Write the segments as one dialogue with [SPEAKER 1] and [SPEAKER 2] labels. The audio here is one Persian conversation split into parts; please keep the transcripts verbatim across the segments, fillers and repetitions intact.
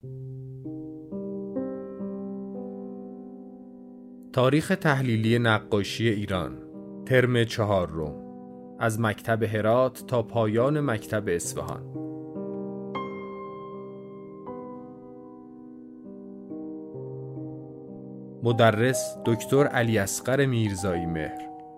[SPEAKER 1] تاریخ تحلیلی نقاشی ایران، ترم چهارم، از مکتب هرات تا پایان مکتب اصفهان. مدرس دکتر علی اصغر میرزایی مهر.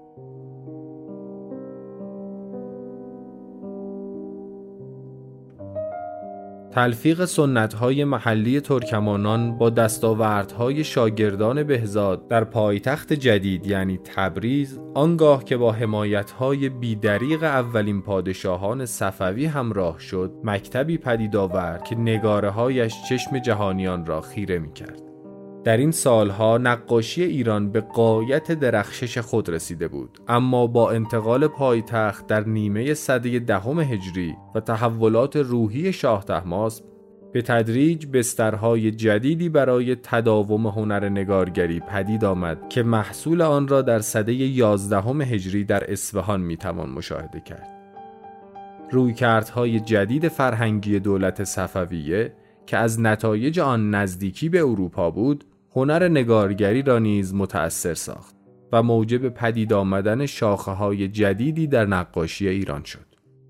[SPEAKER 1] تلفیق سنت‌های محلی ترکمانان با دستاوردهای شاگردان بهزاد در پایتخت جدید یعنی تبریز، آنگاه که با حمایت‌های بی‌دریغ اولین پادشاهان صفوی همراه شد، مکتبی پدید آورد که نگاره‌هایش چشم جهانیان را خیره می‌کرد. در این سالها نقاشی ایران به غایت درخشش خود رسیده بود، اما با انتقال پایتخت در نیمه سده دهم هجری و تحولات روحی شاه طهماسب، به تدریج بسترهای جدیدی برای تداوم هنر نگارگری پدید آمد که محصول آن را در سده یازدهم هجری در اصفهان میتوان مشاهده کرد. رویکردهای جدید فرهنگی دولت صفویه که از نتایج آن نزدیکی به اروپا بود، هنر نگارگری را نیز متأثر ساخت و موجب پدید آمدن شاخه‌های جدیدی در نقاشی ایران شد.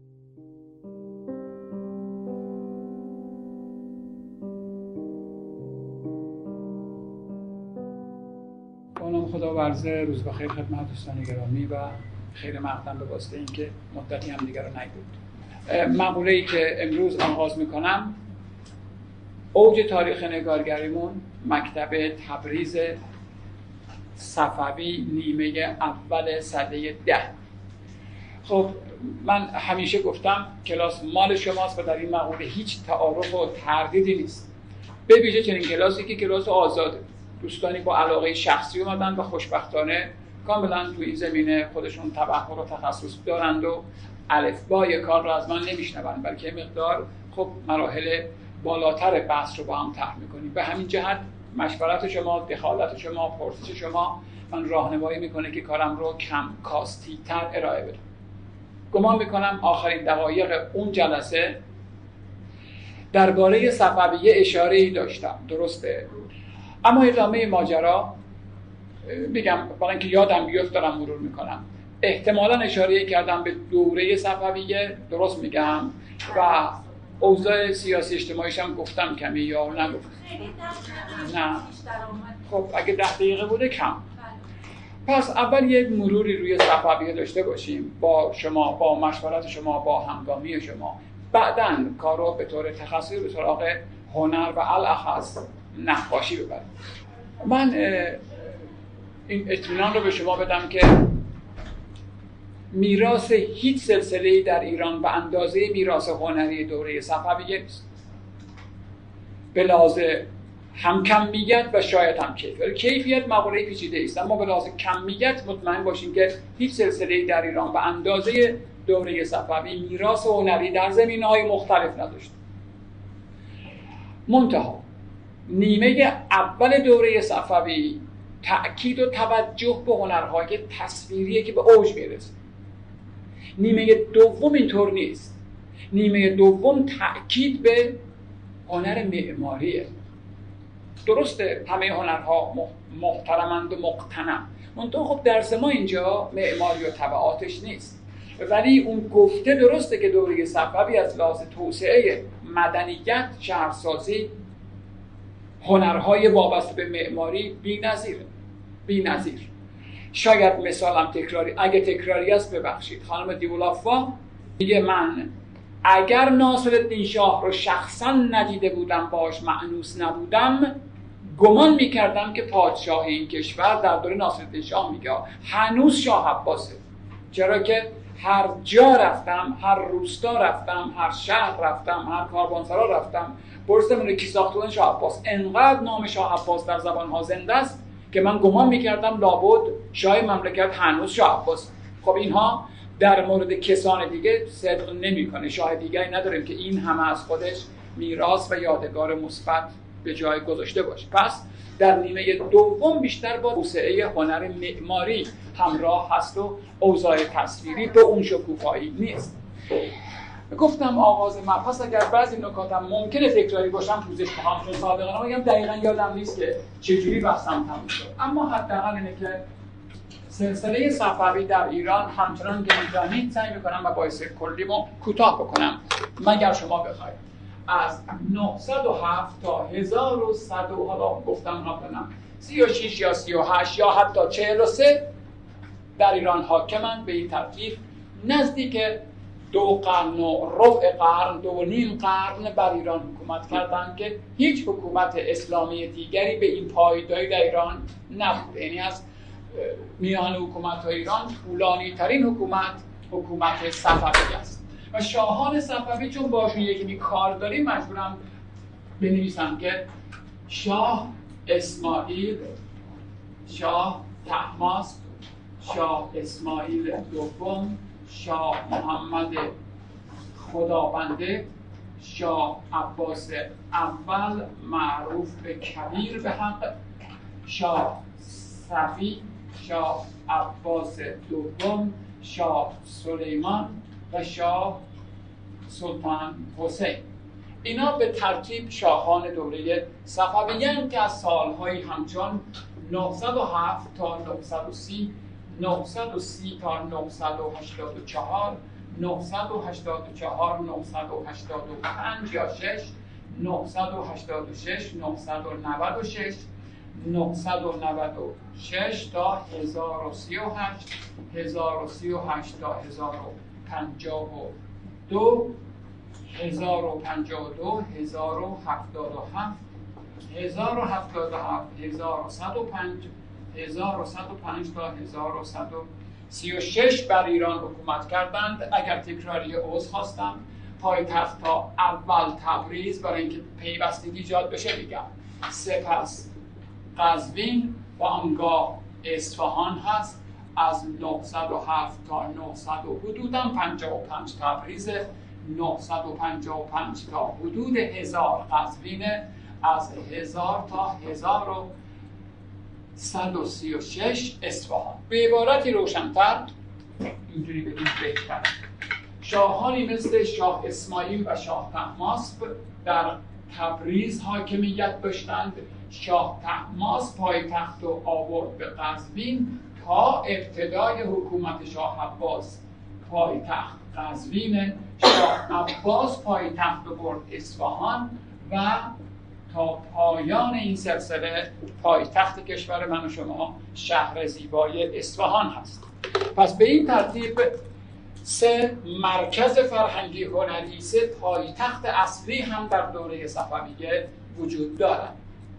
[SPEAKER 2] با نام خداورزه، روز بخیر خدمت دوستان گرامی و خیر مقدم به واسطه اینکه مدتی هم دیگر رو ندیدیم. مقوله‌ای که امروز آغاز می‌کنم، اوج تاریخ نگارگریمون مکتب تبریز صفوی نیمه اول سده ده. خب من همیشه گفتم کلاس مال شماست و در این مقوله هیچ تعارف و تردیدی نیست. به ویژه چنین کلاسی که کلاس آزاده، دوستانی با علاقه شخصی اومدن و خوشبختانه کاملا تو این زمینه خودشون تبحر و تخصص دارند و الفبای کار رو از من نمیشنون، بلکه مقدار خب مراحل بالاتر بحث رو با هم طرح می‌کنیم. به همین جهت مشورت شما، دخالت شما، پرسش شما من راهنمایی میکنه که کارم رو کم کاستی تر ارائه بدم. گمان میکنم آخرین دقایق اون جلسه درباره صفویه اشاره‌ای داشتم، درسته؟ اما ادامه ماجرا میگم برای اینکه یادم بیفته دارم مرور میکنم. احتمالاً اشاره کردم به دوره صفویه، درست میگم؟ و اوضاع سیاسی اجتماعیش هم گفتم کمی یا نگفتم؟ نه. خب اگه ده دقیقه بوده کم. پس اول یک مروری روی صفویه داشته باشیم با شما، با مشورت شما، با همگامی شما. بعداً کار رو به طور تخصصی به سراغ هنر و الاخص نقاشی ببریم. من این اطمینان رو به شما بدم که میراث هیچ سلسله‌ای در ایران به اندازه میراث هنری دوره صفویه نیست. به لحاظ هم کمیت و شاید هم کیفیت. کیفیت مقوله پیچیده است، اما به لحاظ کمیت مطمئن باشین که هیچ سلسله‌ای در ایران به اندازه دوره صفوی میراث هنری در زمینه‌های مختلف نداشت. منتها نیمه اول دوره صفوی تأکید و توجه به هنرهای تصویریه که به اوج میرسه. نیمه دوم اینطور نیست. نیمه دوم تأکید به هنر معماریه. درسته همه هنرها محترمند و مقتنم، منتها خب درس ما اینجا معماری و تبعاتش نیست. ولی اون گفته درسته که دوره صفوی از لحاظ توسعه مدنیت، شهرسازی، هنرهای وابسته به معماری بی‌نظیره. بی‌نظیر. شاید مثالم تکراری، اگه تکراری است ببخشید. خانم دیولافا میگه من اگر ناصرالدین شاه رو شخصا ندیده بودم، باش مأنوس نبودم، گمان میکردم که پادشاه این کشور در دوره ناصرالدین شاه میگه هنوز شاه عباسه. چرا که هر جا رفتم، هر روستا رفتم، هر شهر رفتم، هر کاروانسرا رفتم، پرسیدم اینو کی ساخته بود؟ شاه عباس. انقدر نام شاه عباس در زبان‌ها زنده است که من گمان میکردم لابد شاه مملکت هنوز شاه عباس. خب اینها در مورد کسان دیگه صدق نمیکنه. شاه دیگری نداریم که این همه از خودش میراث و یادگار مثبت به جای گذاشته باشه. پس در نیمه دوم بیشتر با توسعه هنر معماری همراه هست و اوضاع تصویری به اون شکوفایی نیست. گفتم آغاز مبحث اگر بعضی نکاتم ممکنه تکراری باشم پوزش می‌خوام، چون سابقا میگم دقیقاً یادم نیست که چجوری بحثم تموم شد، اما حداقل اینه که سلسله صفوی در ایران همچنان که می‌دانید سعی می‌کنم و باعث کلیمو کوتاه بکنم مگر شما بخواید. از نهصد و هفت تا هزار و صد و حالا گفتم قبلا سی و شش یا سی و هشت یا حتی چهل و سه در ایران حاکمند. به این ترتیب نزدیک دو قرن و ربع قرن، دو و نیم قرن بر ایران حکومت کردند که هیچ حکومت اسلامی دیگری به این پایداری در ایران نبود. یعنی از میان حکومت ایران طولانی ترین حکومت حکومت صفوی است و شاهان صفوی چون باشون یکی کار داریم مجبورم بنویسم که شاه اسماعیل، شاه طهماسپ، شاه اسماعیل دوم، شاه محمد خدابنده، شاه عباس اول معروف به کبیر به حق، شاه صفی، شاه عباس دوم، شاه سلیمان و شاه سلطان حسین. اینا به ترتیب شاهان دوره صفوی‌اند که از سالهای همچون نهصد و هفت تا نهصد و سی، نهصد و سی تا نهصد و هشتاد و چهار، نهصد و هشتاد و چهار، نهصد و هشتاد و پنج یا شش، نهصد و هشتاد و شش، نهصد و نود و شش، نهصد و نود و شش تا هزار و سی و هشت، هزار و سی و هشت تا هزار و پنجاه و دو، هزار و پنجاه و دو، هزار و هفتاد و هفت، هزار و هفتاد و هفت، هزار و صد و پنج، هزار و صد و پنج تا هزار و صد و سی و شش بر ایران حکومت کردند. اگر تکراری عذر خواستم، پایتخت تا اول تبریز برای اینکه پیوستگی ایجاد بشه میگم، سپس قزوین و آنگاه اصفهان هست. از نهصد و هفت تا نهصد و حدوداً پنجاه و پنج تبریز، نهصد و پنجاه و پنج تا حدود هزار قزوین، از هزار تا هزار و صد و سی و شش اصفهان. به عبارتی روشن‌تر اینجوری بگیم بهتر، شاهانی مثل شاه اسماعیل و شاه طهماسپ در تبریز حاکمیت داشتند. شاه طهماسپ پایتخت رو آورد به قزوین تا ابتدای حکومت شاه عباس پایتخت قزوین، شاه عباس پایتخت رو برد اصفهان و تا پایان این سلسله پایتخت کشور من و شما شهر زیبای اصفهان هست. پس به این ترتیب سه مرکز فرهنگی هنری، سه پایتخت اصلی هم در دوره صفویه وجود دارد.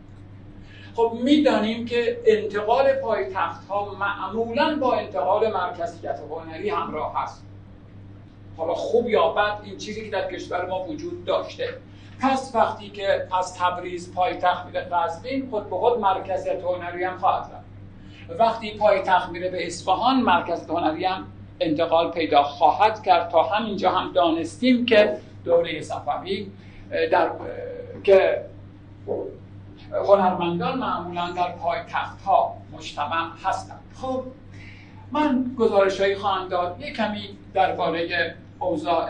[SPEAKER 2] خب میدانیم که انتقال پایتخت ها معمولاً با انتقال مرکزیت هنری همراه هست. حالا خوب یا بد این چیزی که در کشور ما وجود داشته. پس وقتی که از تبریز پایتخت میره قزوین، خود به خود مرکزیت هنری هم خواهد رفت. وقتی پایتخت میره به اصفهان، مرکزیت هنری هم انتقال پیدا خواهد کرد. تا همینجا هم دانستیم که دوره صفوی در که هنرمندان معمولا در پایتخت ها مجتمع هستند. خب من گزارش‌هایی خواهم داد، یک کمی درباره اوضاع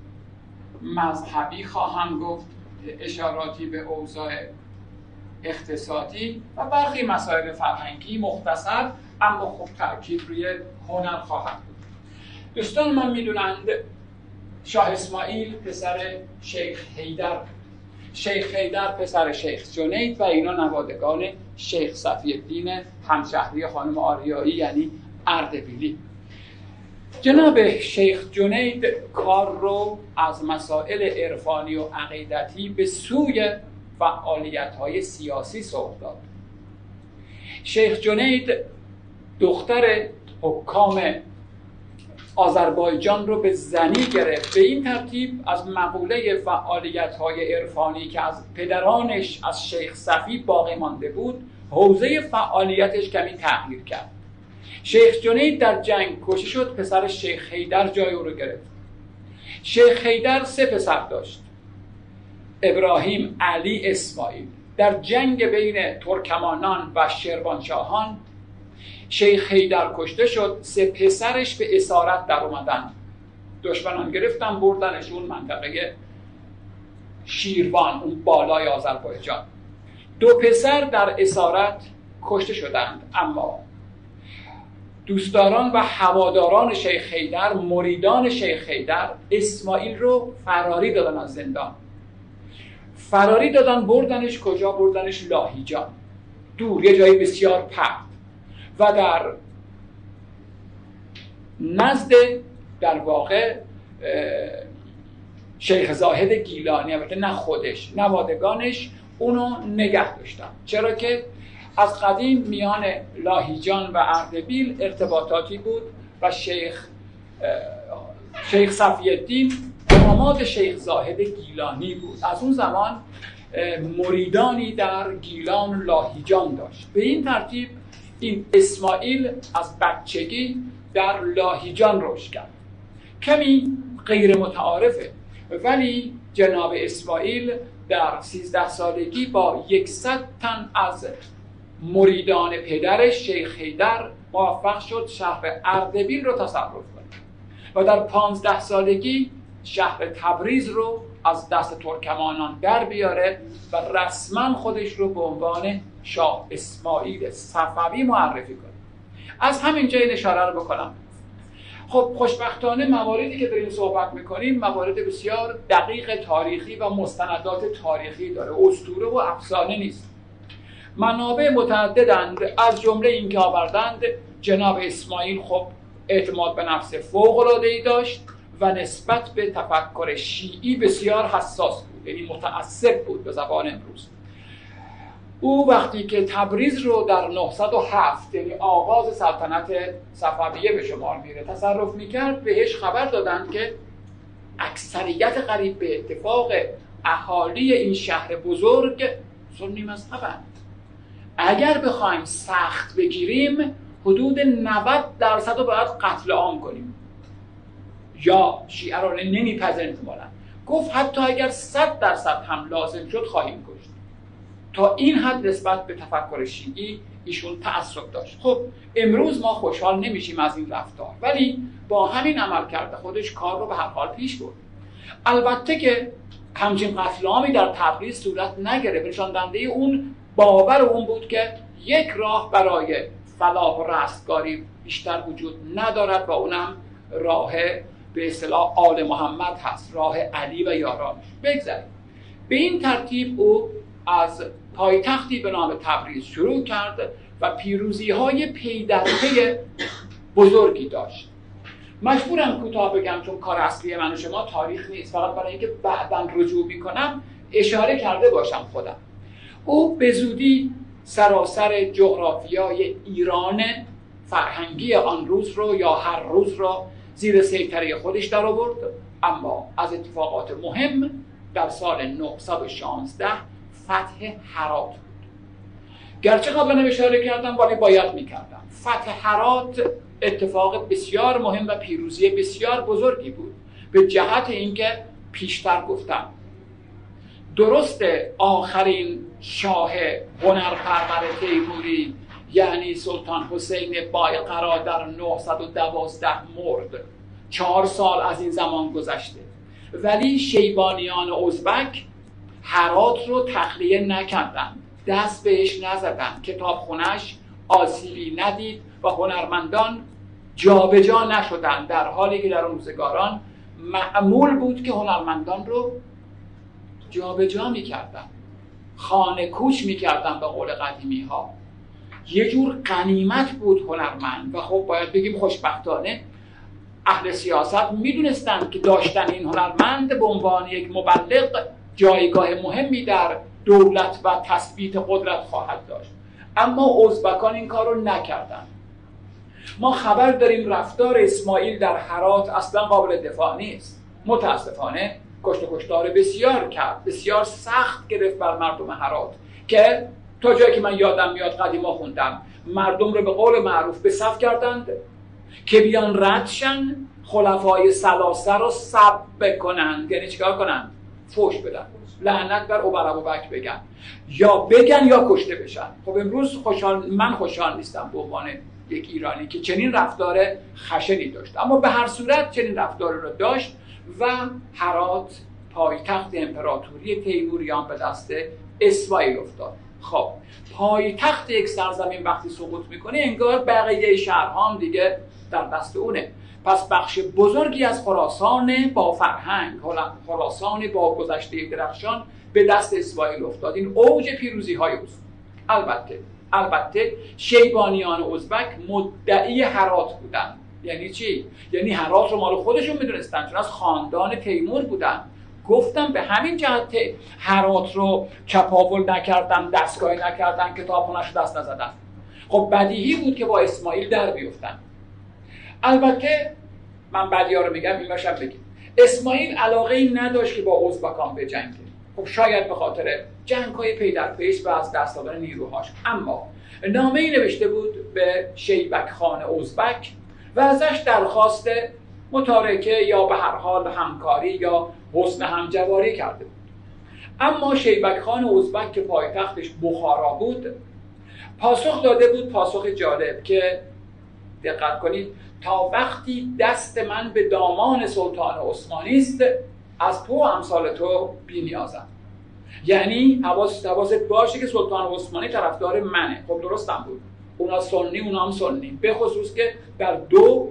[SPEAKER 2] مذهبی خواهم گفت، اشاراتی به اوضاع اقتصادی و برخی مسائل فرهنگی مختصر، اما خوب تأکید روی هنر خواهم بود. دوستان من میدونند شاه اسماعیل پسر شیخ حیدر، شیخ حیدر پسر شیخ جنید و اینا نوادگان شیخ صفی الدین همشهری خانم آریایی یعنی اردبیلی. جناب شیخ جنید کار رو از مسائل عرفانی و عقیدتی به سوی فعالیت‌های سیاسی سوق داد. شیخ جنید دختر حکام آذربایجان رو به زنی گرفت. به این ترتیب از مقوله فعالیت‌های عرفانی که از پدرانش از شیخ صفی باقی مانده بود، حوزه فعالیتش کمی تغییر کرد. شیخ جنید در جنگ کشته شد، پسر شیخ حیدر جای او رو گرفت. شیخ حیدر سه پسر داشت: ابراهیم، علی، اسماعیل. در جنگ بین ترکمانان و شیروانشاهان شیخ حیدر کشته شد، سه پسرش به اسارت در اومدن. دشمنان گرفتن بردنشون منطقه شیروان، اون بالای آذربایجان. دو پسر در اسارت کشته شدند، اما دوستداران و هواداران شیخ حیدر، مریدان شیخ حیدر، اسماعیل رو فراری دادن از زندان. فراری دادن بردنش کجا؟ بردنش لاهیجان، دور، یه جایی بسیار پرت. و در نزد در واقع شیخ زاهد گیلانی، البته نه خودش، نوادگانش اونو نگه داشتن. چرا که از قدیم میان لاهیجان و اردبیل ارتباطاتی بود و شیخ شیخ صفی الدین داماد شیخ زاهد گیلانی بود. از اون زمان مریدانی در گیلان و لاهیجان داشت. به این ترتیب این اسماعیل از بچگی در لاهیجان رشد کرد. کمی غیر متعارفه، ولی جناب اسماعیل در سیزده سالگی با یکصد تن از مریدان پدرش شیخ حیدر موفق شد شهر اردبیل رو تصرف کنه و در پانزده سالگی شهر تبریز رو از دست ترکمانان در بیاره و رسما خودش رو به عنوان شاه اسماعیل صفوی معرفی کنه. از همین جای اشاره رو بکنم. خب خوشبختانه مواردی که داریم صحبت میکنیم موارد بسیار دقیق تاریخی و مستندات تاریخی داره، اسطوره و افسانه نیست. منابع متعددند، از جمله این که آوردند جناب اسماعیل خب اعتماد به نفس فوق‌العاده‌ای داشت و نسبت به تفکر شیعی بسیار حساس بود، یعنی متعصب بود به زبان امروز. او وقتی که تبریز رو در نهصد و هفت، یعنی آغاز سلطنت صفویه به شمار میره، تصرف میکرد، بهش خبر دادند که اکثریت قریب به اتفاق اهالی این شهر بزرگ سنی مذهبند. اگر بخوایم سخت بگیریم حدود نود درصد رو باید قتل عام کنیم یا شیعه رو نمیپذیرند. گفت حتی اگر صد درصد هم لازم شد خواهیم کشت. تا این حد نسبت به تفکر شیعی ایشون تعصب داشت. خب امروز ما خوشحال نمیشیم از این رفتار، ولی با همین عمل کرده خودش کار رو به هر حال پیش برد. البته که همچین قتل عامی در تبریز صورت نگرفت. نشان دهنده اون باور اون بود که یک راه برای فلاح و رستگاری بیشتر وجود ندارد و اونم راه به اصطلاح آل محمد هست، راه علی و یارانش. بگذاریم. به این ترتیب او از پایتختی به نام تبریز شروع کرد و پیروزی‌های پی در پی بزرگی داشت. مجبورم کوتاه بگم چون کار اصلی من و شما تاریخ نیست، فقط برای اینکه بعداً رجوع می‌کنم اشاره کرده باشم خودم. او به زودی سراسر جغرافیای ایران فرهنگی آن روز رو یا هر روز رو زیر سیطره خودش در آورد. اما از اتفاقات مهم در سال نهصد و شانزده فتح هرات بود. گرچه قبلا اشاره کردم ولی باید میکردم. فتح هرات اتفاق بسیار مهم و پیروزی بسیار بزرگی بود، به جهت اینکه پیشتر گفتم درست آخرین شاه هنرپرور تیموری یعنی سلطان حسین بایقرا در نهصد و دوازده مرد. چهار سال از این زمان گذشته، ولی شیبانیان ازبک هرات رو تخلیه نکردن، دست بهش نزدن، کتابخونه‌اش آسیبی ندید و هنرمندان جابجا نشدن، در حالی که در اون روزگاران معمول بود که هنرمندان رو جابجا میکردن، خانه کوچ میکردن به قول قدیمی ها. یه جور غنیمت بود هنرمند. و خب باید بگیم خوشبختانه اهل سیاست میدونستند که داشتن این هنرمند به عنوان یک مبلغ جایگاه مهمی در دولت و تثبیت قدرت خواهد داشت. اما ازبکان این کار رو نکردن. ما خبر داریم رفتار اسماعیل در هرات اصلا قابل دفاع نیست. متاسفانه کشت و کشتار بسیار کرد، بسیار سخت گرفت بر مردم هرات که تا جایی که من یادم میاد قدیما خوندم مردم رو به قول معروف به صف کردند که بیان ردشن خلفای ثلاثه رو سب کنند. یعنی چیکار کنند؟ فوش بدن، لعنت بر عمر ابوبکر بگن، یا بگن یا کشته بشن. خب امروز خوشحال من خوشحال نیستم به عنوان یک ایرانی که چنین رفتار خشنی داشت، اما به هر صورت چنین رفتار را داشت و هرات پایتخت امپراتوری تیموریان به دست اسماعیل افتاد. خب پایتخت یک سرزمین وقتی سقوط میکنه انگار بقیه شهرها هم دیگه در دست اونه. پس بخش بزرگی از خراسان با فرهنگ، خراسان با گذشته درخشان به دست اسماعیل افتاد. این اوج پیروزی های اوست. البته البته شیبانیان ازبک مدعی هرات بودن. یعنی چی؟ یعنی هرات رو مال خودشون میدونستن، چون از خاندان تیمور بودن. گفتم به همین جهت هرات رو چپاول نکردن، دستگاهی نکردن، کتابخونه‌اش رو دست نزدن. خب بدیهی بود که با اسماعیل در بیفتن. البته من بدیها رو میگم، این باشم بگیم اسماعیل علاقه ای نداشت که با ازبکان بجنگه. خب شاید به خاطر جنگ‌های پی در پیش و از دست دادن نیروهاش، اما نامه‌ای نوشته بود به شیبک خان ازبک و ازش درخواست متارکه یا به هر حال همکاری یا حسن همجواری کرده بود. اما شیبک خان ازبک که پایتختش بخارا بود پاسخ داده بود، پاسخ جالب که دقت کنید: تا وقتی دست من به دامان سلطان عثمانی است از تو و امثال تو بی‌نیازم. یعنی حواست حواست باشه که سلطان عثمانی طرفدار منه. خب درستم بود، اونا سنی اونا هم سنی، به خصوص که در دو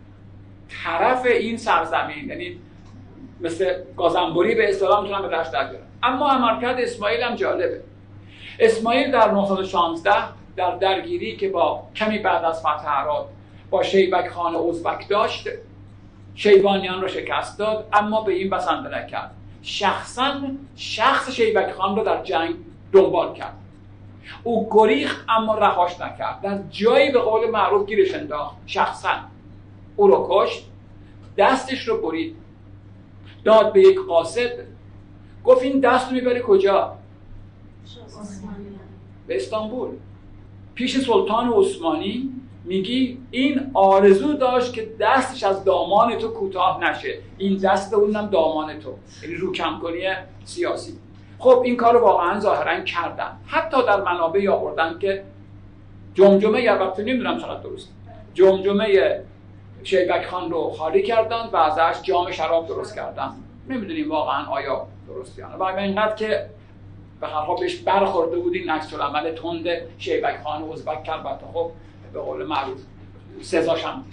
[SPEAKER 2] طرف این سرزمین، یعنی مثل گازنبوری به اصطلاح میتونن به دشت در بیارن. اما عملکرد اسماعیل هم جالبه. اسماعیل در نهصد و شانزده در درگیری که با کمی بعد از فتح هرات با شیبک خان ازبک داشت، شیبانیان رو شکست داد، اما به این بسنده نکرد. شخصا شخص شیبک خان رو در جنگ دنبال کرد. او گریخت اما رهاش نکرد، در جایی به قول معروف گیرش انداخت. شخصا او رو کشت، دستش رو برید، داد به یک قاصد، گفت این دست رو میبری کجا؟ به استانبول، پیش سلطان عثمانی. میگی این آرزو داشت که دستش از دامان تو کوتاه نشه، این دست اونم دامان تو، یعنی روکم‌کنی سیاسی. خب این کار رو واقعا ظاهرا کردن. حتی در منابع آوردن که جمجمه، یا البته نمیدونم چقدر درست، جمجمه شیبک خان رو خالی کردن و ازش جام شراب درست کردن. نمیدونیم واقعا آیا درست یا نه. و اینقدر که به هر حال بهش برخورده بود این عکس العمل تند شیبک خان ازبک کرد، البته خب به قول معروف سزاش هم.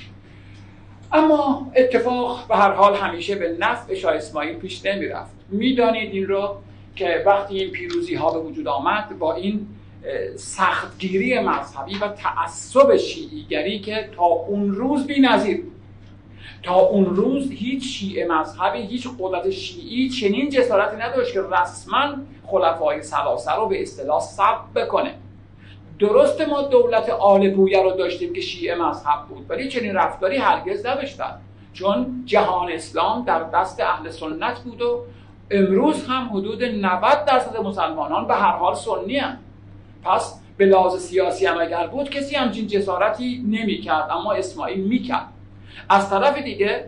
[SPEAKER 2] اما اتفاق به هر حال همیشه به نفع شاه اسماعیل پیش نمی رفت. میدانید این رو که وقتی این پیروزی ها به وجود آمد با این سختگیری مذهبی و تعصب شیعیگری که تا اون روز بی‌نظیر بود، تا اون روز هیچ شیعه مذهبی، هیچ قدرت شیعی چنین جسارتی نداشت که رسما خلفای ثلاثه رو به اصطلاح سب بکنه. درست ما دولت آل بویه رو داشتیم که شیعه مذهب بود، ولی چنین رفتاری هرگز نداشتن، چون جهان اسلام در دست اهل سنت بود و امروز هم حدود نود درصد مسلمانان به هر حال سنی هستند. پس به لحاظ سیاسی هم اگر بود کسی همچین جسارتی نمی کرد، اما اسماعیل می کرد. از طرف دیگه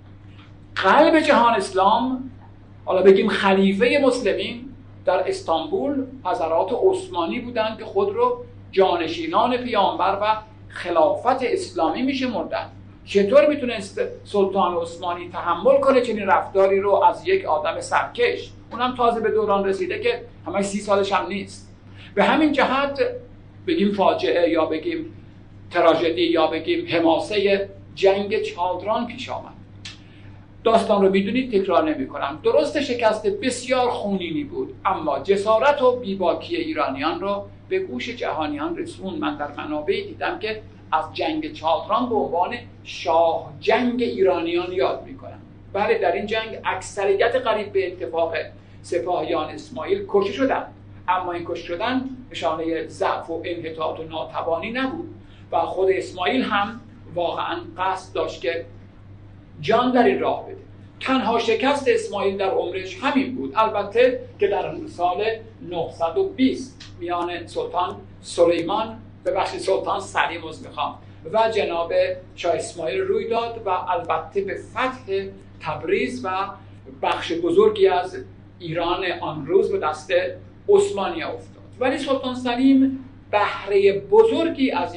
[SPEAKER 2] قلب جهان اسلام، حالا بگیم خلیفه مسلمین در استانبول، حضرات عثمانی بودند که خود رو جانشینان پیامبر و خلافت اسلامی میشه مردن. چطور میتونست سلطان عثمانی تحمل کنه چنین رفتاری رو از یک آدم سرکش، اونم تازه به دوران رسیده که همش سی سالش هم نیست؟ به همین جهت بگیم فاجعه یا بگیم تراژدی یا بگیم حماسه جنگ چادران پیش آمد. داستان رو میدونید، تکرار نمی کنم. درست شکست بسیار خونینی بود، اما جسارت و بیباکی ایرانیان رو به گوش جهانیان رسون. من در منابعی دیدم که از جنگ چادران به عنوان شاه جنگ ایرانیان یاد میکنن. بله، در این جنگ اکثریت قریب به اتفاق سپاهیان اسماعیل کشته شدن، اما این کشته شدن نشانه ضعف و انحطاط و ناتوانی نبود و خود اسماعیل هم واقعا قصد داشت که جان در این راه بده. تنها شکست اسماعیل در عمرش همین بود، البته که در سال نهصد و بیست میان سلطان سلیمان به بخش سلطان سلیم از میخوام و جناب شاه اسماعیل روی داد و البته به فتح تبریز و بخش بزرگی از ایران آن روز به دست عثمانی افتاد. ولی سلطان سلیم بهره بزرگی از این پیروزی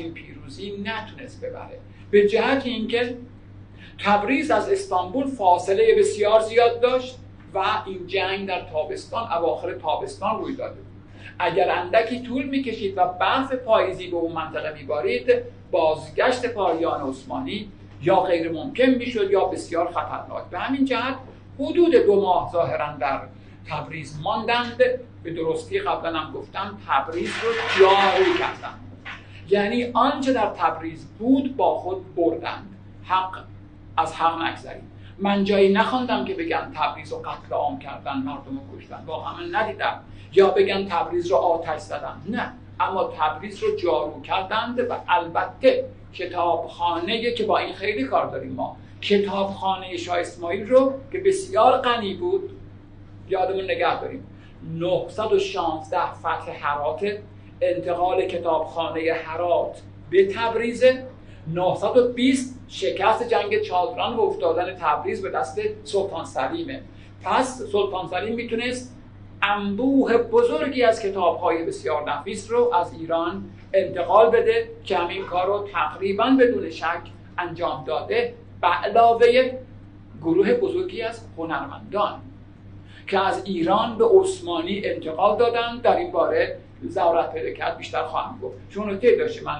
[SPEAKER 2] پیروزی نتونست ببره، به جهت اینکه تبریز از استانبول فاصله بسیار زیاد داشت و این جنگ در تابستان، اواخر تابستان روی داده بود. اگر اندکی طول میکشید و برف پاییزی به اون منطقه میبارید، بازگشت پاریان عثمانی یا غیر ممکن میشد یا بسیار خطرناک. به همین جهت حدود دو ماه ظاهرا در تبریز ماندند. به درستی قبلا هم گفتم تبریز رو جاری کردند، یعنی آنچه در تبریز بود با خود بردند. حق از حق نگذرید. من جایی نخواندم که بگن تبریز رو قتل عام کردن، مردم رو کشتن، واقعا من ندیدم. یا بگن تبریز رو آتش زدن، نه، اما تبریز رو جارو کردند. و البته کتابخانه که با این خیلی کار داریم ما، کتابخانه شاه اسماعیل رو که بسیار غنی بود یادمون نگه داریم. نهصد و شانزده فتح هرات، انتقال کتابخانه هرات به تبریز. نهصد و بیست شکست جنگ چادران و افتادن تبریز به دست سلطان سلیمه. پس سلطان سلیم میتونست انبوه بزرگی از کتاب‌های بسیار نفیس رو از ایران انتقال بده که همین کار رو تقریباً بدون شک انجام داده، به علاوه گروه بزرگی از هنرمندان که از ایران به عثمانی انتقال دادن. در این باره ضرورت پیدا کرد بیشتر خواهم گفت. چون نکته داشته من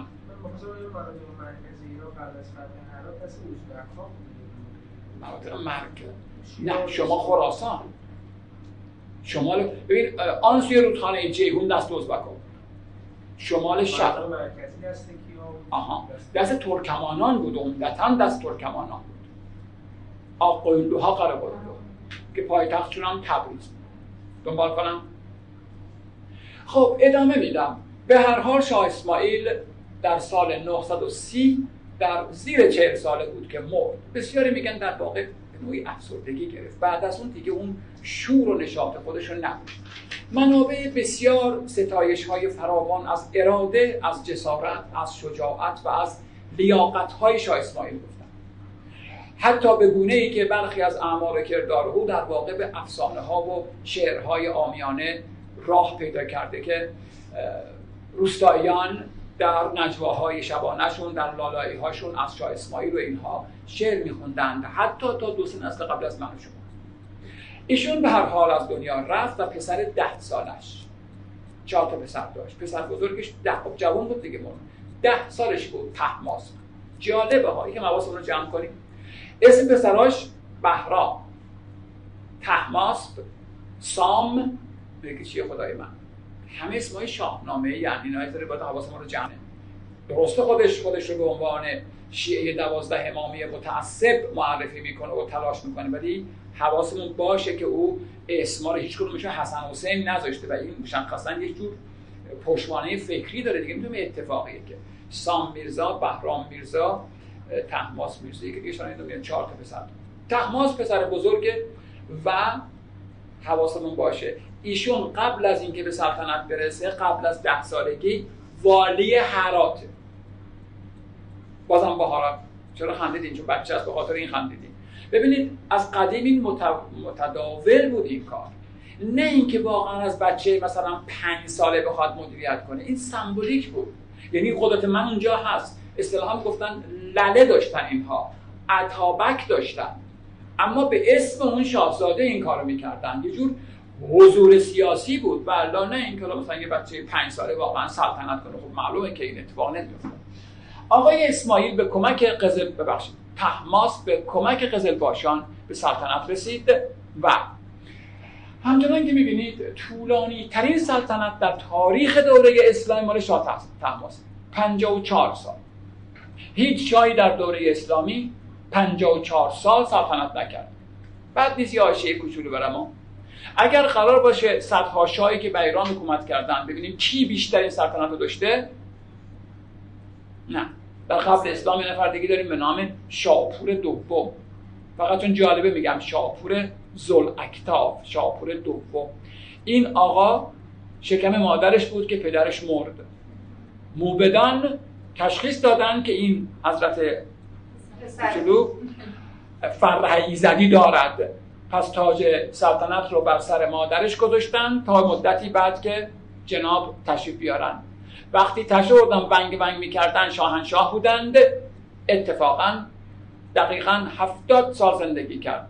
[SPEAKER 2] مناطق مرکز، نه شما خراسان، شمال، ببین آن سوی رودخانه جیهون دست ازبکان، شمال شرق
[SPEAKER 3] مرکزی دست کیا؟
[SPEAKER 2] آها دست ترکمانان بود، عمدتاً دست ترکمانان بود. آقایلوها قره‌بالو که پایتختشون هم تبریز. دنبال کنم. خب ادامه میدم. به هر حال شاه اسماعیل در سال نهصد و سی در زیر چهل ساله بود که مرد. بسیاری میگن در واقع به نوعی افسردگی گرفت. بعد از اون دیگه اون شور و نشاط خودش رو نداشت. منابع بسیار ستایش‌های فراوان از اراده، از جسارت، از شجاعت و از لیاقت‌های شاه اسماعیل گفتن. حتی به گونه‌ای که برخی از اعمال کردار او در واقع به افسانه‌ها و شعرهای عامیانه راه پیدا کرده که روستاییان در نجواهای شبانه‌شون، در لالایی‌هاشون از شاه اسماعیل و اینها شعر می‌خوندند، حتی تا دو سه نسل قبل از من و شما. ایشون به هر حال از دنیا رفت و پسر ده سالش، چهار تا پسر داشت. پسر بزرگش ده جوان بود دیگه، مرد. ده سالش بود طهماسب. جالبه ها، یکم حواسمون رو جمع کنیم. اسم پسراش بهرام، طهماسب، سام، بگی چیه خدای من، همه اسمای شاهنامه، یعنی اینا داره باید حواسمون رو جمع. درسته خودش خودش رو به عنوان شیعه دوازده امامی متعصب معرفی میکنه و تلاش میکنه، ولی حواسمون باشه که او اسما رو هیچ کدومشون حسن حسین نذاشته و این مشخصا یک جور پشتوانه فکری داره دیگه. میتونه اتفاقیه که سام میرزا، بهرام میرزا، طهماسب میرزا که دیگه شون اینا چهار تا پسر. طهماسب پسر بزرگه و حواسمون باشه ایشون قبل از اینکه به سلطنت برسه، قبل از ده سالگی والی هرات. بازم با هرات چرا خندیدین؟ چون بچه است، به خاطر این خندیدین. ببینید از قدیم این متداول بود این کار، نه اینکه واقعا از بچه مثلا پنج ساله بخواد مدیریت کنه. این سمبولیک بود، یعنی قدرت من اونجا هست. اصطلاحاً گفتن لله داشتن اینها، اتابک داشتن، اما به اسم اون شاهزاده این کارو میکردن. یه جور حضور سیاسی بود. والا نه اینکه مثلا یه بچه پنج ساله واقعا سلطنت کنه. خب معلومه که این اتفاق نمیفته. آقای اسماعیل به کمک قزل ببخشید طهماسب به کمک قزلباشان به سلطنت رسید و همچنان که می‌بینید طولانی ترین سلطنت در تاریخ دوره اسلامی مال شاه طهماسب، پنجاه و چهار سال. هیچ شاهی در دوره اسلامی پنجاه و چهار سال سلطنت نکرد. بعد نیست یه حاشیه کوچولو برام، اگر قرار باشه صدها شاهی که به ایران حکومت کردن ببینیم کی بیشترین سلطنت رو داشته، نه، در قبل اسلام یه نفر دیگه داریم به نام شاپور دوم. فقط چون جالبه میگم شاپور ذوالاکتاف، شاپور دوم. این آقا شکم مادرش بود که پدرش مرد. موبدان تشخیص دادن که این حضرت کوچولو فرح ایزدی دارد، پس تاج سلطنت رو بر سر مادرش گذاشتن تا مدتی بعد که جناب تشریف بیارن. وقتی تشه بردن ونگ ونگ میکردن شاهنشاه بودند. اتفاقا دقیقا هفتاد سال زندگی کرد.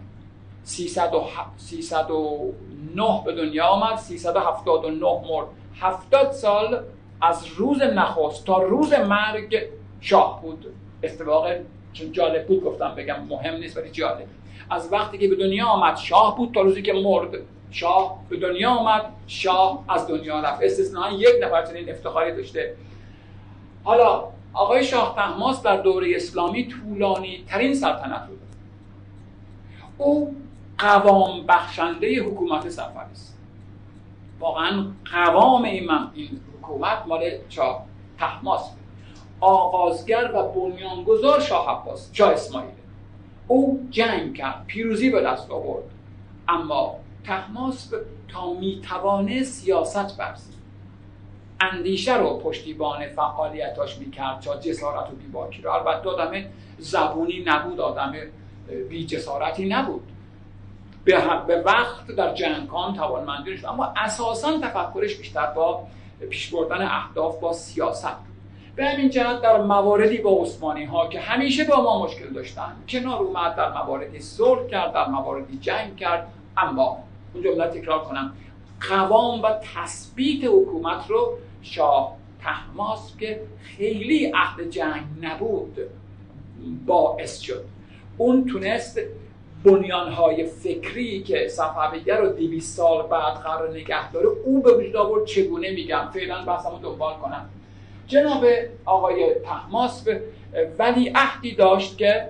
[SPEAKER 2] سیصد و نه به دنیا آمد، سیصد و هفتاد و نه مرد. هفتاد سال از روز نخست تا روز مرگ شاه بود. اتفاق چون جالب بود گفتم بگم، مهم نیست ولی جالب. از وقتی که به دنیا آمد شاه بود تا روزی که مرد. شاه به دنیا آمد، شاه از دنیا رفت. استثناء یک نفر چنین افتخاری داشته. حالا آقای شاه طهماسپ در دوره اسلامی طولانی ترین سلطنت بود. او قوام بخشنده حکومت صفوی است. واقعا قوام این, این حکومت مال شاه طهماسپ، آغازگر و بنیانگذار شاه عباس، شاه اسماعیل. او جنگ کرد، پیروزی به دست آورد، اما طهماسپ تا میتوانست سیاست ورزید، اندیشه رو پشتیبان فعالیتاش میکرد تا جسارت و بیباکی رو. البته آدم زبونی نبود، آدم بی جسارتی نبود، به وقت در جنگان توانمندی شد، اما اساساً تفکرش بیشتر با پیش بردن اهداف با سیاست بود. به همین جهت در مواردی با عثمانی ها که همیشه با ما مشکل داشتن کنار اومد، در مواردی صلح کرد، در مواردی جنگ کرد، اما اون جمله تکرار کنم، قوام و تثبیت حکومت رو شاه طهماسپ که خیلی اهل جنگ نبود باعث شد. اون تونست بنیانهای فکری که صفویه رو دویست سال بعد قرار نگه داره اون به وجود آورد. چگونه میگم، فعلا بحثمو دنبال کنم. جناب آقای طهماسپ ولی عهدی داشت که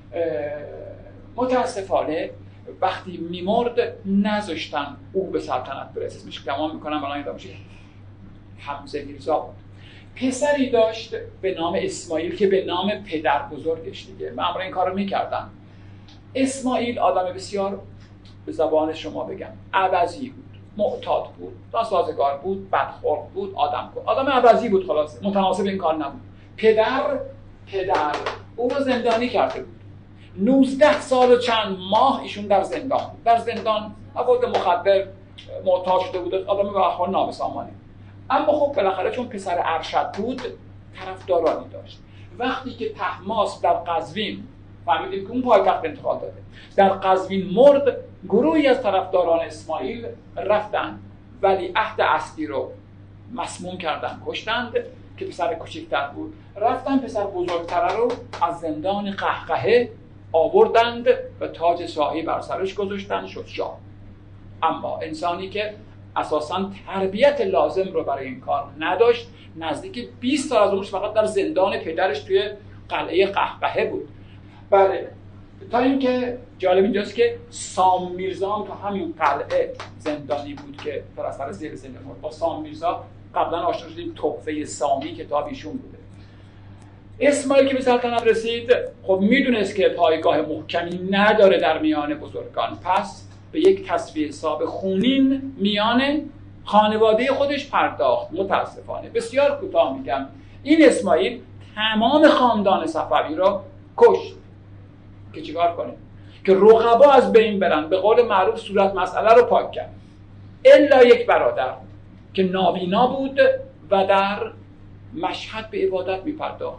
[SPEAKER 2] متاسفانه وقتی میمرد نذاشتن او به سلطنت برسه. اسمش گمان میکنم الان یادم میشه حمزه میرزا بود. پسری داشت به نام اسماعیل که به نام پدر بزرگش دیگه معمولا این کارو میکردن. اسماعیل آدم بسیار به زبان شما بگم عوضی بود، معتاد بود، ناسازگار بود، بدخلق بود، آدم بود، آدم عوضی بود، خلاص متناسب این کار نبود. پدر پدر او رو زندانی کرده بود. نوزده سال و چند ماه ایشون در زندان بود. در زندان مواد مخدر معتاد شده بود، آدم به احوال نابسامانی. اما خب بالاخره چون پسر ارشد بود طرفدارانی داشت. وقتی که طهماسپ در قزوین، فهمیدیم که اون پایتخت انتقال داده، در قزوین مرد، گروهی از طرفداران اسماعیل رفتن ولی عهد اصلی رو مسموم کردن، کشتند که پسر کوچکتر بود. رفتن پسر بزرگتر رو از زندان قهقهه آوردند و تاج شاهی بر سرش گذاشتن، شد شاه. اما انسانی که اساساً تربیت لازم رو برای این کار نداشت، نزدیک بیست سال از عمرش فقط در زندان پدرش توی قلعه قهقهه بود. بله، تا اینکه جالب اینجاست که سام میرزا هم تا همین قلعه زندانی بود که در اثر زیر زندان بود. با سام میرزا قبلا آشنا شدیم، تحفه سامی کتاب ایشون بوده. اسماعیل که به سلطنت رسید خب میدونست که پایگاه محکمی نداره در میان بزرگان، پس به یک تصفیه حساب خونین میان خانواده خودش پرداخت. متاسفانه بسیار کوتاه میگم، این اسماعیل تمام خاندان صفوی رو کشت که چیکار کنه؟ که رقبا از بین برن، به قول معروف صورت مسئله رو پاک کرد، الا یک برادر که نابینا بود و در مشهد به عبادت میپرداخت.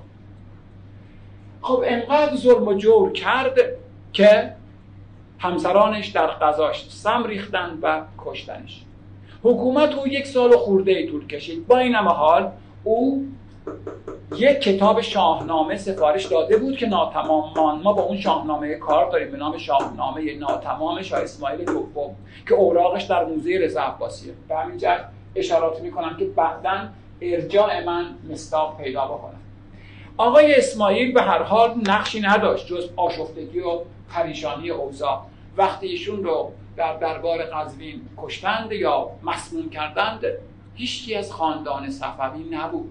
[SPEAKER 2] خب انقدر ظلم و جور کرد که همسرانش در قضاش سم ریختند و کشتنش. حکومت او یک سال و خورده ای طول کشید. با این همه حال او یک کتاب شاهنامه سفارش داده بود که ناتمام ماند. ما با اون شاهنامه کار داریم به نام شاهنامه ناتمام شاه اسماعیل دوم که اوراقش در موزه رضا عباسیه. به همین جهت اشارات میکنم که بعداً ارجاع من مصداق پیدا بکنم. آقای اسماعیل به هر حال نقشی نداشت جز آشفتگی و پریشانی اوضاع. وقتی ایشون رو در دربار قزوین کشتند یا مسموم کردند، هیچکی از خاندان صفوی نبود.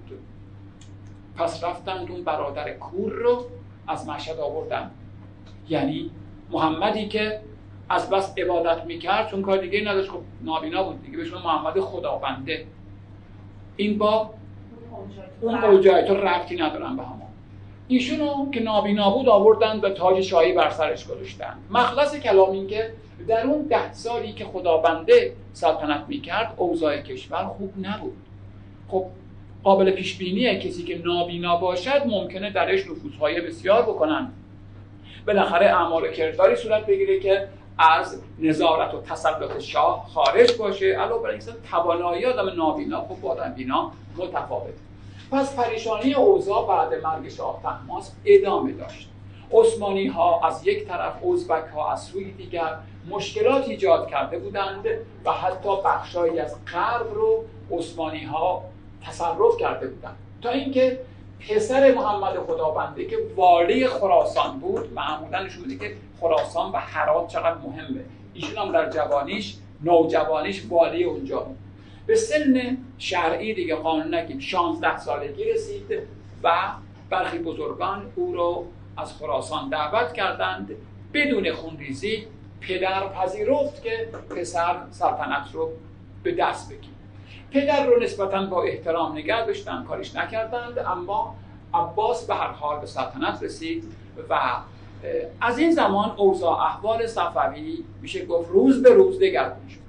[SPEAKER 2] پس رفتند اون برادر کور رو از مشهد آوردن، یعنی محمدی که از بس عبادت میکرد چون کار دیگه نداشت، خب نابینا بود دیگه، بهشون محمد خداونده. این با اون اوجای تو ربطی ندارن به هم. ایشونو که نابینا بود آوردن و تاج شاهی بر سرش گذاشتن. مخلص کلام این که در اون ده سالی که خداونده سلطنت میکرد اوضاع کشور خوب نبود. خب قابل پیش بینیه کسی که نابینا باشد ممکنه درش نفوذهای بسیار بکنن، بالاخره اعمال و کرداری صورت بگیره که از نظارت و تسلط شاه خارج باشه. علاوه بر اینکه توانایی آدم نابینا خب با آدم بینا متفاوته. پس پریشانی اوضاع بعد مرگ شاه طهماسپ ادامه داشت. عثمانی ها از یک طرف، ازبک ها از سوی دیگر مشکلات ایجاد کرده بودند و حتی بخشایی از غرب رو عثمانی ها تصرف کرده بودند، تا اینکه پسر محمد خدابنده که والی خراسان بود، معمولا نشون میده که خراسان و هرات چقدر مهمه، ایشون هم در جوانیش نوجوانیش والی اونجا بود. به سن شرعی دیگه قانون نگیم شانزده سالگی رسید و برخی بزرگان او رو از خراسان دعوت کردند. بدون خونریزی پدر پذیرفت که پسر سلطنت رو به دست بگیره. پدر رو نسبتاً با احترام نگه داشتن، کاریش نکردند، اما عباس به هر حال به سلطنت رسید و از این زمان اوضاع احوال صفوی میشه گفت روز به روز دگرگون شد.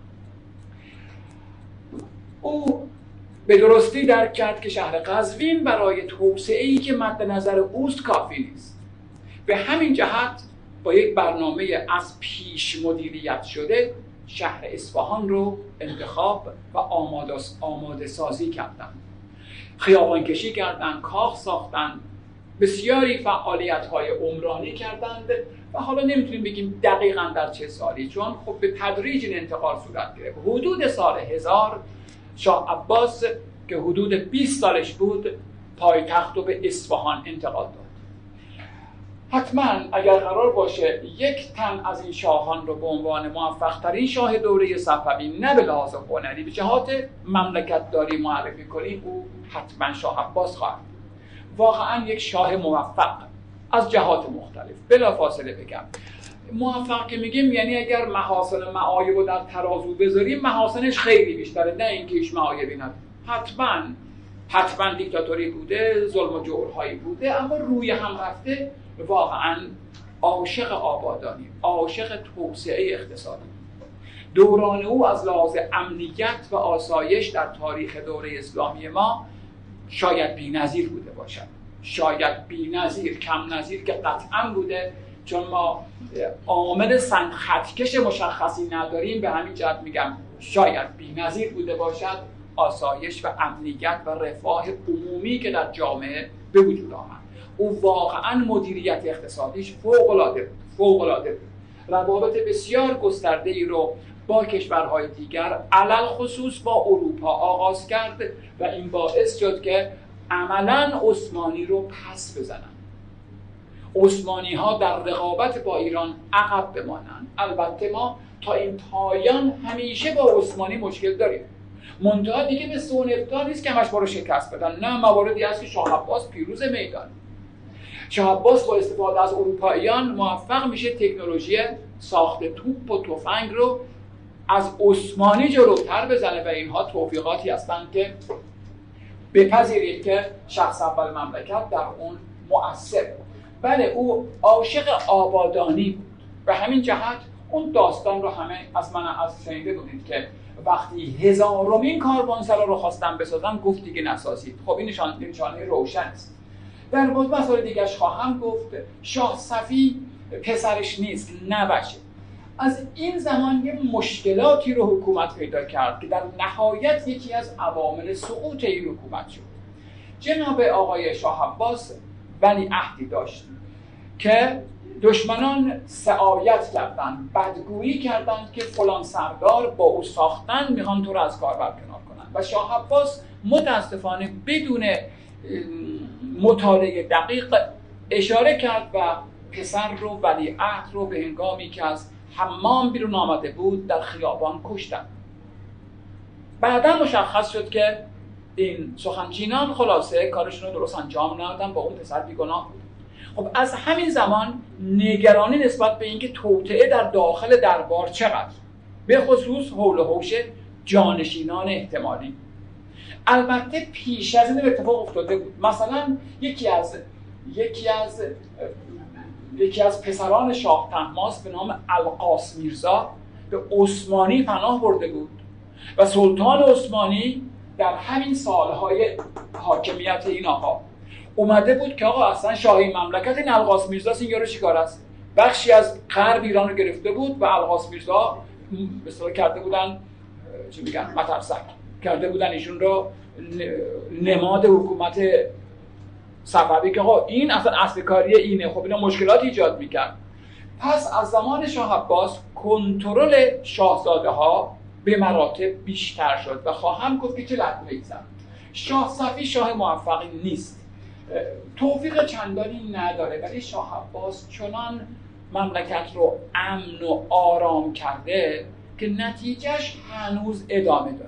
[SPEAKER 2] او به درستی درک کرد که شهر قزوین برای توسعه‌ای که مد نظر اوست کافی نیست. به همین جهت با یک برنامه از پیش مدیریت شده شهر اصفهان رو انتخاب و آماده, آماده سازی کردند. خیابان کشی کردند، کاخ ساختند، بسیاری فعالیت‌های عمرانی کردند و حالا نمیتونیم بگیم دقیقاً در چه سالی، چون خب به تدریج این انتقال صورت گرفت. حدود سال هزار شاه عباس که حدود بیست سالش بود پایتخت رو به اصفهان انتقال داد. حتما اگر قرار باشه یک تن از این شاهان رو به عنوان موفق ترین شاه دوره صفوی نه به لحاظ هنری به جهات مملکت داری معرفی کنیم، او حتما شاه عباس خواهد. واقعا یک شاه موفق از جهات مختلف. بلا فاصله بگم موفق که میگیم یعنی اگر محاسن معایب رو در ترازو بذاریم محاسنش خیلی بیشتره، نه اینکه هیچ معایبی نداره. حتما حتما دیکتاتوری بوده، ظلم و جورهایی بوده، اما روی هم رفته واقعا عاشق آبادانی، عاشق توسعه اقتصادی. دوران او از لحاظ امنیت و آسایش در تاریخ دوره اسلامی ما شاید بی‌نظیر بوده باشد، شاید بی‌نظیر، کم نظیر که قطعا بوده، چون ما عامل سنگ خطکش مشخصی نداریم. به همین جهت میگم شاید بی‌نظیر بوده باشد آسایش و امنیت و رفاه عمومی که در جامعه به وجود آمد. او واقعا مدیریت اقتصادیش فوق‌العاده بود، فوق‌العاده بود. روابط بسیار گسترده‌ای رو با کشورهای دیگر علل خصوص با اروپا آغاز کرد و این باعث شد که عملاً عثمانی رو پس بزنن. عثمانی ها در رقابت با ایران عقب بمانند. البته ما تا این پایان همیشه با عثمانی مشکل داریم، منتها دیگه به سون ابطال نیست که همش ما رو شکست بدن. نه، مواردی هست که شاه عباس پیروز میدان. شاه عباس با استفاده از اروپاییان موفق میشه تکنولوژی ساخت توپ و تفنگ رو از عثمانی جلوتر بزنه و اینها توفیقاتی هستند که بپذیرید که شخص اول مملکت در اون مؤثر بود. بله، او عاشق آبادانی بود و همین جهت اون داستان رو همه از من از شنیده بودید که وقتی هزارمین کاروانسرا رو خواستن بسازن گفت دیگه نسازید. خب این نشان نشانه روشن است. در مورد مسائل دیگه‌اش خواهم گفت. شاه صفی پسرش نیست، نوشه. از این زمان یه مشکلاتی رو حکومت پیدا کرد که در نهایت یکی از عوامل سقوط این حکومت شد. جناب آقای شاه عباس ولی عهدی داشت که دشمنان سعایت کردند، بدگویی کردند که فلان سردار با او ساختن میخوان تو رو از کار برکنار کنند و شاه عباس متاسفانه بدون مطالعه دقیق اشاره کرد و پسر رو ولی عهد رو به هنگامی که از حمام بیرون آمده بود در خیابان کشتن. بعدا مشخص شد که این سخنچینان خلاصه کارشون رو درست انجام ندادن، با اون پسر بیگناه بود. خب از همین زمان نگرانی نسبت به اینکه توطئه در داخل دربار چقدر، به خصوص حول و حوش جانشینان احتمالی. البته پیش از این اتفاق افتاده بود. مثلا یکی از یکی از یکی از پسران شاه طهماسپ به نام القاس میرزا به عثمانی پناه برده بود و سلطان عثمانی در همین سالهای حاکمیت این آقا اومده بود که آقا اصلا شاهی مملکت این القاس میرزاست، این یارو چیکار است؟ بخشی از غرب ایران رو گرفته بود و القاس میرزا به اصطلاح کرده بودن چی میگن مترسک کرده بودن ایشون رو نماد حکومت صفوی که آقا این اصلا اصل کاری اینه. خب اینا مشکلات ایجاد میکرد. پس از زمان شاه عباس کنترل شاهزاده ها به مراتب بیشتر شد و خواهم گفت که چه لطمه ایزم شاه صفی شاه موفقی نیست، توفیق چندانی نداره، ولی شاه عباس چنان مملکت رو امن و آرام کرده که نتیجهش هنوز ادامه داره.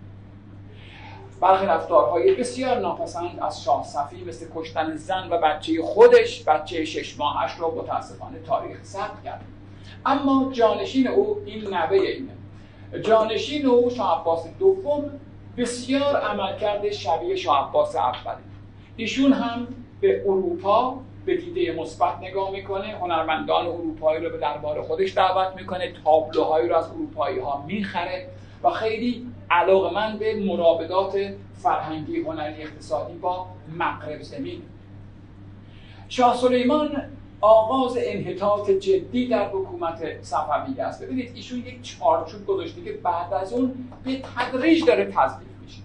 [SPEAKER 2] برخی رفتارهای بسیار ناپسند از شاه صفی مثل کشتن زن و بچه خودش، بچه شش ماهش رو متاسفانه تاریخ ثبت کرد. اما جانشین او این نوه اینه. جانشین او شاه عباس دوم بسیار عملکرد شبیه شاه عباس اولی. ایشون هم به اروپا به دیده مثبت نگاه میکنه، هنرمندان اروپایی رو به دربار خودش دعوت میکنه، تابلوهایی رو از اروپایی ها میخره و خیلی علاقه‌مند به مرابطات فرهنگی، هنری، اقتصادی با مغرب زمین. شاه سلیمان آغاز انحطاط جدی در حکومت صفوی است. ببینید ایشون یک چارچوب گذاشته که بعد از اون به تدریج داره تضعیف میشه.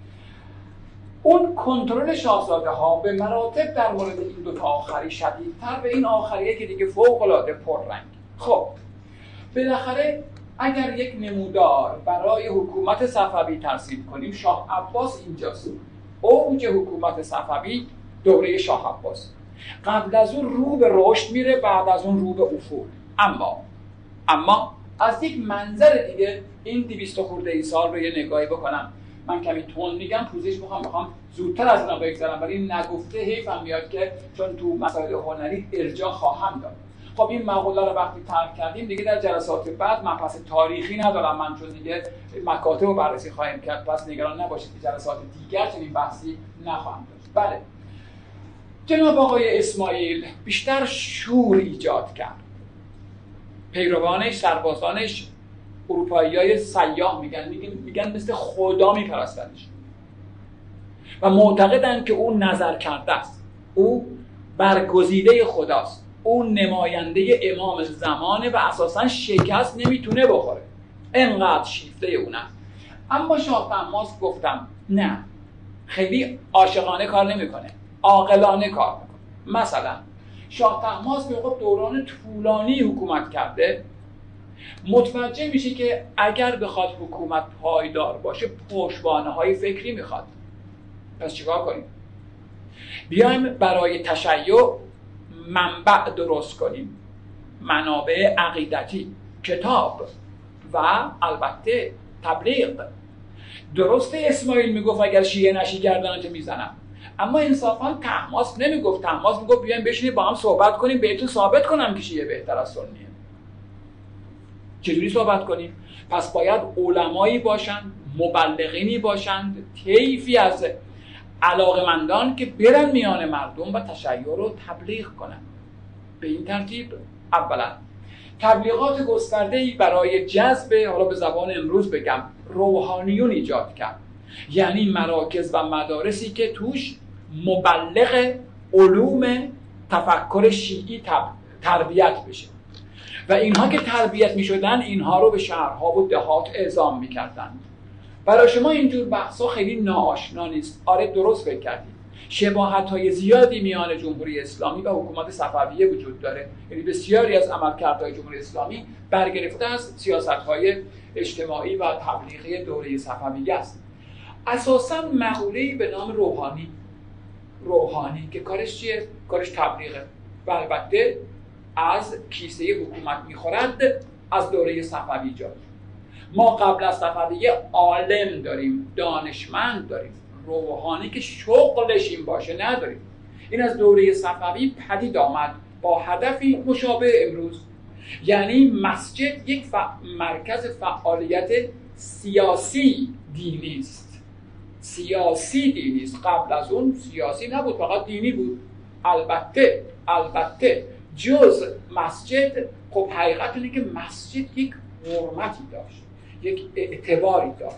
[SPEAKER 2] اون کنترل شاهزاده ها به مراتب در مورد این دو تا آخری شدیدتر، به این آخریه که دیگه فوق العاده پررنگ. خب بالاخره اگر یک نمودار برای حکومت صفوی ترسیم کنیم، شاه عباس اینجاست. اوج حکومت صفوی دوره شاه عباس. قبل از اون رو به رشد میره، بعد از اون رو به افول. اما اما از یک منظر دیگه این دویست خورده ای سال رو یه نگاهی بکنم. من کمی تون میگم، پوزش میخوام بخوام زودتر از اینا بگذرم، ولی این نگفته حیفم میاد که چون تو مسائل هنری ارجاع خواهم داد. خب این مقوله رو وقتی ترک کردیم دیگه در جلسات بعد مبحث تاریخی ندارم من، چون دیگه مکاتب رو بررسی خواهیم کرد، پس نگران نباشید که جلسات دیگر چنین بحثی نخواهم داشت. بله، جناب آقای اسماعیل بیشتر شور ایجاد کرد. پیروانش، سربازانش، اروپایی‌های سیاح میگن میگن میگن مثل خدا میپرستنش و معتقدن که او نظر کرده است، او برگزیده خداست، او نماینده امام زمانه و اساساً شکست نمیتونه بخوره، انقدر شیفته اونه. اما شاه طهماسب گفتم نه، خیلی عاشقانه کار نمیکنه، عاقلانه کار میکنه. مثلا شاه طهماسب به دوران طولانی حکومت کرده، متوجه میشه که اگر بخواد حکومت پایدار باشه پشتوانه‌های فکری میخواد. پس چیکار کنیم؟ بیایم برای تشیع منبع درست کنیم، منابع عقیدتی، کتاب و البته تبلیغ. درسته اسماعیل میگفت اگر شیعه نشی گردنتو میزنم، اما انصافا طهماسب نمیگفت. طهماسب میگفت بیایم بشینیم با هم صحبت کنیم، بهتون ثابت کنم که شیعه بهتر از سنیه. چجوری صحبت کنیم؟ پس باید علمایی باشند، مبلغینی باشند، طیفی از علاقمندان که برن میان مردم و تشیع رو تبلیغ کنن. به این ترتیب اولا تبلیغات گسترده‌ای برای جذب، حالا به زبان امروز بگم، روحانیون ایجاد کرد. یعنی مراکز و مدارسی که توش مبلغ علوم تفکر شیعی تربیت بشه و اینها که تربیت می شدن اینها رو به شهرها و دهات اعزام می کردن. برای شما اینجور بحثا خیلی ناآشنا نیست. آره درست فکر کردید، شباهت های زیادی میان جمهوری اسلامی و حکومت صفویه وجود داره. یعنی بسیاری از عملکردهای جمهوری اسلامی برگرفته از سیاست های اجتماعی و تبلیغی دوره صفویه است. اساساً مقوله‌ای به نام روحانی روحانی که کارش چیه؟ کارش تبلیغه و البته از کیسه حکومت میخورد از دوره صفوی ایجاد. ما قبل از صفویه عالم داریم، دانشمند داریم، روحانی که شغلش این باشه نداریم. این از دوره صفوی پدید آمد با هدفی مشابه امروز. یعنی مسجد یک ف... مرکز فعالیت سیاسی دینی است. سیاسی دینی است. قبل از اون سیاسی نبود، فقط دینی بود. البته البته جز مسجد، خب حقیقت اینه که مسجد یک حرمتی داشت، یک اعتباری داشت.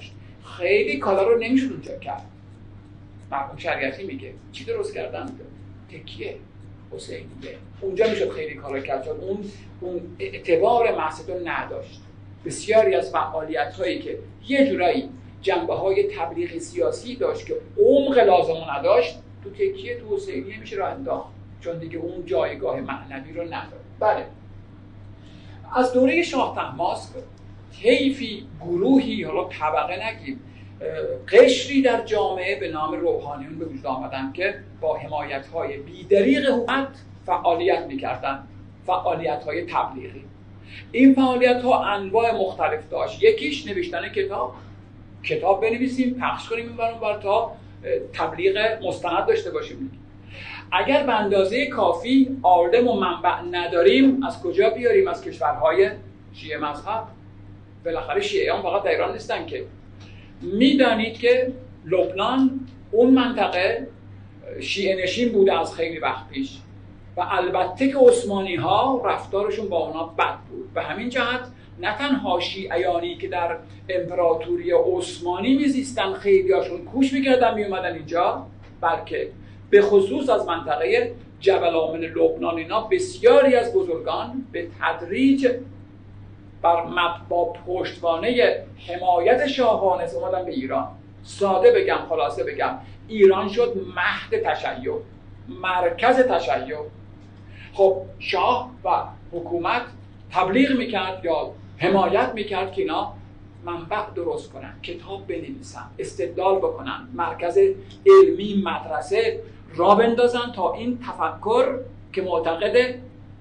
[SPEAKER 2] خیلی کالا رو نمیشون اونجا کرد. مرحوم شریعتی میگه چی درست کردن؟ تکیه حسینیه. اونجا میشد خیلی کارا کرد چون اون اون اعتبار مسجد رو نداشت. بسیاری از فعالیت هایی که یه جورایی جنبه های تبلیغ سیاسی داشت که عمق لازم نداشت، تو تکیه تو حسینیه میشه راه انداخت چون دیگه اون جایگاه معنوی رو نداره. بله، از دوره شاه طهماسب طیفی، گروهی، حالا طبقه نگیم، قشری در جامعه به نام روحانیون به وجود آمدن که با حمایت‌های بی‌دریغ حکومت فعالیت می‌کردن، فعالیت‌های تبلیغی. این فعالیت‌ها انواع مختلف داشت. یکیش نوشتن کتاب، کتاب بنویسیم، پخش کنیم این برون بر تا تبلیغ مستند داشته باشیم. اگر به اندازه کافی عالم و منبع نداریم، از کجا بیاریم؟ از کشورهای شیعه مذهب. بالاخره شیعیان فقط در ایران نیستن که. میدانید که لبنان اون منطقه شیعه نشین بوده از خیلی وقت پیش و البته که عثمانی ها رفتارشون با اونا بد بود. به همین جهت نه تنها شیعیانی که در امپراتوری عثمانی میزیستن خیلی هاشون کوش میکردن میومدن اینجا، بلکه به خصوص از منطقه جبل آمن لبنان اینا بسیاری از بزرگان به تدریج بر با پشتوانه حمایت شاهانه اومدن به ایران. ساده بگم، خلاصه بگم، ایران شد مهد تشیع، مرکز تشیع. خب شاه و حکومت تبلیغ میکرد یا حمایت میکرد که اینا منبع درست کنن، کتاب بنویسن، استدلال بکنن، مرکز علمی، مدرسه را بندازن تا این تفکر که معتقد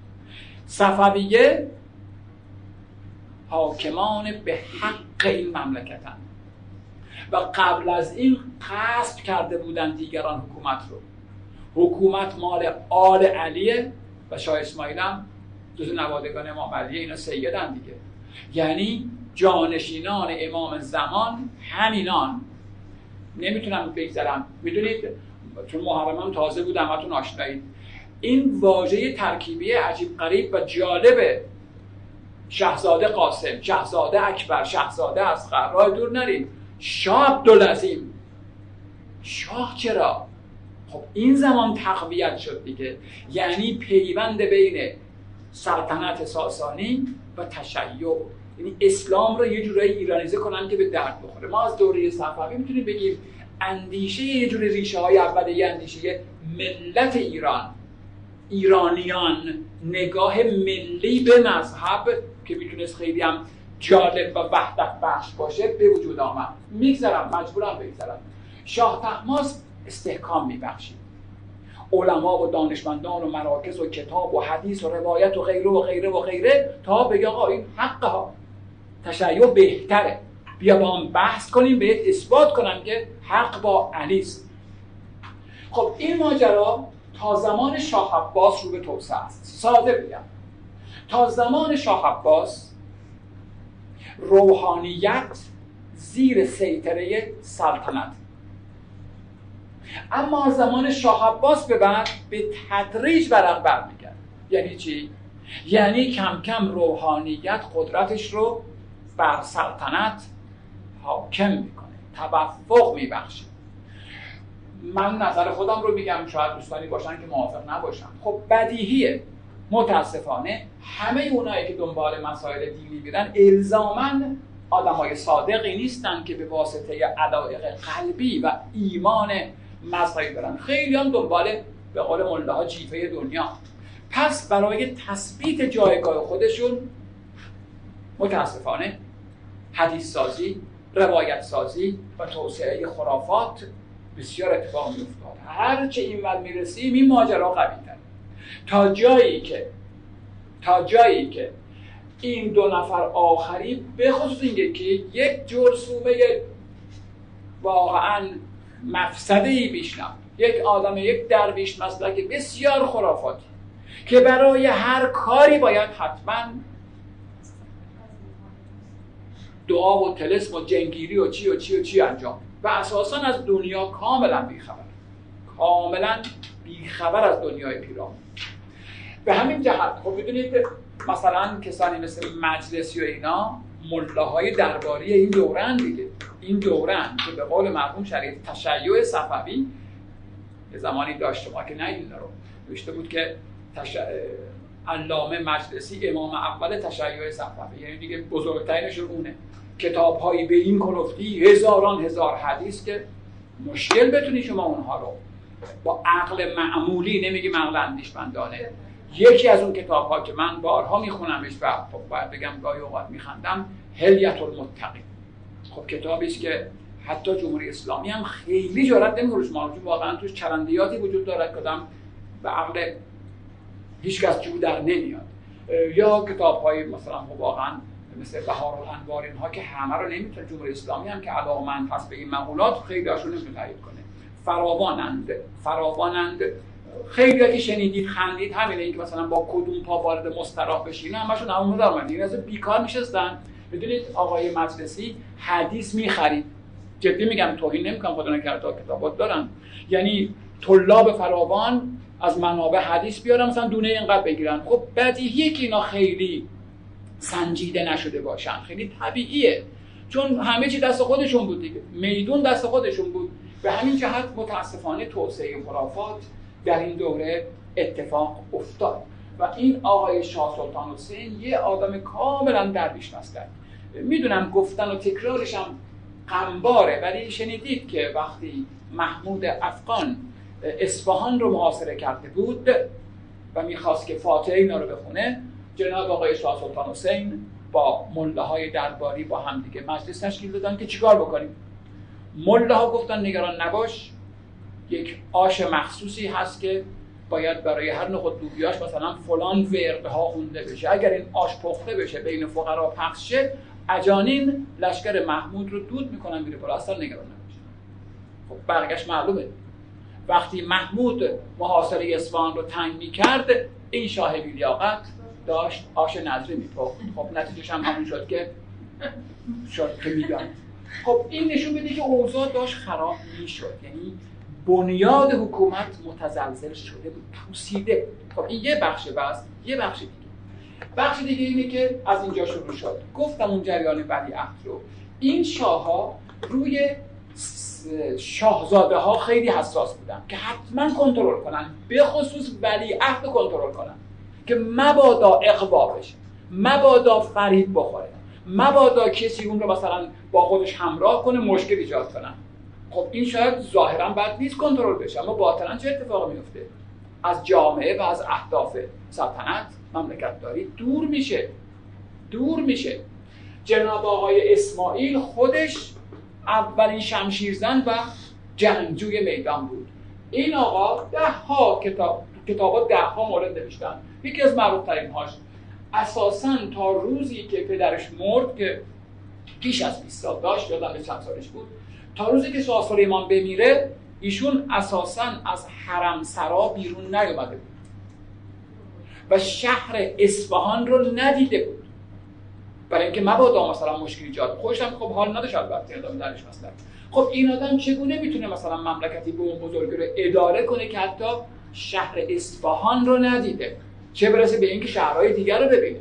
[SPEAKER 2] صفویه حاکمان به حق این مملکتن و قبل از این غصب کرده بودن دیگران حکومت رو. حکومت مال آل علیه و شاه اسماعیل هم جزو نوادگان امام علیه، اینا سیدن دیگه. یعنی جانشینان امام زمان همینان. نمیتونم بگذرم، میدونید چون محرم هم تازه بود همتون آشنایید، این واژه ترکیبی عجیب غریب و جالب شاهزاده قاسم، شاهزاده اکبر، شاهزاده اصغر، راه دور نریم، شاه عبدالعظیم. شاه چرا؟ خب این زمان تقویت شد دیگه، یعنی پیوند بین سلطنت ساسانی و تشیع، یعنی اسلام رو یه جورایی ایرانیزه کنن که به درد بخوره. ما از دوره صفوی میتونیم بگیم اندیشه یه جوری ریشه های اولیه اندیشه ملت ایران، ایرانیان، نگاه ملی به مذهب که میتونست خیلی هم جالب و وحدت بخش باشه به وجود آمد. میگذرم، مجبورم بگذرم. شاه طهماسب استحکام میبخشید. علما و دانشمندان و مراکز و کتاب و حدیث و روایت و غیره و غیره و غیره تا بگه آقا این حقه ها، تشیع بهتره، بیا با هم بحث کنیم، بهت اثبات کنم که حق با علی است. خب این ماجرا تا زمان شاه عباس رو به توسعه است. ساده بگم، تا زمان شاه عباس روحانیت زیر سیطره سلطنت، اما زمان شاه عباس به بعد به تدریج ورق برمیگرد. یعنی چی؟ یعنی کم کم روحانیت قدرتش رو بر سلطنت حاکم میکنه، توفق میبخشه. من نظر خودم رو میگم، شاید دوستانی باشن که موافق نباشن. خب بدیهیه، متاسفانه همه اونایی که دنبال مسائل دینی میرن الزاماً آدمای صادقی نیستن که به واسطه علایق قلبی و ایمان مذهبی برن. خیلی هم دنبال به قول ملاها جیفه دنیا. پس برای تثبیت جایگاه خودشون متاسفانه حدیث سازی، روایت سازی و توسعه خرافات بسیار اتفاق می‌افتاد. هر چه اینور میرسیم این ماجرا قوی‌تر، تا جایی که تا جایی که این دو نفر آخری به خصوص اینکه که یک جرثومه واقعاً مفسده‌ای بیشنم، یک آدم، یک درویش مسلک بسیار خرافاتی که برای هر کاری باید حتماً دعا و طلسم و جنگیری و چی و چی و چی انجام و اساساً از دنیا کاملا بیخبر، کاملا بیخبر از دنیای پیرامون. به همین جهت خب میدونید مثلا کسانی مثل مجلسی و اینا ملاهای درباری این دوران دیگه، این دوران که به قول مرحوم شریعت تشیع صفوی یه زمانی داشته، ما که ندیدیم رو نوشته بود که تش... علامه مجلسی امام اول تشیع صفوی، یعنی دیگه بزرگترینشون اونه. کتاب‌هایی به این کلفتی، هزاران هزار حدیث که مشکل بتونی شما اونها رو با عقل معمولی، نمیگیم عقل اندیشمندانه. یکی از اون کتاب‌ها که من بارها میخونمش و خب باید بگم گاهی اوقات میخندم، هلیة المتقین. خب کتابی است که حتی جمهوری اسلامی هم خیلی جرئت نمی‌کنه روش مراجعه، واقعا توش چرندیاتی وجود داره که آدم به عقل هیچ کس جو در نمیاد. یا کتاب‌های مثلا واقعا مثل بهارالانوار اینها که همه رو نمیتونه، جمهوری اسلامی هم که علاقه‌مند هست به این مقولات خیلی هاشون نمیتونه تایید کنه. فراوانند فراوانند خیلی که شنیدید خندید، همینه این که مثلا با کدوم پا وارد مستراح بشین همشون همون دارن، این از بیکار نشستن. بدونید آقای مجلسی حدیث میخرید، جدی میگم، توهین نمیکنم، خدا نکرده کتابات دارن، یعنی طلاب فراوان از منابع حدیث بیارن مثلا دونه اینقدر بگیرن. خب بدیهیه که اینا خیلی سنجیده نشده باشن، خیلی طبیعیه، چون همه چی دست خودشون بود دیگه، میدون دست خودشون بود. به همین جهت متاسفانه توسعه خرافات در این دوره اتفاق افتاد و این آقای شاه سلطان حسین یه آدم کاملا درویش مسلک. میدونم گفتن و تکرارش هم غمباره، ولی شنیدید که وقتی محمود افغان اصفهان رو محاصره کرده بود و میخواست که فاتحه اینا رو بخونه، جناب آقای شاه سلطان حسین با ملاهای درباری با هم دیگه مجلس تشکیل دادن که چیکار بکنیم. ملاها گفتن نگران نباش، یک آش مخصوصی هست که باید برای هر نوع لوبیاش مثلا فلان وردها خونده بشه، اگر این آش پخته بشه بین فقرا پخش شه، اجانین لشکر محمود رو دود میکنن میره بالا، اصلا نگران نباش. خب برگشت معلومه، وقتی محمود محاصره اصفهان رو تنگ میکرد، این شاه بی‌لیاقت داشت آش نظری میپخت. خب نتیجهش هم همون شد که شد که میگن. خب این نشون میده که اوضاع داشت خراب میشد، یعنی بنیاد حکومت متزلزل شده بود، پوسیده بود. خب این یه بخشه، بس یه بخش دیگه. بخش دیگه اینه که از اینجا شروع شد. گفتم اون جریان ولیعهد رو، این شاه‌ها روی شاهزاده ها خیلی حساس بودن که حتما کنترل کنن، به خصوص ولیعهد رو کنترل کنن که مبادا اغوا بشه، مبادا فریب بخوره، مبادا کسی اون رو مثلا با خودش همراه کنه مشکل ایجاد کنن. خب این شاید ظاهرا بد نیست کنترل بشه، اما باطنا چه اتفاقی میفته؟ از جامعه و از اهداف سلطنت مملکت داری دور میشه دور میشه جناب آقای اسماعیل خودش اولین شمشیرزن و جنگجوی میدان بود. این آقا ده ها کتاب کتابات ده ها مورد نوشتن. یکی از معروف ترین هاش اساساً تا روزی که پدرش مرد که پیش از بیست سال داشت، یادم به چند سالش بود، تا روزی که شاه سلیمان بمیره ایشون اساساً از حرم سرا بیرون نیامده بود و شهر اصفهان رو ندیده بود، برای اینکه مبادا مثلا مشکل ایجاد. خودش هم خب حال نداشت البته ادامه درش مثلا. خب این آدم چگونه میتونه مثلا مملکتی به اون بزرگی رو اداره کنه که حتی شهر اصفهان رو ندیده، چه برسه به اینکه شهرهای دیگر رو ببینه.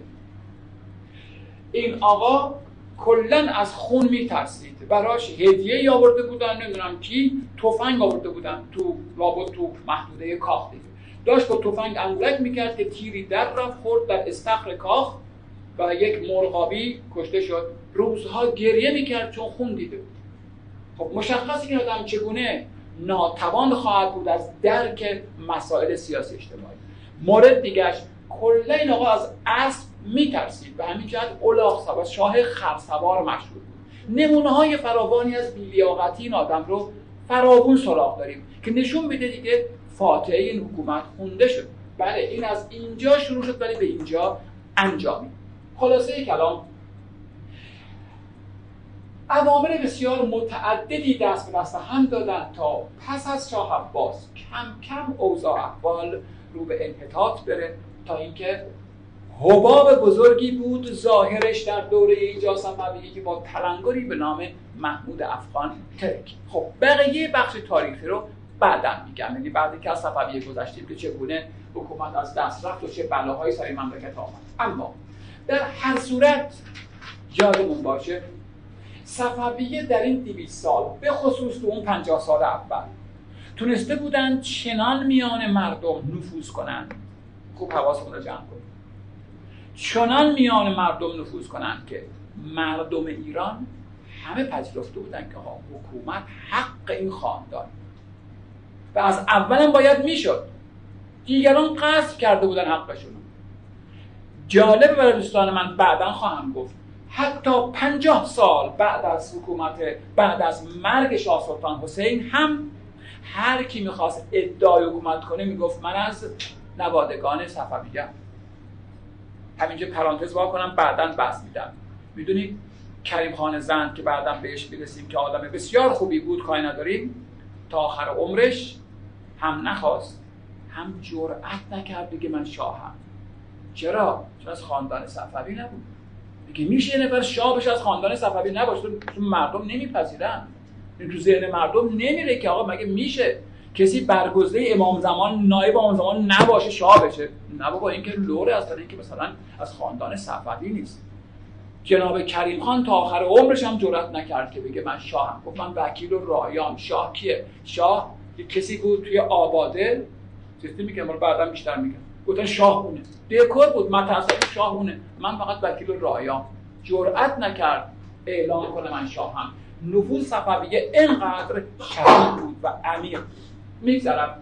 [SPEAKER 2] این آقا کلا از خون میترسید، براش هدیه آورده بودن، نمیدونم کی، تفنگ آورده بودن، تو لابد تو محدوده کاخ دیگه، داشت با تفنگ اندک میکرد که تیری در رفت خورد در استخر کاخ و یک مرغابی کشته شد. روزها گریه میکرد چون خون دیده بود. خب مشخصه که آدم چگونه ناتوان خواهد بود از درک مسائل سیاسی اجتماعی. مورد دیگهش کلا این آقا از اسب میترسید، به همین جهت الاغ سوار، شاه خرسوار مشهور بود. نمونه های فراوانی از بی‌لیاقتی این آدم رو فراوون سراغ داریم که نشون میده دیگه فاتحه این حکومت خونده شد. بله این از اینجا شروع شد ولی به اینجا انجامی. خلاصه کلام، عوامل بسیار متعددی دست به دست هم دادن تا پس از شاه عباس کم کم اوضاع احوال رو به انحطاط بره، تا اینکه حباب بزرگی بود ظاهرش در دوره اینجا صفویه که با تلنگری به نام محمود افغان ترک. خب بقیه بخش تاریخی رو بعداً میگم، یعنی بعدی که از صفویه گذشتیم که چگونه حکومت از دست رفت و چه بلاهایی سر مملکت آمد. اما در هر صورت یادمون باشه صفویه در این دویست سال به خصوص تو اون پنجاه سال اول تونسته بودن چنان میان مردم نفوذ کنن، خوب حواستون رو جمع کنید، چنان میان مردم نفوذ کنن که مردم ایران همه پذیرفته بودن که حکومت حق این خاندان و از اولم باید میشد، دیگران غصب کرده بودن حقشون. جالبه برای دوستان من، بعداً خواهم گفت حتی پنجاه سال بعد از حکومت بعد از مرگ شاه سلطان حسین هم هر کی میخواست ادعای حکومت کنه میگفت من از نوادگان صفویه‌ام. همینجا پرانتز وا کنم بعداً بحث میدم. میدونید کریم خان زند که بعداً بهش میرسیم که آدم بسیار خوبی بود، کاری نداریم، تا آخر عمرش هم نخواست هم جرأت نکرد بگه من شاهم. چرا؟ چون از خاندان صفوی نبود. میگه میشه یه نفر شاه بشه از خاندان صفوی نباشه؟ چون مردم نمیپذیرن، تو ذهن مردم نمیره که آقا مگه میشه کسی برگزیده امام زمان نایب امام زمان نباشه شاه بشه؟ نه بابا، این که لوره، اصلا این که مثلا از خاندان صفوی نیست. جناب کریم خان تا آخر عمرش هم جرئت نکرد که بگه من شاهم. گفت من وکیل و رایام. شاه کیه؟ شاه یک کسی بود توی آباده، سیستمی که ما بعدا بیشتر میگم، گفتن شاهونه، دکور بود، متأسفانه شاهونه، من فقط وکیل و رایام. جرئت نکرد اعلام کنه من شاهم. نفوذ صفویه اینقدر شدید بود و عمیق. میگذرم.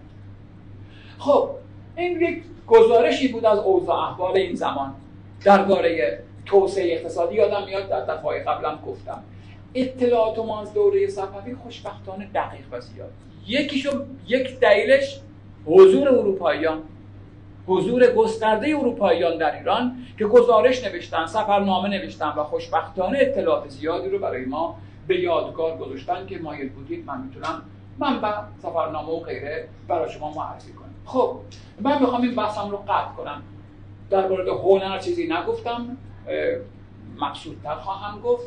[SPEAKER 2] خب این یک گزارشی بود از اوضاع احوال این زمان درباره توسعه اقتصادی. یادم میاد در دفعه قبلم گفتم اطلاعات ما از دوره صفوی خوشبختانه دقیق و زیاد. یکیشو یک دلیلش حضور اروپاییان، حضور گسترده اروپاییان در ایران که گزارش نوشتن، سفرنامه نوشتن و خوشبختانه اطلاعات زیادی رو برای ما به یادگار گذاشتن که مایل بودید من میتونم منبع، سفرنامه و غیره برای شما معرفی کنم. خب من میخوام این بحثم رو قطع کنم. در مورد هنر چیزی نگفتم، مقصودتر خواهم گفت.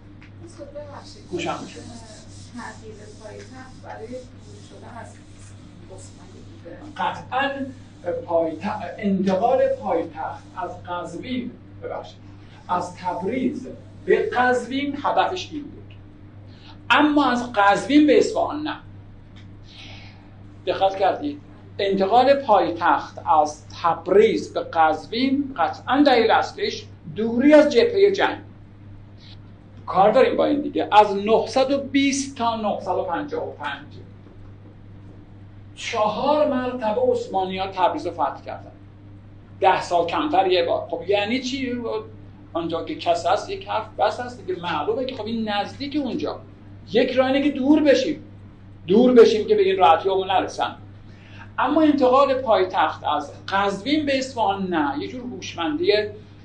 [SPEAKER 2] گوشم میشه
[SPEAKER 3] تغییر پایتخت برای دور شدن از عثمانی بوده.
[SPEAKER 2] قطعاً پایتخت، انتقال پایتخت از قزوین ببخشید از تبریز به قزوین هدفش این بود، اما از قزوین به اصفهان نه. دقت کردید؟ انتقال پایتخت از تبریز به قزوین قطعاً دلیل اصلیش دوری از جبهه جنگ. کار داریم با این دیگه. از نهصد و بیست تا نهصد و پنجاه و پنج چهار مرتبه عثمانی‌ها تبریز رو فتح کردن. ده سال کمتر یه بار. خب یعنی چی؟ آنجا که کس هست یک حرف بس هست دیگه. معلومه که خب این نزدیک اونجا. یک راه اینه که دور بشیم. دور بشیم که به این راحتی همون نرسن. اما انتقال پایتخت از قزوین به اصفهان نه، یه جور هوشمندی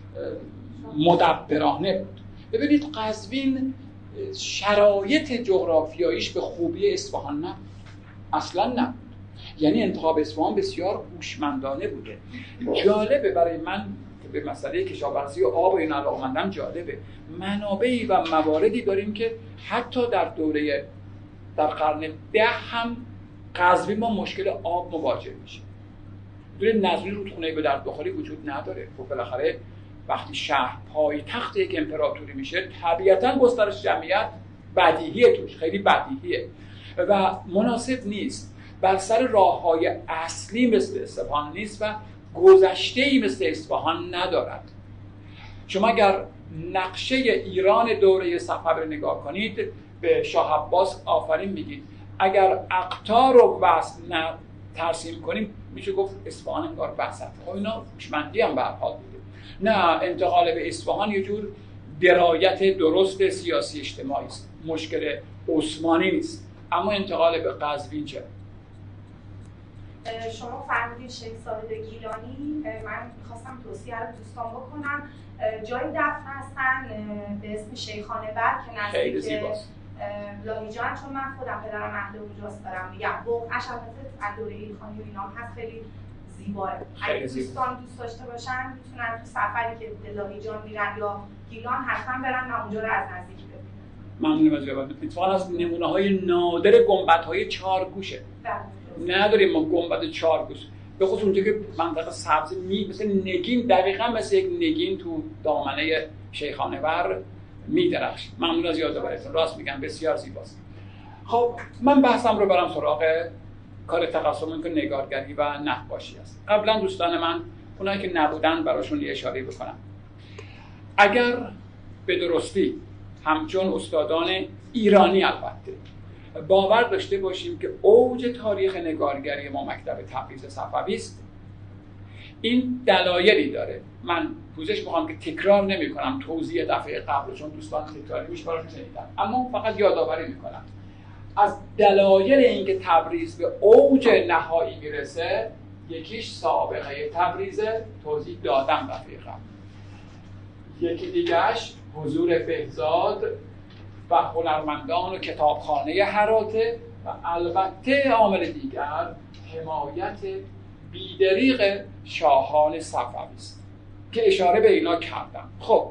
[SPEAKER 2] مدبرانه بود. ببینید قزوین شرایط جغرافیاییش به خوبی اصفهان نه، اصلا نه. یعنی انتخاب اصفهان بسیار هوشمندانه بوده. جالبه برای من به مسئله کشاورزی و آب و این علاقه‌مندم، جالبه منابعی و مواردی داریم که حتی در دوره در قرن ده هم قزوین با مشکل آب مواجه میشه. دوره نظری رودخونه به درد بخوری وجود نداره. خب بالاخره وقتی شهر پایتخت یک امپراتوری میشه طبیعتاً گسترش جمعیت بدیهیه، توش خیلی بدیهیه و مناسب نیست. بر سر راه‌های اصلی مثل اصفهان نیست و گذشته‌ای مثل اصفهان ندارد. شما اگر نقشه ایران دوره صفوی رو نگاه کنید به شاه عباس آفرین میگید. اگر اقطار رو وصل نه ترسیم کنیم میشه گفت اصفهان انگار وسط. خب اینا هوشمندی هم به هر حال بوده. نه، انتقال به اصفهان یه جور درایت درست سیاسی اجتماعی است، مشکل عثمانی نیست. اما انتقال به قزوین چه؟
[SPEAKER 3] شما فرمودید شیخ زاده گیلانی، من میخواستم توصیه رو دوستان بکنم. جای دفن هستن به اسم شیخانه بر که نزدیک لاهیجان، چون من خودم پدرم اهل اونجاست دارم میگم. بقعه‌اش البته از دوره ایلخانی و اینا هست، خیلی زیباه. اگه دوستان دوست داشته باشن میتونن تو سفری که به لاهیجان میرن یا گیلان حتما برن و اونجا رو از نزدیک ببینن.
[SPEAKER 2] ممنونم از جوابتون. اتفاقا از نمونه‌های نادر گنبدهای چهارگوشه. نداریم ما گنبد چهارگوش، به خصوص اونجا که منطقه سبز می مثل نگین، دقیقاً مثل یک نگین تو دامنه شیخانه بر می‌درخشید. ممنون از یادآوریتون، راست میگم بسیار زیباست. خب من بحثم رو برم سراغ کار تخصصم که نگارگری و نقاشی است. قبلا دوستان من اونایی که نبودن براشون یه اشاره بکنم. اگر به درستی همچون استادان ایرانی البته باور داشته باشیم که اوج تاریخ نگارگری ما مکتب تبریز صفوی است، این دلایلی داره. من پوزش میخوام که تکرار نمی کنم توضیح دفعه قبل، چون دوستان تکراری میشه براشون شنیدن، اما فقط یادآوری میکنم از دلایل اینکه تبریز به اوج نهایی میرسه. یکیش سابقه تبریزه، توضیح دادم دفعه قبل. یکی دیگهش حضور بهزاد و هنرمندان و کتابخانه هراته و البته عامل دیگر حمایت بیدریغ شاهان صفوی است که اشاره به اینا کردم. خب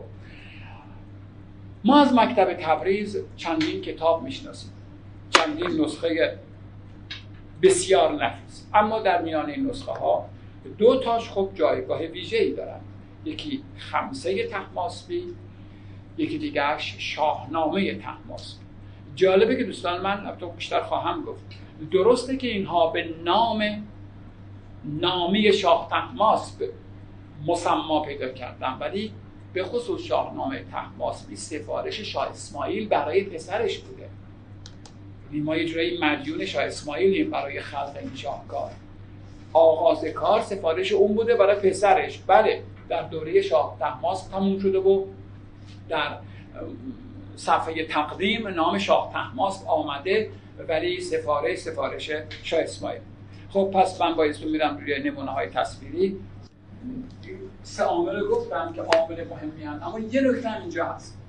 [SPEAKER 2] ما از مکتب تبریز چندین کتاب میشناسیم، چندین نسخه بسیار نفیس، اما در میان این نسخه ها دو تاش خب جایگاه ویژه‌ای دارن. یکی خمسه طهماسبی، یکی دیگرش شاهنامه طهماسبی. جالبه که دوستان من البته بیشتر خواهم گفت، درسته که اینها به نام نامی شاه طهماسب مسما پیدا کردن، ولی به خصوص شاهنامه طهماسبی سفارش شاه اسماعیل برای پسرش بوده. ما یه جورایی مدیون شاه اسماعیلیم برای خلق این شاهکار. آغاز کار سفارش اون بوده برای پسرش. بله در دوره شاه طهماسب تموم شده و در صفحه تقدیم نام شاه طهماسب آمده، ولی سفارش سفارش شاه اسماعیل. خب پس من بایستون میرم روی نمونه های تصویری. سه عامل رو گفتم که عامل مهمی هستند، اما یه نکته هم اینجا هست.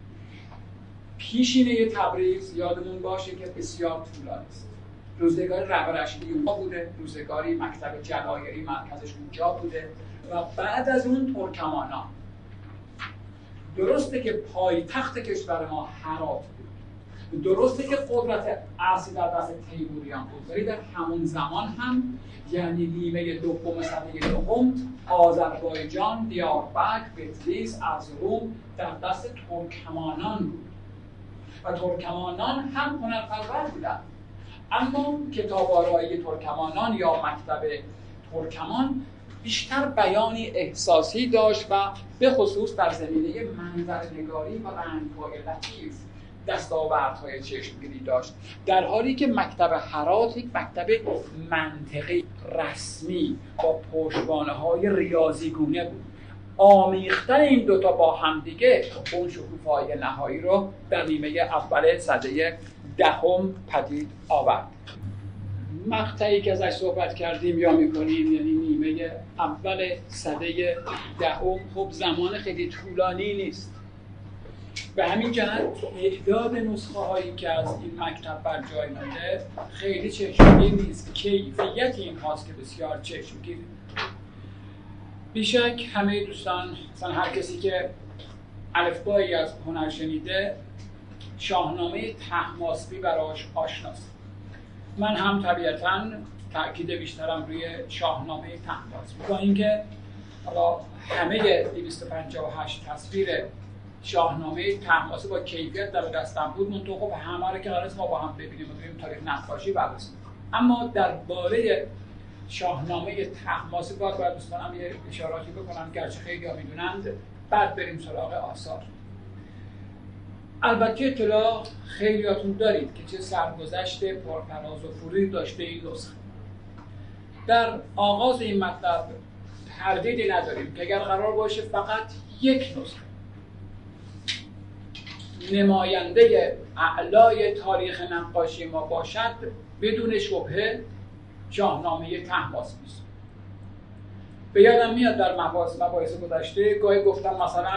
[SPEAKER 2] پیشینه تبریز یادمون باشه که بسیار طولانی است. روزگار رهبرشیدی اونجا بوده، روزگاری مکتب جلایری مرکزش اونجا بوده و بعد از اون ترکمانان. درسته که پایتخت کشور ما هرات بود، درسته که قدرت اصلی در دست تیموریان بود، ولی در همون زمان هم یعنی نیمه دوم سده دوم آذربایجان، دیاربکر، بتلیس، ارزروم در دست ترکمانان بود و ترکمانان هم هنرپرور بودند. اما کتاب آرایی ترکمانان یا مکتب ترکمان بیشتر بیانی احساسی داشت و به خصوص در زمینه منظره‌نگاری و رنگ‌های لطیف دستاوردهای چشمگیری داشت، در حالی که مکتب هرات یک مکتب منطقی رسمی با پشتوانه‌های ریاضی‌گونه بود. آمیختن این دوتا با همدیگه اون شکوفه‌های نهایی رو در نیمه اول سده دهم پدید آورد. مقطعی که ازش صحبت کردیم یا میکنیم یعنی نیمه اول سده دهم، خب زمان خیلی طولانی نیست. به همین جهت تعداد نسخه هایی که از این مکتب بر جای مونده خیلی چشمگیر نیست. کیفیت این هاست که بسیار چشمگیره. بیشک همه دوستان، مثلا هر کسی که الفبایی از هنر شنیده شاهنامه طهماسبی براش آشناست. من هم طبیعتاً تأکید بیشترم روی شاهنامه طهماسبی، با اینکه حالا همه دویست و پنجاه و هشت تصویر شاهنامه طهماسبی با کیفیت در دستم بود، منطقه خب همه رو که قرار است ما با هم ببینیم و ببینیم تاریخ نقاشی بررسی. اما درباره شاهنامه طهماسبی باید باید دوستانم یه اشاراتی بکنم، گرچه خیلی ها میدونند، بعد بریم سراغ آثار. البته اطلاع خیلیاتون دارید که چه سرگذشت پرفراز و فرودی داشته این نسخه. در آغاز این مطلب تردیدی نداریم که اگر قرار باشه فقط یک نسخه نماینده اعلای تاریخ نقاشی ما باشد، بدون شبهه شاهنامه طهماسبی است. به یادم میاد در مباحث مباحث گذشته گاهی گفتم مثلا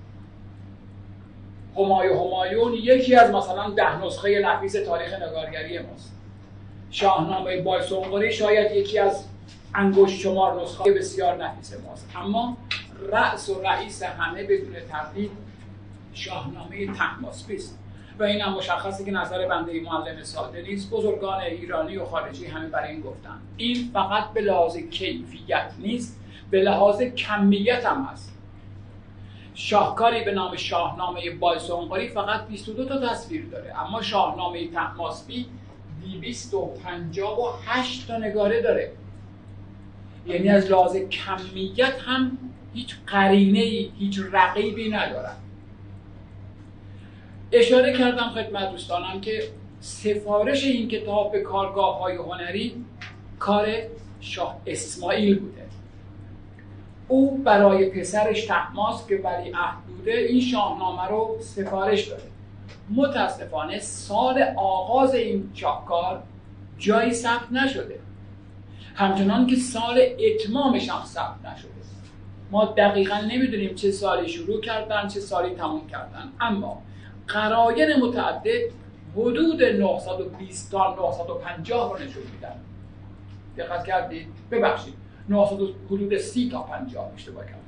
[SPEAKER 2] همایون همایون یکی از مثلا ده نسخه نفیس تاریخ نگارگری ماست. شاهنامه بایسونقری شاید یکی از انگشت شمار نسخه بسیار نفیس ماست، اما رأس و رئیس همه بدون تردید شاهنامه طهماسبی است و این هم مشخصه که نظر بنده معلم ساده نیست. بزرگان ایرانی و خارجی همه برای این گفتن. این فقط به لحاظ کیفیت نیست، به لحاظ کمیت هم هست. شاهکاری به نام شاهنامه بایسونقاری فقط بیست و دو تا تصویر داره، اما شاهنامه طهماسبی دویست و پنجاه و هشت تا نگاره داره. یعنی از لحاظ کمیت هم هیچ قرینه‌ای، هیچ رقیبی ندارن. اشاره کردم خدمت دوستانم که سفارش این کتاب به کارگاه‌های هنری کار شاه اسماعیل بوده. او برای پسرش طهماسب که ولیعهد بوده این شاهنامه رو سفارش داده. متاسفانه سال آغاز این شاهکار جایی ثبت نشده، همچنان که سال اتمامش هم ثبت نشده. ما دقیقا نمیدونیم چه سالی شروع کردن چه سالی تموم کردن، اما قراین متعدد حدود نهصد و بیست تا نهصد و پنجاه رو نشون میدن. دقت کردید؟ ببخشید نهصد حدود سی تا پنجاه اشتباه کردم.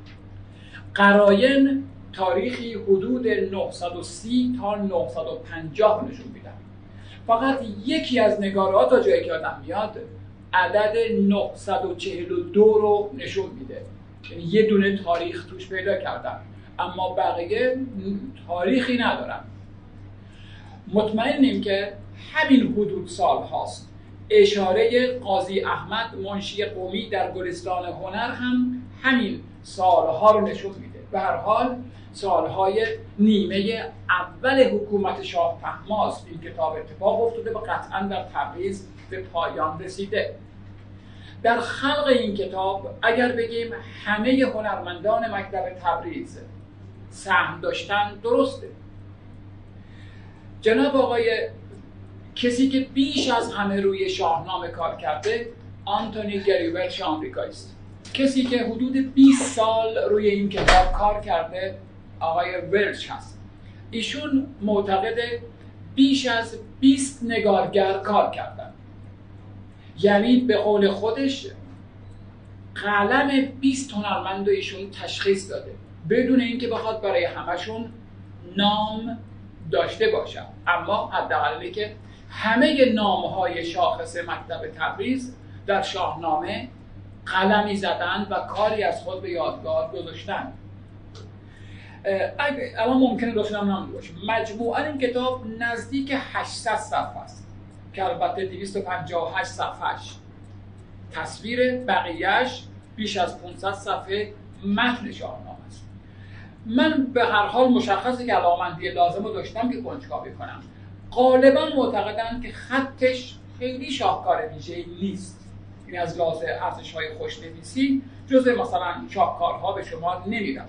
[SPEAKER 2] قراین تاریخی حدود نهصد و سی تا نهصد و پنجاه نشون میدن. فقط یکی از نگاره‌ها تا جایی که آدم میاد عدد نهصد و چهل و دو رو نشون میده، یعنی یه دونه تاریخ توش پیدا کردن، اما بقیه تاریخی ندارن. مطمئنیم که همین حدود سال هاست. اشاره قاضی احمد منشی قمی در گلستان هنر هم همین سالها رو نشون میده. به هر حال سالهای نیمه اول حکومت شاه طهماسب این کتاب اتفاق افتاده و قطعا در تبریز به پایان رسیده. در خلق این کتاب اگر بگیم همه هنرمندان مکتب تبریز سهم داشتن درسته. جناب آقای کسی که بیش از همه روی شاهنامه کار کرده آنتونی گریولچ آمریکایی است. کسی که حدود بیست سال روی این کتاب کار کرده آقای ولچ هست. ایشون معتقد بیش از بیست نگارگر کار کردن، یعنی به قول خودش قلم بیست هنرمند ایشون تشخیص داده بدون اینکه بخواد برای همشون نام داشته باشه، اما حداقل که همه نام‌های شاخص مکتب تبریز در شاهنامه قلمی زدن و کاری از خود به یادگار گذاشتن. الان ممکنه دوستان نام باشه. مجموعاً این کتاب نزدیک هشتصد صفحه است که البته دویست و پنجاه و هشت صفحه‌اش تصویر، بقیه‌اش بیش از پانصد صفحه متن شاهنامه است. من به هر حال مشخصه که علاقه‌مندی لازم رو داشتم که کنجکاوی کنم. غالباً معتقدن که خطش خیلی شاهکار ویژه‌ای نیست. این از لحاظ ارزش‌های خوشنویسی جزء مثلا شاهکارها به شما نمی‌رود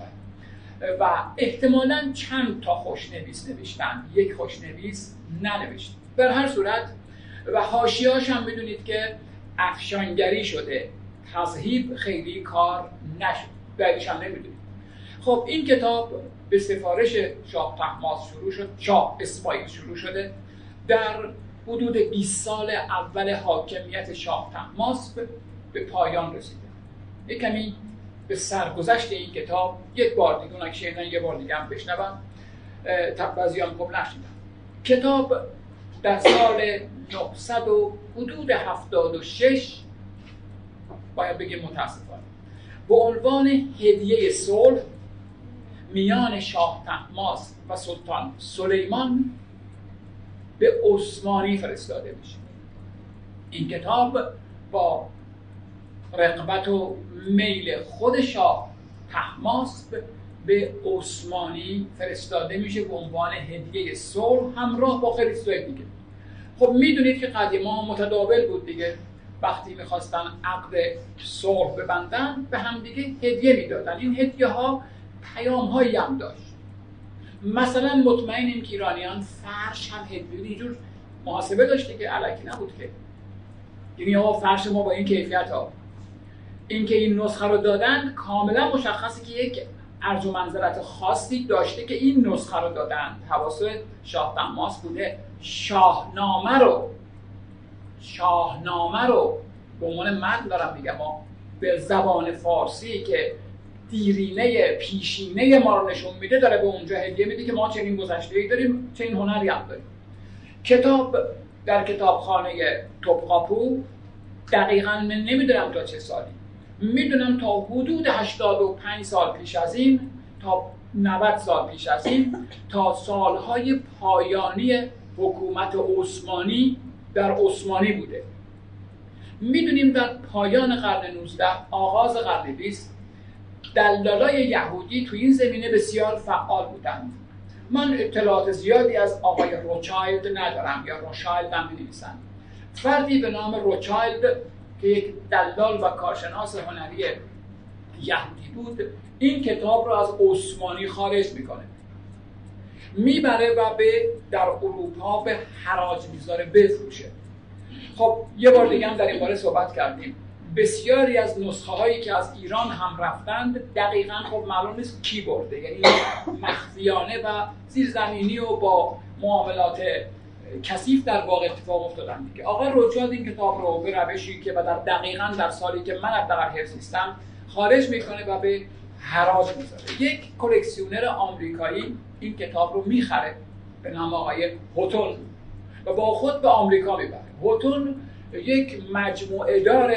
[SPEAKER 2] و احتمالاً چند تا خوشنویس نوشتن، یک خوشنویس ننوشت. در هر صورت و حاشیه‌اش هم بدونید که افشانگری شده، تذهیب خیلی کار نشد. بعدش هم نمیدونید. خب این کتاب به سفارش شاه طهماسب شروع شد، شاه اسماعیل شروع شده. در حدود بیست سال اول حاکمیت شاه طهماسب به پایان رسیده. یک کمی به سرگذشت این کتاب یک بار دیگه اونک شنیدن یه بار دیگه هم بشنون، بعضی هم خب نشنیدن. کتاب در سال نهصد و حدود هفتاد و شش باید بگیم متاسفانه به عنوان هدیه صلح میان شاه طهماسب و سلطان سلیمان به عثمانی فرستاده میشه. این کتاب با رغبت و میل خود شاه طهماسب به عثمانی فرستاده میشه به عنوان هدیه صلح همراه با خیلی چیزای دیگه. خب میدونید که قدیما متداول بود دیگه، وقتی میخواستن عقد صلح ببندن به هم دیگه هدیه میدادن. این هدیه ها پیام هایی هم داشت. مثلا مطمئنیم که ایرانیان فرش هم هدیه اینجور محاسبه داشته که الکی نبود که، یعنی آقا فرش ما با این کیفیت ها، این که این نسخه رو دادن کاملا مشخصه که یک ارج و منزلت خاصی داشته که این نسخه رو دادن توسط شاه طهماسب بوده. شاهنامه رو شاهنامه رو به عنوان متن دارم میگم، ما به زبان فارسی که دیرینه پیشینه ما رو نشون میده داره به اونجا هدیه میده که ما چنین گذشته‌ای داریم، چنین هنری هم داریم. کتاب در کتابخانه توپقاپو دقیقاً من نمیدونم تا چه سالی، میدونم تا حدود هشتاد و پنج سال پیش از این تا نود سال پیش از این تا سالهای پایانی حکومت عثمانی در عثمانی بوده. میدونیم در پایان قرن نوزده آغاز قرن بیست دلالای یهودی تو این زمینه بسیار فعال بودند. من اطلاعات زیادی از آقای روچایلد ندارم یا روچایلد هم می‌نویسند. فردی به نام روچایلد که یک دلال و کارشناس هنری یهودی بود این کتاب رو از عثمانی خارج میکنه، میبره و به در اروپا به حراج میذاره بفروشه. خب یه بار دیگه هم در این باره صحبت کردیم. بسیاری از نسخه هایی که از ایران هم رفتند دقیقاً خب معلوم نیست کی برده، یعنی مخفیانه و زیرزمینی و با معاملات کثیف در واقع اتفاق افتادن دیگه. آقای روچایلد این کتاب رو به روشی که و در دقیقاً در سالی که من حداقل حفظ نیستم خارج میکنه و به حراج میذاره. یک کلکسیونر آمریکایی این کتاب رو میخره به نام آقای هوتون و با خود به آمریکا میبره. هوتون یک مجموعه دار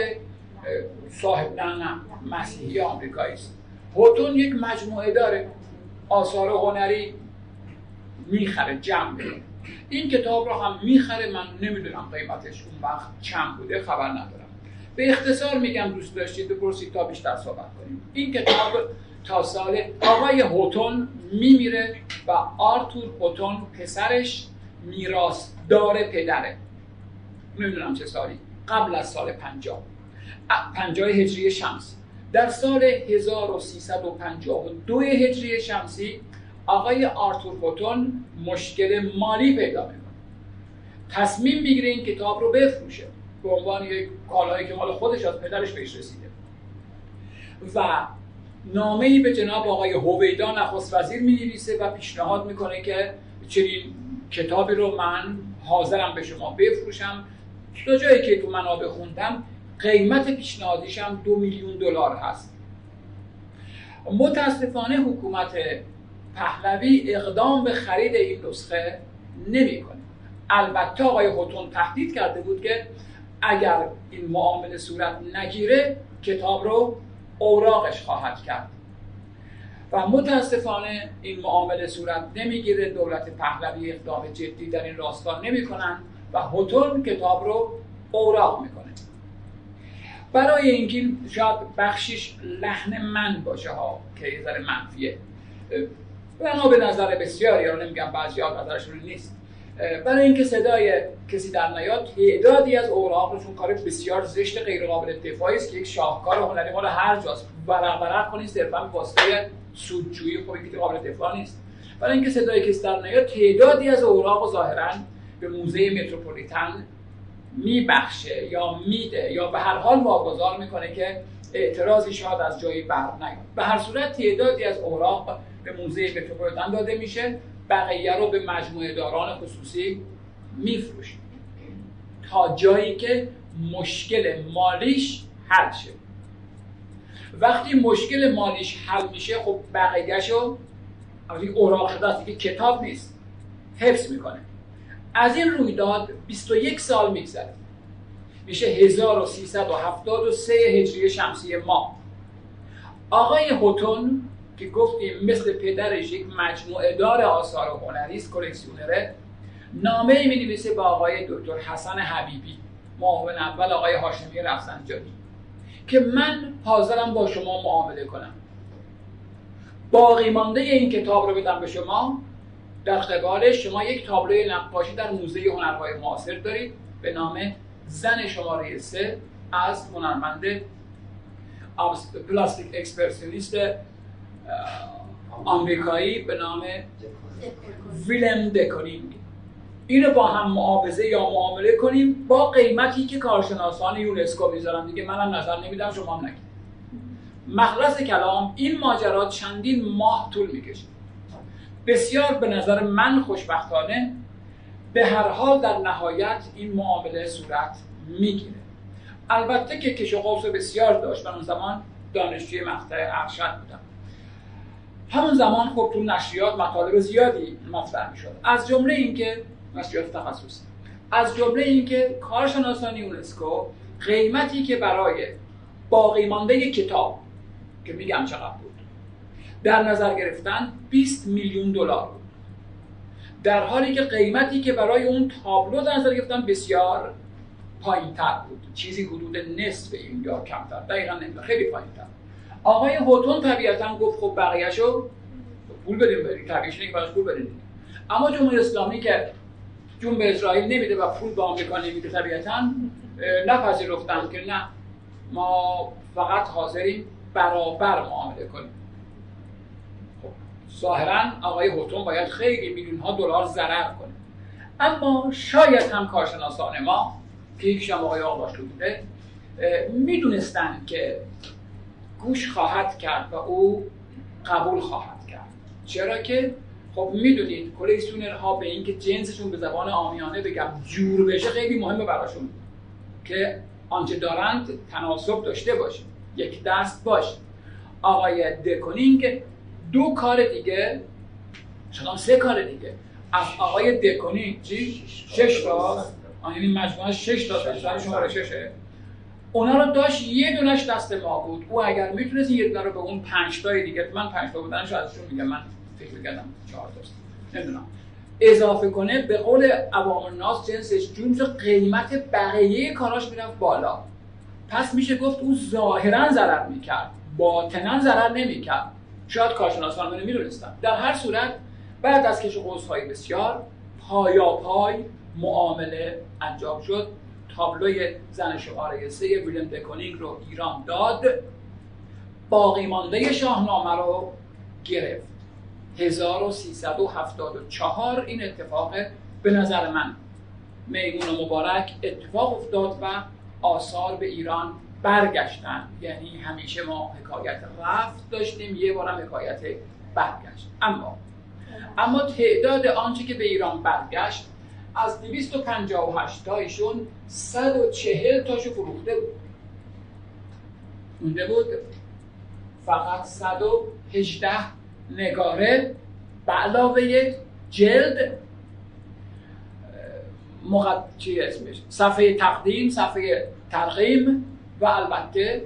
[SPEAKER 2] صاحب نه نه مسیحی آمریکایی است. هوتون یک مجموعه دار آثار هنری میخره، جمع میکنه. این کتاب رو هم میخره، من نمیدونم قیمتش اون وقت چند بوده، خبر ندارم. به اختصار میگم دوست داشتید بپرسید تا بیشتر صحبت کنیم. این کتاب تا سال آقای هوتون میمیره و آرتور هوتون پسرش میراثدار پدره. نمیدونم چه سالی، قبل از سال پنجاه پنجاه هجری شمسی. در سال هزار و سیصد و پنجاه و دو هجری شمسی آقای آرتور هوتون مشکل مالی پیدا میکنه، تصمیم میگیره این کتاب رو بفروشه به عنوان یک کالایی که مال خودش از پدرش بهش رسیده و نامه‌ای به جناب آقای هویدا نخست وزیر می‌نویسه و پیشنهاد میکنه که چنین کتابی رو من حاضرم به شما بفروشم. تا جایی که تو منابع خوندم قیمت پیشنهادیش هم دو میلیون دلار هست. متاسفانه حکومت پهلوی اقدام به خرید این نسخه نمی‌کنه. البته آقای هوتون تهدید کرده بود که اگر این معامله صورت نگیره کتاب رو اوراقش خواهد کرد و متاسفانه این معامله صورت نمیگیره. دولت پهلوی اقدام جدی در این راستا نمی‌کنن و هوتون کتاب رو اوراق میکنه. برای اینکه شاید بخشش لحن من باشه ها که یه ذره منفیه، بنا به نظر بسیاری، یا نمیگم بعضی‌ها نظرشون نیست، برای اینکه صدای کسی در نیاد تعدادی از اوراق، چون کار بسیار زشت غیر قابل دفاعی است که یک شاهکار هنری مال هر جاست ورق ورق کنید صرفا به واسطه سودجویی، خب اینکه قابل دفاع نیست. برای اینکه صدای کسی در نیاد تعدادی از اوراق ظاهراً به موزه متروپولیتن میبخشه یا میده یا به هر حال واگذار میکنه که اعتراضی شاید از جایی بر نیاد. به هر صورت تعدادی از اوراق به موزه متروپولیتن داده میشه، بقیه رو به مجموعه داران خصوصی میفروشه تا جایی که مشکل مالیش حل شه. وقتی مشکل مالیش حل میشه خب بقیه‌شو از این اوراق شده دیگه کتاب نیست حفظ میکنه. از این رویداد بیست و یک سال میگذره، میشه هزار و سیصد و هفتاد و سه هجری شمسی ما. آقای هوتون که گفتیم مثل پدرش یک مجموعه دار آثار هنری است، کلکسیونره، نامه‌ای می‌نویسه به آقای دکتر حسن حبیبی، معاون اول آقای هاشمی رفسنجانی، که من حاضرم با شما معامله کنم، باقی مانده این کتاب رو بدم به شما، در قبالش شما یک تابلوی نقاشی در موزه هنرهای معاصر دارید به نام زن شماره سه از هنرمند پلاستیک اکسپرسیونیست آمریکایی به نام ویلم دکنینگ. اینو با هم معاوضه یا معامله کنیم با قیمتی که کارشناسان یونسکو میذارن دیگه، منم نظر نمیدم شما هم نگید. مخلص کلام این ماجرا چندین ماه طول میکشه. بسیار به نظر من خوشبختانه به هر حال در نهایت این معامله صورت میگیره. البته که کش و قوس بسیار داشت. من اون زمان دانشجوی مقطع ارشد بودم. همون زمان خب تو نشریات مطالب زیادی مطرح میشد، از جمله اینکه نشریات تخصصی، از جمله اینکه کارشناسان یونسکو قیمتی که برای باقی مانده کتاب که میگم چقدر بود در نظر گرفتن بیست میلیون دلار بود، در حالی که قیمتی که برای اون تابلو در نظر گرفتن بسیار پایین‌تر بود، چیزی حدود نصف این یا کمتر، دقیقاً نمیدونم، خیلی پایین‌تر. آقای هوتون طبیعتاً گفت خب بقیه‌شو پول بدیم، بریم طبیعیش اینه که براش پول بدیم. اما جمهوری اسلامی که جون به اسرائیل نمیده و پول به آمریکا نمیده، طبیعتاً نپذیرفتن که نه، ما فقط حاضریم برابر معامله کنیم. خب ظاهراً آقای هوتون باید خیلی میلیون ها دلار ضرر کنه. اما شاید هم کارشناسان ما که یکیشم آقای آقاشلو بوده میدونستن که گوش خواهد کرد و او قبول خواهد کرد. چرا که خب میدونید کلیکسیونرها به این که جنسشون به زبان عامیانه بگم جور بشه خیلی مهمه براشون که آنچه دارند تناسب داشته باشه، یک دست باشه. آقای دکونینگ دو کار دیگه، شدام سه کار دیگه از آقای دکونینگ چی؟ شش تا، یعنی مجموعه شش تا تا شماره ششه، اونا رو داشت، یه دونش دست ما بود. او اگر میتونست یه دونه رو به اون پنج تای دیگه، من پنج تا بودنشو ازشون میگم، من فکر کردم چهار تاست، نمیدونم، اضافه کنه، به قول عوام الناس جنسش جونش قیمت بقیه کاراش میرفت بالا. پس میشه گفت او ظاهرا ضرر میکرد، باطنا ضرر نمیکرد. شاید کارشناسان منو میدونستن. در هر صورت بعد از کش و قوس‌های بسیار پایاپای معامله انجام شد. تابلوی زن شماره سه ویلیام دکونینگ رو ایران داد، باقی مانده شاهنامه رو گرفت. هزار و سیصد و هفتاد و چهار این اتفاق به نظر من میمون و مبارک اتفاق افتاد و آثار به ایران برگشتن. یعنی همیشه ما حکایت رفت داشتیم، یه بارم حکایت برگشت. اما اما تعداد آنچه که به ایران برگشت از دویست و پنجاه و هشت تایشون صد و چهل تاشو فروخته بود، مونده بود فقط صد و هجده نگاره به علاوه جلد مقد... چی اسمش؟ صفحه تقدیم، صفحه ترغیم و البته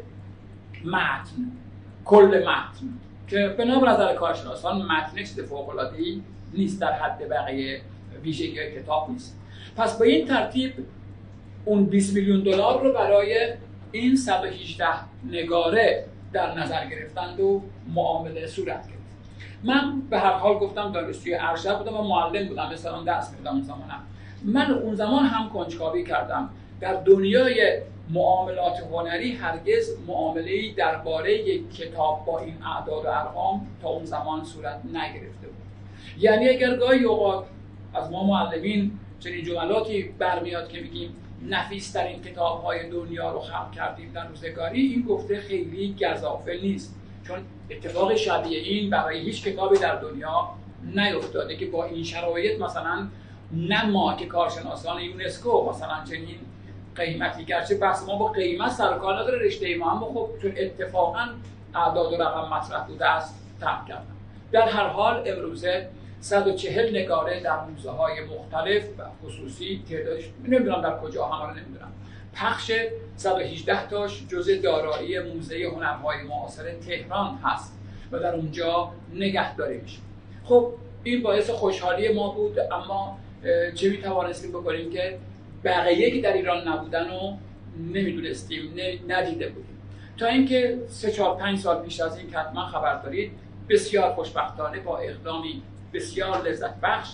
[SPEAKER 2] متن، کل متن که به نظر کارشناسان متن چیز فوق‌العاده‌ای نیست، در حد بقیه ویژگی کتاب نیست. پس با این ترتیب اون بیست میلیون دلار رو برای این صد و هجده نگاره در نظر گرفتند و معامله صورت گرفت. من به هر حال گفتم دانشجوی ارشد بودم و معلم بودم، مثلا درس میدادم اون زمانم. من اون زمان هم کنجکاوی کردم. در دنیای معاملات هنری هرگز معامله‌ای درباره یک کتاب با این اعداد و ارقام تا اون زمان صورت نگرفته بود. یعنی اگر گاهی اوقات از ما معلمین چنین جملاتی برمیاد که میگیم نفیس‌ترین کتاب‌های دنیا رو خلق کردیم در روزگاری، این گفته خیلی گزافه نیست، چون اتفاق شبیه این برای هیچ کتابی در دنیا نیفتاده که با این شرایط مثلا نه ما که کارشناسان یونسکو مثلا چنین قیمتی، گرچه بحث ما با قیمت سر و کار نداره رشته ما، اما خب چون اتفاقا اعداد و رقم مطرح بوده است ترک کردن. در هر حال امروزه صد و چهل نگاره در موزه های مختلف و خصوصی تعدادش نمیدونم در کجا، همه رو نمیدونم، پخش صد و هجده تاش جزء دارایی موزه هنرهای معاصر تهران هست و در اونجا نگهداری میشه. خب این باعث خوشحالی ما بود، اما چه میتوانستیم بکنیم که بقیه که در ایران نبودن و نمیدونستیم، ندیده بودیم. تا اینکه سه چهار پنج سال پیش از این که حتما خبر دارید، بسیار خوشبختانه با اقدامی بسیار لذت بخش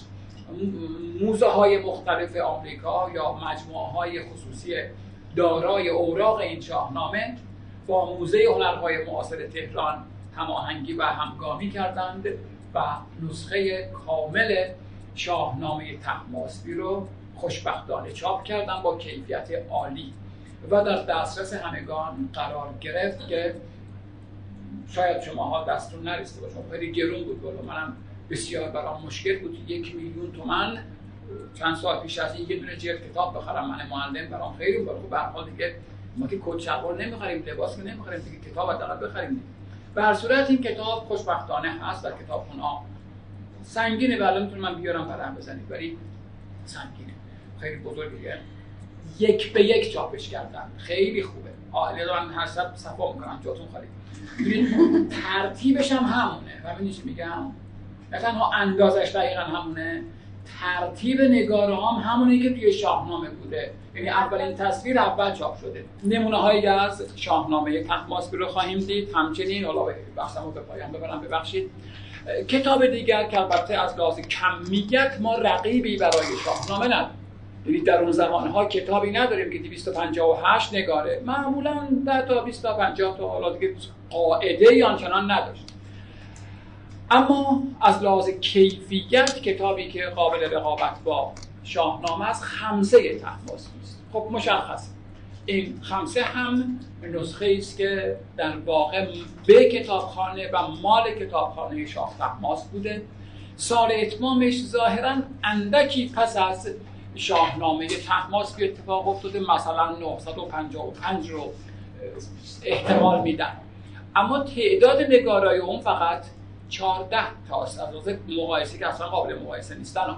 [SPEAKER 2] موزه های مختلف آمریکا یا مجموعه های خصوصی دارای اوراق این شاهنامه با موزه هنرهای معاصر تهران هماهنگی و همگامی کردند و نسخه کامل شاهنامه طهماسبی رو خوشبختانه چاپ کردن با کیفیت عالی و در دسترس همگان قرار گرفت که شاید شماها دستون نرسیده باشه. خیلی گرون بود، بالا منم بسیار برام مشکل بود یک میلیون تومان چند سال پیش از این یه دونه جلد کتاب بخرم. من معلم برام خیلی بود. خب به هر حال دیگه ما که کت شلوار نمیخریم، لباس نمیخریم، دیگه کتاب حداقل بخریم. به هر صورت این کتاب خوشبختانه هست در کتابخونه‌ها. سنگینه، ولی میتونم من بیارم برام بزنید، ولی سنگینه، خیلی بزرگه یک به یک چاپش کردن. خیلی خوبه. حالا دارن هر شب صفا میکنن جاتون خالی. ببین ترتیبش هم همونه. ببینید چی میگم؟ نه تنها اندازش دقیقاً همونه، ترتیب نگاره هم همونه که توی شاهنامه بوده. یعنی اولین تصویر اول چاپ شده. نمونه هایی از شاهنامه طهماسبی رو خواهیم دید. همچنین حالا بحثمو به پایان ببرم، ببخشید. کتاب دیگر که البته از لحاظ کمیت ما رقیبی برای شاهنامه نداریم. یعنی در اون زمانها کتابی نداریم که دویست و پنجاه و هشت نگاره، معمولاً ده تا بیست تا پنجاه تا، حالا دیگه قاعده ای آنچنان نداشت. اما از لحاظ کیفیت کتابی که قابل رقابت با شاهنامه است خمسه طهماسبی است. خب مشخص این خمسه هم نسخه است که در واقع به کتابخانه و مال کتابخانه شاه طهماسب بوده. سال اتمامش ظاهراً اندکی پس از شاهنامه طهماسبی اتفاق افتاده، مثلا نهصد و پنجاه و پنج رو احتمال میدن. اما تعداد نگارای اون فقط چهارده تاست، از لحاظ مقایسه که اصلا قابل مقایسه نیستن.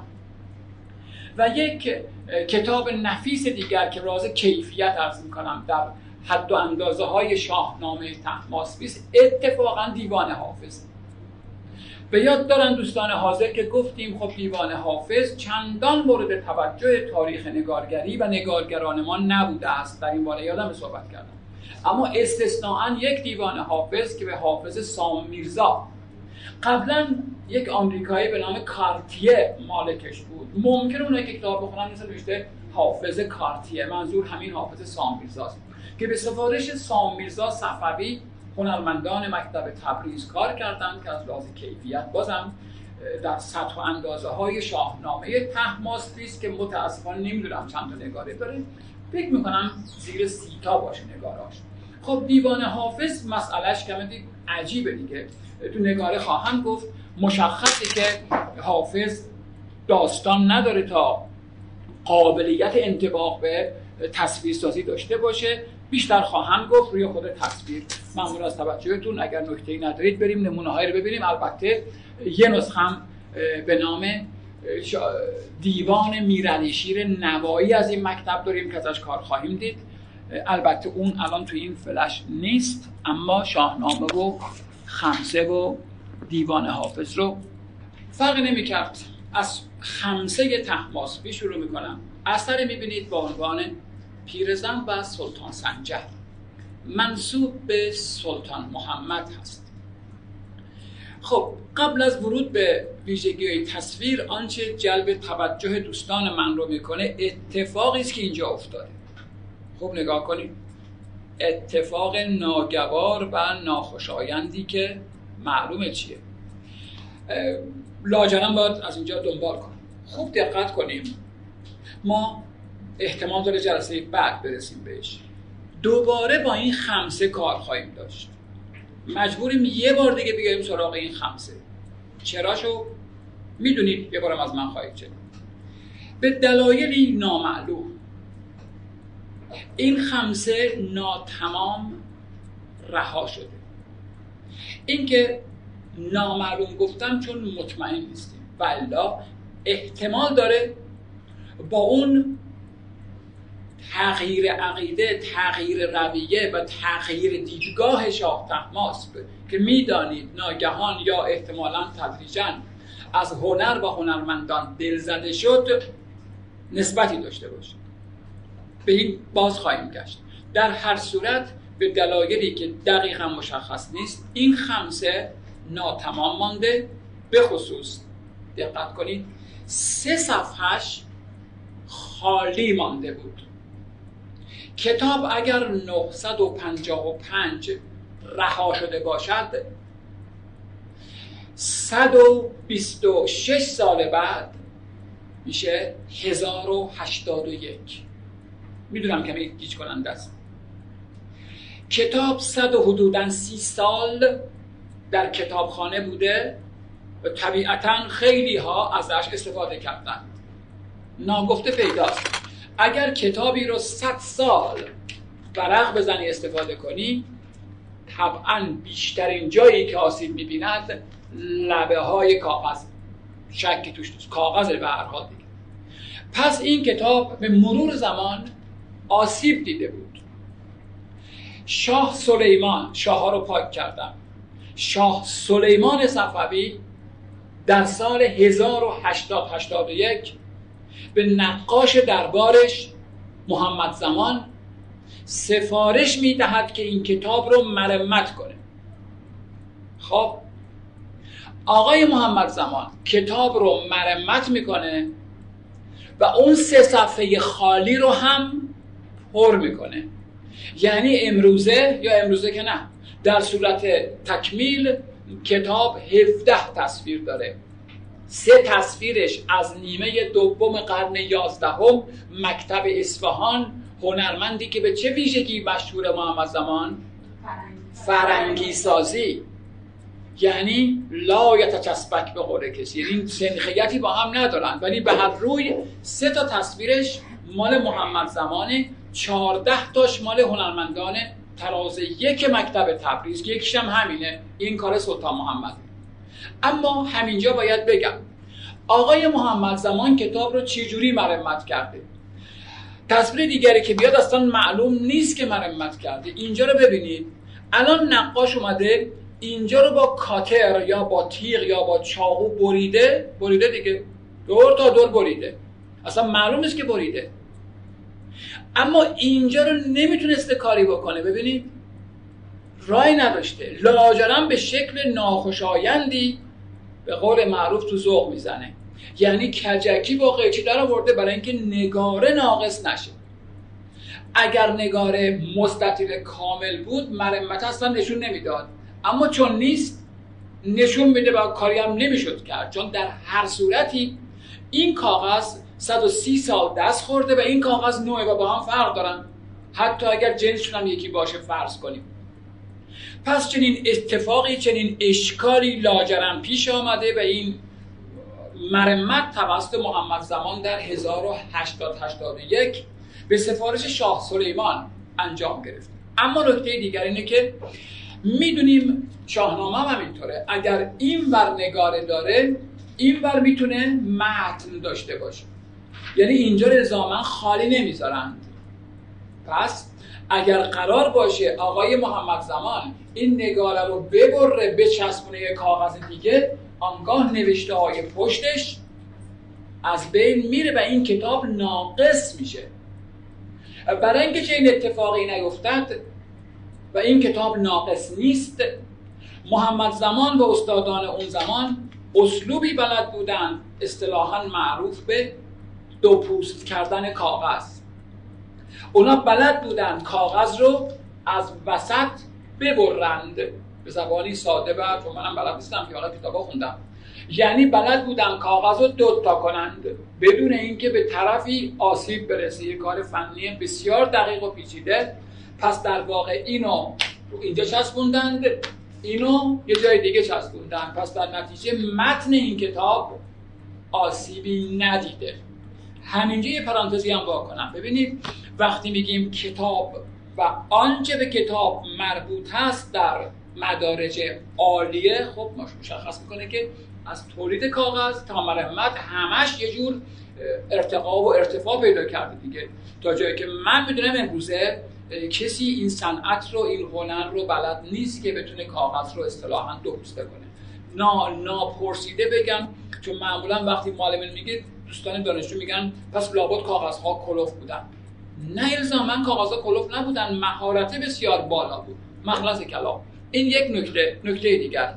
[SPEAKER 2] و یک کتاب نفیس دیگر که راز کیفیت عرض میکنم در حد و اندازه های شاهنامه طهماسبی است، اتفاقا دیوان حافظ. به یاد دارن دوستان حاضر که گفتیم خب دیوان حافظ چندان مورد توجه تاریخ نگارگری و نگارگران ما نبوده است. در این باره یادم صحبت کردم. اما استثناءً یک دیوان حافظ که به حافظ سام میرزا، قبلا یک آمریکایی به نام کارتیه مالکش بود. ممکنه اونایی که کتاب بخونن مثل نوشته حافظ کارتیه، منظور همین حافظ سام میرزاست که به سفارش سام میرزا صفوی هنرمندان مکتب تبریز کار کردند که از لحاظ کیفیت بازم در سطح و اندازه های شاهنامه طهماسبی است که متاسفانه نمیدونم چند تا نگاره داره، فکر میکنم زیر سی تا باشه نگاراش. خب دیوان حافظ مسئلهش کمی عجیبه دیگه. تو نگاره خواهم گفت مشخصه که حافظ داستان نداره تا قابلیت انطباق به تصویرسازی داشته باشه. بیشتر خواهم گفت روی خود تصویر. ممنون از توجهتون. اگر نکته‌ای ندارید بریم نمونه‌هایی رو ببینیم. البته یه نسخه هم به نام دیوان میرعلیشیر نوایی از این مکتب داریم که ازش کار خواهیم دید. البته اون الان توی این فلش نیست، اما شاهنامه و خمسه و دیوان حافظ رو فرق نمی‌کرد. از خمسه طهماسبی شروع می‌کنم. اثر می‌بینید با عنوان پیرزن و سلطان سنجر، منسوب به سلطان محمد هست. خب قبل از ورود به ویژگی تصویر، آنچه جلب توجه دوستان من رو میکنه اتفاقی است که اینجا افتاده. خوب نگاه کنید، اتفاق ناگوار و ناخوشایندی که معلومه چیه. لاجرم باید از اینجا دنبال کنیم. خوب دقت کنیم. ما احتمال داره جلسه بعد برسیم بهش. دوباره با این خمسه کار خواهیم داشت. مجبوریم یه بار دیگه بگیریم سراغ این خمسه. چراشو میدونید، یه بارم از من خواهید شد. به دلایلی نامعلوم این خمسه ناتمام رها شده. این که نامعلوم گفتم چون مطمئن نیستیم، والا احتمال داره با اون تغییر عقیده، تغییر رویه و تغییر دیدگاه شاه طهماسب که میدانید ناگهان یا احتمالاً تدریجاً از هنر و هنرمندان دلزده شد، نسبتی داشته باشه. به این باز خواهیم گشت. در هر صورت به دلایلی که دقیقاً مشخص نیست این خمسه ناتمام مانده. به خصوص دقت کنید سه صفحش خالی مانده بود. کتاب اگر نهصد و پنجاه و پنج رها شده باشد، صد و بیست و شش سال بعد میشه هزار و هشتاد و یک. میدونم کمی گیج کننده است. کتاب صد و حدوداً سی سال در کتابخانه بوده و طبیعتاً خیلی ها ازش استفاده کردن. ناگفته پیداست اگر کتابی رو صد سال ورق بزنی استفاده کنی، طبعاً بیشترین جایی که آسیب می‌بیند لبه های کاغذ، شکی توش نیست، کاغذ به هر حال دیگه. پس این کتاب به مرور زمان آسیب دیده بود. شاه سلیمان، شاه ها رو پاک کردم، شاه سلیمان صفوی در سال هزار و هشتصد و هشتاد و یک به نقاش دربارش محمد زمان سفارش میدهد که این کتاب رو مرمت کنه. خب آقای محمد زمان کتاب رو مرمت میکنه و اون سه صفحه خالی رو هم پر میکنه. یعنی امروزه، یا امروزه که نه، در صورت تکمیل کتاب هفده تصویر داره. سه تصویرش از نیمه دوم قرن یازدهم مکتب اصفهان، هنرمندی که به چه ویژگی مشهور محمد زمان؟ فرنگی سازی. یعنی لا یتچسبک به قول کسی، این سنخیتی با هم ندارن، ولی به هر روی سه تا تصویرش مال محمد زمانه، چهارده تاش مال هنرمندان طراز یک مکتب تبریز که یکیش هم همینه، این کار سلطان محمد. اما همینجا باید بگم آقای محمد زمان کتاب رو چجوری مرمت کرده. تصویر دیگری که بیاد اصلا معلوم نیست که مرمت کرده. اینجا رو ببینید، الان نقاش اومده اینجا رو با کاتر یا با تیغ یا با چاقو بریده، بریده دیگه، دور تا دور بریده، اصلا معلوم نیست که بریده. اما اینجا رو نمیتونسته کاری بکنه. ببینید رای نداشته، لاجرم به شکل ناخوشایندی به قول معروف تو ذوق میزنه. یعنی کجکی با قیچی در آورده برای اینکه نگاره ناقص نشه. اگر نگاره مستطیل کامل بود مرمت اصلا نشون نمیداد، اما چون نیست نشون میده و کاری هم نمیشد کرد، چون در هر صورتی این کاغذ صد و سی سال دست خورده و این کاغذ نوعه و با هم فرق دارن، حتی اگر جنسشون هم یکی باشه فرض کنیم. پس چنین اتفاقی، چنین اشکالی لاجرم پیش آمده و این مرمت توسط محمد زمان در هزار و هشتصد و هشتاد و یک به سفارش شاه سلیمان انجام گرفت. اما نکته دیگر اینه که میدونیم شاهنامه هم همینطوره، اگر این ور نگاره داره این ور میتونه متن داشته باشه، یعنی اینجا لزاما خالی نمیذارند. پس اگر قرار باشه آقای محمد زمان این نگاره رو ببره بچسبونه یک کاغذ دیگه، آنگاه نوشته های پشتش از بین میره و این کتاب ناقص میشه. برای اینکه چه این اتفاقی نیفتد و این کتاب ناقص نیست، محمد زمان و استادان اون زمان اسلوبی بلد بودند اصطلاحاً معروف به دو پوست کردن کاغذ. اونا بلد بودند کاغذ رو از وسط ببرند، به زبانی ساده و چون منم بلد نیستم که فقط کتابا خوندم، یعنی بلد بودن کاغذ رو دوتا کنند بدون اینکه به طرفی آسیب برسه. یک کار فنی بسیار دقیق و پیچیده. پس در واقع اینو اینجا چسبوندند، اینو یه جای دیگه چسبوندند، پس در نتیجه متن این کتاب آسیبی ندیده. همینجا یه پرانتزی هم واکنم. ببینید وقتی میگیم کتاب و آنچه به کتاب مربوط هست در مدارج عالیه، خب مشخص میکنه که از تولید کاغذ تا مرمت همش یه جور ارتقا و ارتفاع پیدا کرده دیگه، تا جایی که من میدونم امروزه کسی این صنعت رو، این هنر رو بلد نیست که بتونه کاغذ رو اصطلاحاً دو پوسته کنه. نا ناپرسیده بگم، چون معمولا وقتی معلم میگه دوستان دانشجو میگن پس لابد کاغذها کلوف بودن. نه الزاما کاغذها کلوف نبودن، مهارت بسیار بالا بود. مخلص کلام. این یک نکته. نکته دیگر،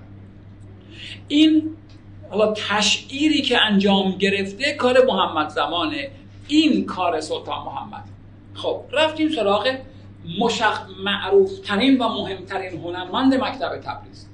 [SPEAKER 2] این حالا تشعیری که انجام گرفته کار محمد زمانه، این کار سلطان محمد. خب رفتیم سراغ مشخ معروف ترین و مهمترین هنرمند مکتب تبریز.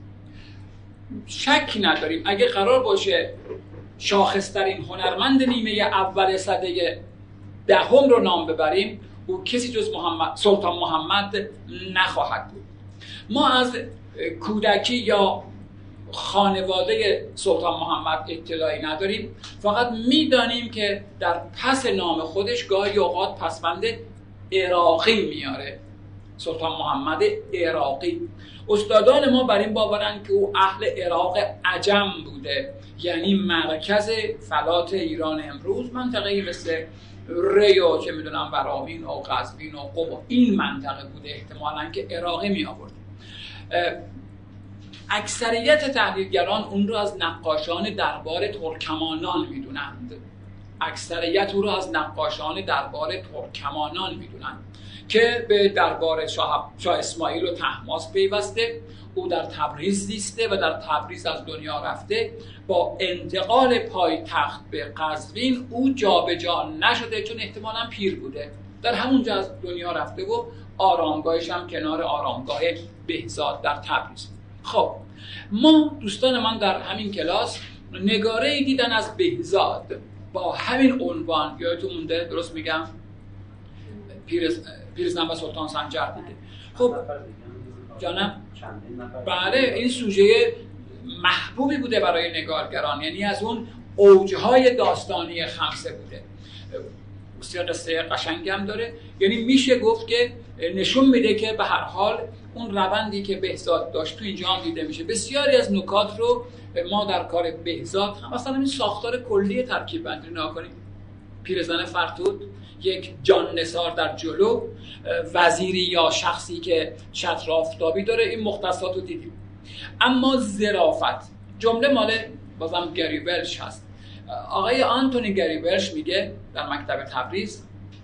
[SPEAKER 2] شکی نداریم اگه قرار باشه شاخصترین هنرمند نیمه اول سده دهم رو نام ببریم، او کسی جز محمد سلطان محمد نخواهد بود. ما از کودکی یا خانواده سلطان محمد اطلاعی نداریم، فقط میدانیم که در پس نام خودش گاهی اوقات پسوند عراقی میاره. سلطان محمد عراقی. استادان ما بر این باورن که او اهل عراق عجم بوده، یعنی مرکز فلات ایران امروز منطقه‌ای مثل ری و چه میدونم ورامین و قزوین و قم این منطقه بوده احتمالاً که عراقی می آورد. اکثریت تحلیلگران اون رو از نقاشان دربار ترکمانان میدونند. اکثریت او رو از نقاشان دربار ترکمانان میدونند که به دربار شاه, شاه اسماعیل و طهماسپ پیوسته. او در تبریز زیسته و در تبریز از دنیا رفته. با انتقال پایتخت به قزوین او جابجا نشده چون احتمالاً پیر بوده، در همونجا از دنیا رفته و آرامگاهش هم کنار آرامگاه بهزاد در تبریز. خب ما دوستان من در همین کلاس نگاره‌ای دیدن از بهزاد با همین عنوان، یادتون مونده درست میگم؟ پیرز پیرزن و سلطان سنجر بوده. خب جانم بله این سوژه محبوبی بوده برای نگارگران، یعنی از اون اوجهای داستانی خمسه بوده. بسیار قصه قشنگی هم داره، یعنی میشه گفت که نشون میده که به هر حال اون روندی که بهزاد داشت تو اینجا هم دیده میشه. بسیاری از نکات رو ما در کار بهزاد هم مثلا این ساختار کلی ترکیب بندی نگاه کنیم. پیرزن فرتود، یک جان نثار در جلو، وزیری یا شخصی که چتر آفتابی داره، این مختصات رو دیدیم. اما ظرافت جمله مال بازم گری ولش هست. آقای آنتونی گری ولش میگه در مکتب تبریز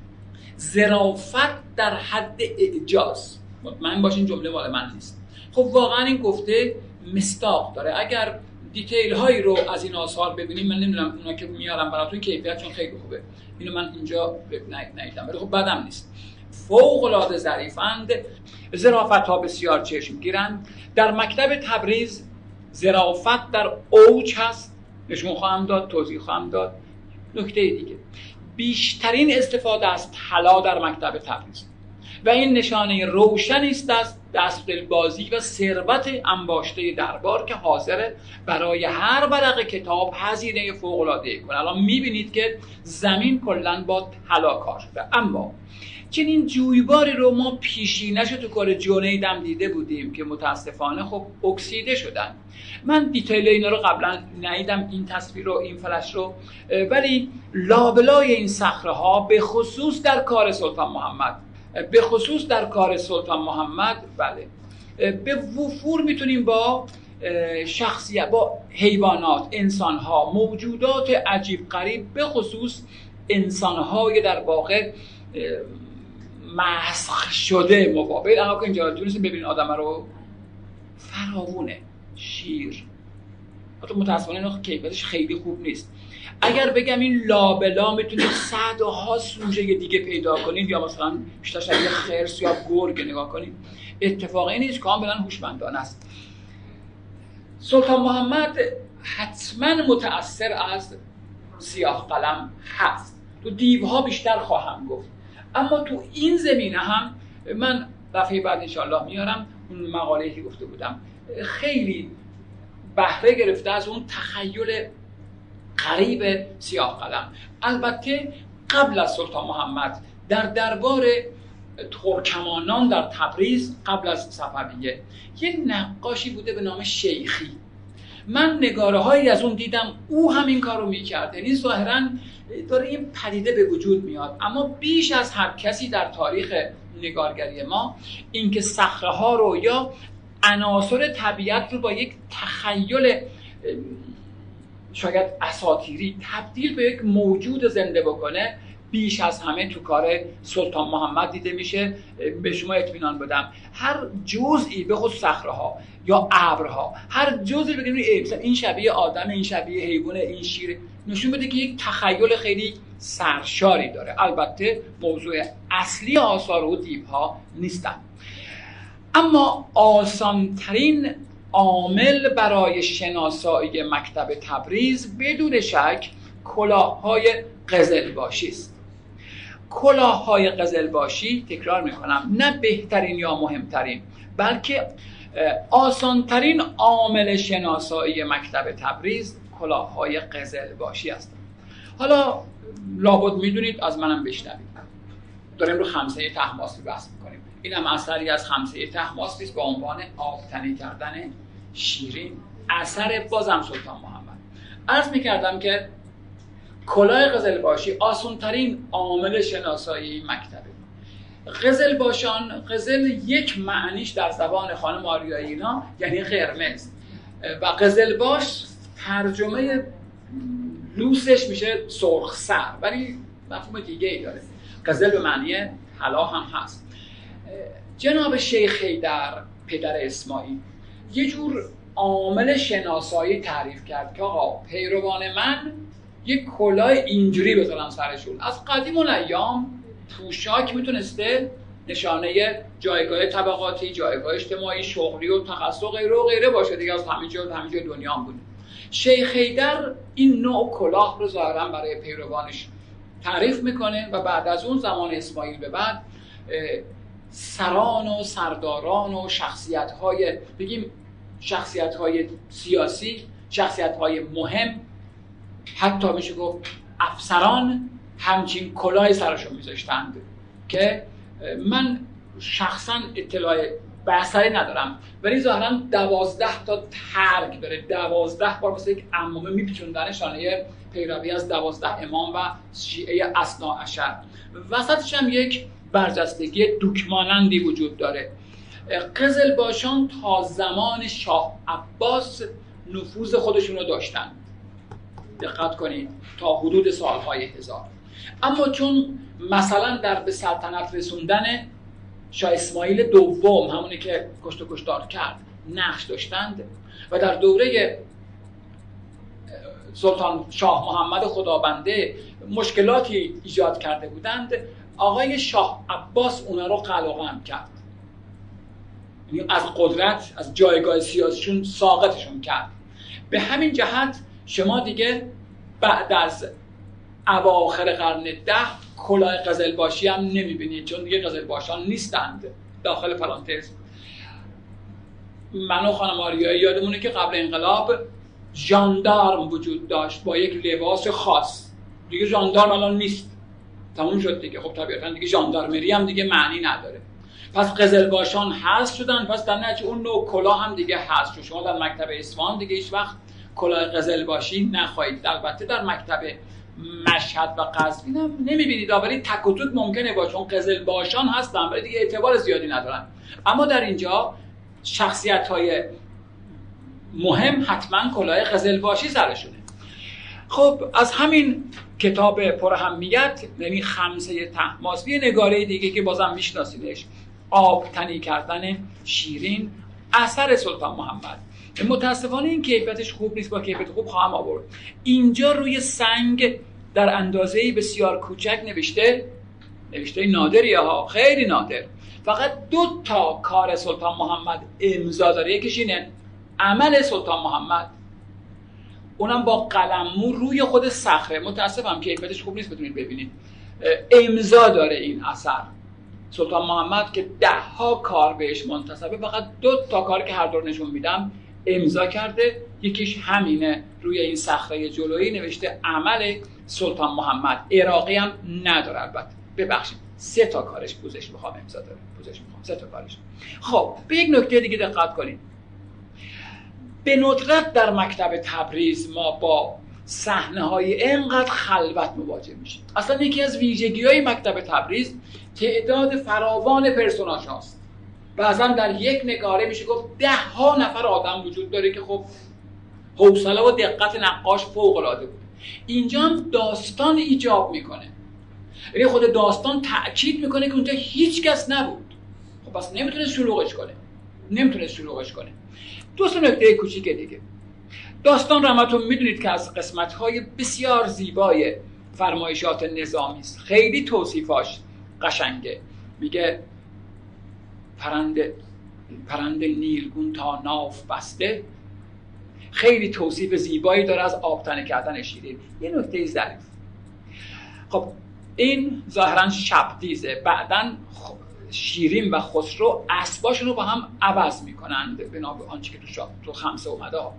[SPEAKER 2] ظرافت در حد اعجاز. مطمئن باشین جمله مال من نیست. خب واقعا این گفته مستاق داره. اگر دیتیل هایی رو از این آثار ببینیم، من نمیدونم اونا که میارم براتون کیفیت چون خیلی خوبه، اینو من اینجا ندیدم ولی خب بدم نیست، فوق العاده ظریفند. ظرافت ها بسیار چشم گیرند. در مکتب تبریز ظرافت در اوج هست، نشون خواهم داد، توضیح خواهم داد. نکته دیگه، بیشترین استفاده از طلا در مکتب تبریز و این نشانه روشنی است از دست‌دلبازی و ثروت انباشته دربار که حاضره برای هر ورق کتاب هزینه فوق‌العاده‌ای کنه. الان می‌بینید که زمین کلاً با طلا کار شده. اما چنین جویباری رو ما پیشینش تو کار جنیدم دیده بودیم که متاسفانه خب اکسیده شدن. من دیتیل اینا رو قبلا ندیدم، این تصویر رو، این فلش رو، ولی لابلای این صخره‌ها به خصوص در کار سلطان محمد به خصوص در کار سلطان محمد بله به وفور میتونیم با شخصیت، با حیوانات، انسانها، موجودات عجیب غریب، به خصوص انسانهای در واقع مسخ شده مقابل. اما که اینجا تونستیم ببینید آدم رو فراوونه، شیر، حتی متاسفانه اینا کیفیتش خیلی خوب نیست. اگر بگم این لابلا میتونید صدها سوژه دیگه پیدا کنید یا مثلا بیشتر شبیه خرس یا گرگ نگاه کنید، اتفاقی نیست، کاملا هوشمندانه است. سلطان محمد حتما متأثر از سیاه قلم هست. تو دیوها بیشتر خواهم گفت، اما تو این زمینه هم من دفعه بعد انشاءالله میارم اون مقاله‌ای که گفته بودم. خیلی بهره گرفته از اون تخیل غریب سیاه قلم. البته قبل از سلطان محمد در دربار ترکمانان در تبریز قبل از صفویه یه نقاشی بوده به نام شیخی. من نگاره هایی از اون دیدم او همین کار رو میکرد، یعنی ظاهراً داره این پدیده به وجود میاد. اما بیش از هر کسی در تاریخ نگارگری ما اینکه صخره ها رو یا عناصر طبیعت رو با یک تخیل شاید اساطیری تبدیل به یک موجود زنده بکنه، بیش از همه تو کار سلطان محمد دیده میشه. به شما اطمینان بدم هر جزئی به خود صخره‌ها یا ابرها، هر جزئی بگید این شبیه آدم، این شبیه حیوان، این شیر، نشون بده که یک تخیل خیلی سرشاری داره. البته موضوع اصلی آثار و دیوها نیستن. اما آسانترین عامل برای شناسایی مکتب تبریز بدون شک کلاه‌های قزلباشی است. کلاه‌های قزلباشی، تکرار میکنم، نه بهترین یا مهمترین بلکه آسانترین عامل شناسایی مکتب تبریز کلاه‌های قزلباشی است. حالا لابد میدونید، از منم بشنوید، داریم رو خمسه طهماسپی بحث میکنیم. این هم اثری از خمسه طهماسپی است با عنوان آبتنی کردن شیرین، اثر بازم سلطان محمد. عرض میکردم که کلاه قزلباشی آسان ترین عامل شناسایی مکتبه. قزلباشان، قزل یک معنیش در زبان خانم آریایی اینا یعنی قرمز و قزلباش ترجمه لوسش میشه سرخ سر، ولی مفهوم دیگه ای داره. قزل به معنی طلا هم هست. جناب شیخ حیدر پدر اسماعیل یه جور عامل شناسایی تعریف کرد که آقا پیروان من یک کلاه اینجوری بذارن سرشون. از قدیم الایام پوشاک میتونسته نشانه جایگاه طبقاتی، جایگاه اجتماعی، شغلی و تخصص و غیره و غیره باشه دیگه، از همه جا همه جای دنیا هم بود. شیخ حیدر این نوع کلاه رو ظاهرا برای پیروانش تعریف میکنه و بعد از اون زمان اسماعیل به بعد سران و سرداران و شخصیت‌های بگیم شخصیت‌های سیاسی، شخصیت‌های مهم، حتی میشه گفت افسران همچین کلاهی سرشون میذاشتند که من شخصا اطلاع بصری ندارم، ولی ظاهرا دوازده تا ترگ داره، دوازده بار مثل یک عمامه میپیچوندن شانه پیروی از دوازده امام و شیعه اثناعشر. وسطش هم یک برجستگی دوکمانندی وجود داره. قزلباشان تا زمان شاه عباس نفوذ خودشون رو داشتن، دقت کنید، تا حدود سالهای هزار. اما چون مثلا در به سلطنت رسوندن شاه اسماعیل دوم، همونی که کشت و کشتار کرد، نقش داشتند و در دوره سلطان شاه محمد خدابنده مشکلاتی ایجاد کرده بودند، آقای شاه عباس اونا رو قلقم کرد، یعنی از قدرت، از جایگاه سیاسیشون ساقطشون کرد. به همین جهت شما دیگه بعد از اواخر قرن ده کلاه قزلباشی هم نمیبینید، چون دیگه قزلباشان نیستند. داخل پرانتز من و خانم آریایی یادمونه که قبل انقلاب ژاندارم وجود داشت با یک لباس خاص، دیگه ژاندارم الان نیست، تموم شد دیگه. خب طبیعتا دیگه ژاندارمری هم دیگه معنی نداره. پس قزلباشان حذف شدن، پس در نتیجه اون نوع کلاه هم دیگه حذف شد. شما در مکتب اصفهان دیگه هیچ وقت کلاه قزلباشی نخواهید. البته در مکتب مشهد و قزوین هم نمیبینید، ولی تک و توک ممکنه باشه، چون قزلباشان هستن ولی دیگه اعتبار زیادی ندارن. اما در اینجا شخصیت‌های مهم حتما کلاه قزلباشی سرشونه. خب از همین کتاب پراهمیت، یعنی خمسه طهماسبی، نگاره دیگه که بازم میشناسیدش، آب تنی کردن شیرین، اثر سلطان محمد. متاسفانه این کیفیتش خوب نیست، با کیفیت خوب خواهم آورد. اینجا روی سنگ در اندازه‌ای بسیار کوچک نوشته، نوشته نادریه ها، خیلی نادر. فقط دو تا کار سلطان محمد امضا داره، یکیش اینه عمل سلطان محمد، اونم با قلممو روی خود صخره. متاسفم کیفیتش خوب نیست، بتونید ببینید. امضا داره این اثر سلطان محمد که ده ها کار بهش منتسبه، فقط دو تا کار که هر دور نشون میدم امضا کرده. یکیش همینه، روی این صخره جلویی نوشته عمل سلطان محمد. عراقی هم نداره البته، ببخشید، سه تا کارش پوزش میخوام امضا داره، پوزش میخوام سه تا کارش. خب به یک نکته دیگه دقت کنید. به ندرت در مکتب تبریز ما با صحنه‌های اینقدر خلوت مواجه میشیم. اصلا یکی از ویژگی‌های مکتب تبریز تعداد فراوان پرسوناژ هاست. بعضا در یک نگاره میشه گفت ده ها نفر آدم وجود داره که خب حوصله و دقت نقاش فوق‌العاده بود. اینجا هم داستان ایجاب میکنه، یعنی خود داستان تأکید میکنه که اونجا هیچ کس نبود. خب پس نمیتونه شلوغش کنه، نمیتونه شلوغش کنه. دو سه نکته کوچیک دیگه. داستان رو همتون میدونید که از قسمت‌های بسیار زیبای فرمایشات نظامی است. خیلی توصیفاش قشنگه. میگه پرنده پرنده نیلگون تا ناف بسته. خیلی توصیف زیبایی داره از آبتنه کردن شیرین. یه نکته ظریف. خب این ظاهرا شبدیزه. بعداً شیرین و خسرو اسباشون رو با هم عوض میکنند بنا به آنچه که تو شاب تو خمسه اومده ها.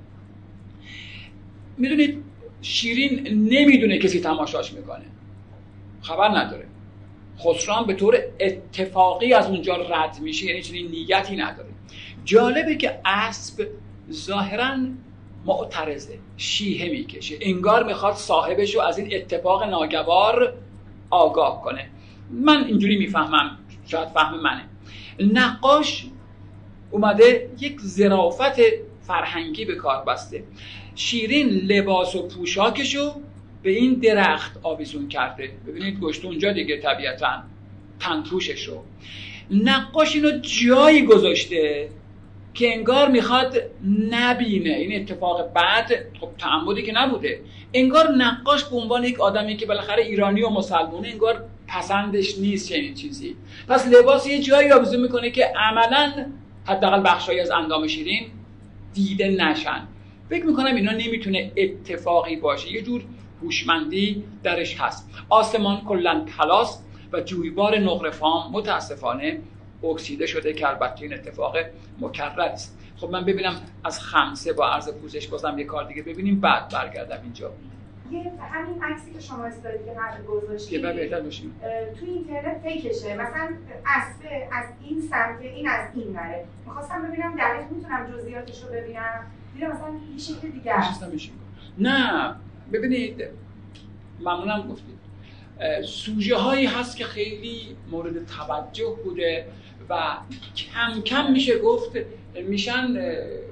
[SPEAKER 2] میدونید شیرین نمیدونه کسی تماشاش میکنه، خبر نداره. خسرو هم به طور اتفاقی از اونجا رد میشه، یعنی چنین نیتی نداره. جالبه که اسب ظاهرا معترضه، شیهه میکشه، انگار میخواد صاحبش رو از این اتفاق ناگوار آگاه کنه. من اینجوری میفهمم، شاید فهم منه. نقاش اومده یک ظرافت فرهنگی به کار بسته. شیرین لباس و پوشاکشو به این درخت آویزون کرده. ببینید گشت اونجا دیگه طبیعتاً تنپوششو. نقاش اینو جایی گذاشته که انگار میخواد نبینه این اتفاق بعد. خب تعمدی که نبوده، انگار نقاش به عنوان یک آدمی که بالاخره ایرانی و مسلمونه انگار پسندش نیست چنین چیزی. پس لباس یه جایی آویزون میکنه که عملاً حداقل بخشایی از اندام شیرین دیده نشن. فکر میکنم اینا نمیتونه اتفاقی باشه، یه جور هوشمندی درش هست. آسمان کلاً طلاست و جویبار نقره فام متاسفانه اکسیده شده که البته این اتفاق مکرر است. خب من ببینم از خمسه با عرض پوزش بازم یه کار دیگه ببینیم بعد برگردم اینجا.
[SPEAKER 3] یه همین عکسی که شما استوری که قبل گذاشتید
[SPEAKER 2] که بهتر باشیم
[SPEAKER 3] تو اینترنت فیکشه، مثلا اسبه از این سمت این از این نره. می‌خواستم ببینم دقیق میتونم جزئیاتش رو ببینم، دیدم مثلا یه شکل دیگه است.
[SPEAKER 2] نه ببینید، ممنونم گفتید. سوژه هایی هست که خیلی مورد توجه بوده و کم کم میشه گفت میشن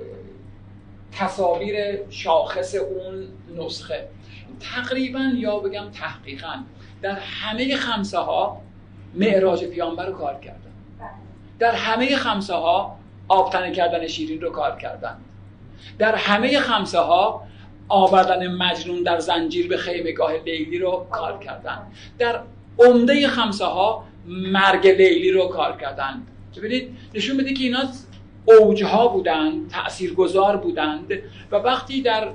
[SPEAKER 2] تصاویر شاخص اون نسخه. تقریبا یا بگم تحقیقا در همه خمسه ها معراج پیامبر رو کار کردن، در همه خمسه ها آبتنه کردن شیرین رو کار کردن، در همه خمسه ها آوردن مجنون در زنجیر به خیمگاه لیلی رو کار کردن، در عمده خمسه ها مرگ لیلی رو کار کردن. ببینید نشون میده که اینا اوجها بودند، تاثیرگذار بودند و وقتی در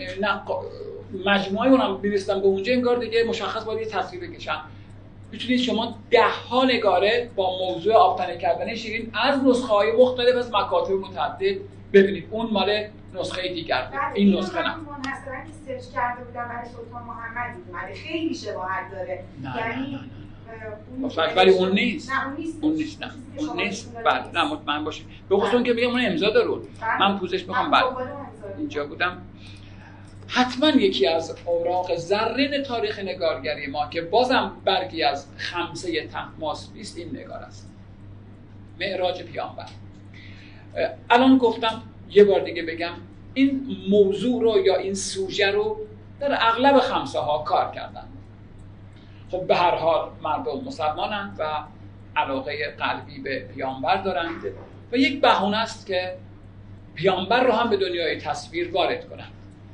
[SPEAKER 2] مجموعه اونم میرسیدن به اونجا انگار دیگه مشخص باید یه تصویر بکشن. میتونید شما ده ها نگاره با موضوع آبتنه کردن شیرین از نسخه های مختلف از مکاتب متعدد ببینید. اون مال نسخه دیگر، این نسخه نه.
[SPEAKER 3] منحصراً که سرچ کرده بودم برای سلطان محمد اومده، خیلی شباهت داره. یعنی
[SPEAKER 2] مطلق ولی اون نیست.
[SPEAKER 3] نه اون نیست.
[SPEAKER 2] اون نیست. نه اون نیست. بعد نه مطمئن باشید. به خصوص اون که میگم اون امضا داره. من پوزش میخوام بعد اینجا بودم. حتما یکی از اوراق زرین تاریخ نگارگری ما که بازم برگی از خمسه طهماسبی است این نگار است. معراج پیامبر. الان گفتم یه بار دیگه بگم این موضوع رو یا این سوژه رو در اغلب خمسه ها کار کردن. خب به هر حال مردم مسلمانند و علاقه قلبی به پیامبر دارند و یک بهونه است که پیامبر رو هم به دنیای تصویر وارد کنند.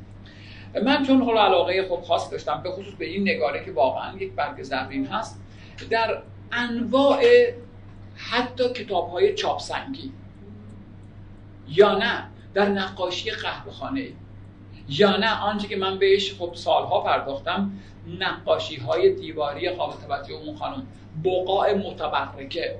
[SPEAKER 2] من چون حالا علاقه خب خاص داشتم به خصوص به این نگاره که واقعا یک برگ زرین هست، در انواع حتی کتاب‌های چاپسنگی یا نه در نقاشی قهوه‌خانه یا نه آنچه که من بهش خب سالها پرداختم، نقاشی‌های دیواری قابل توجه اون خانم، بقاع متبرکه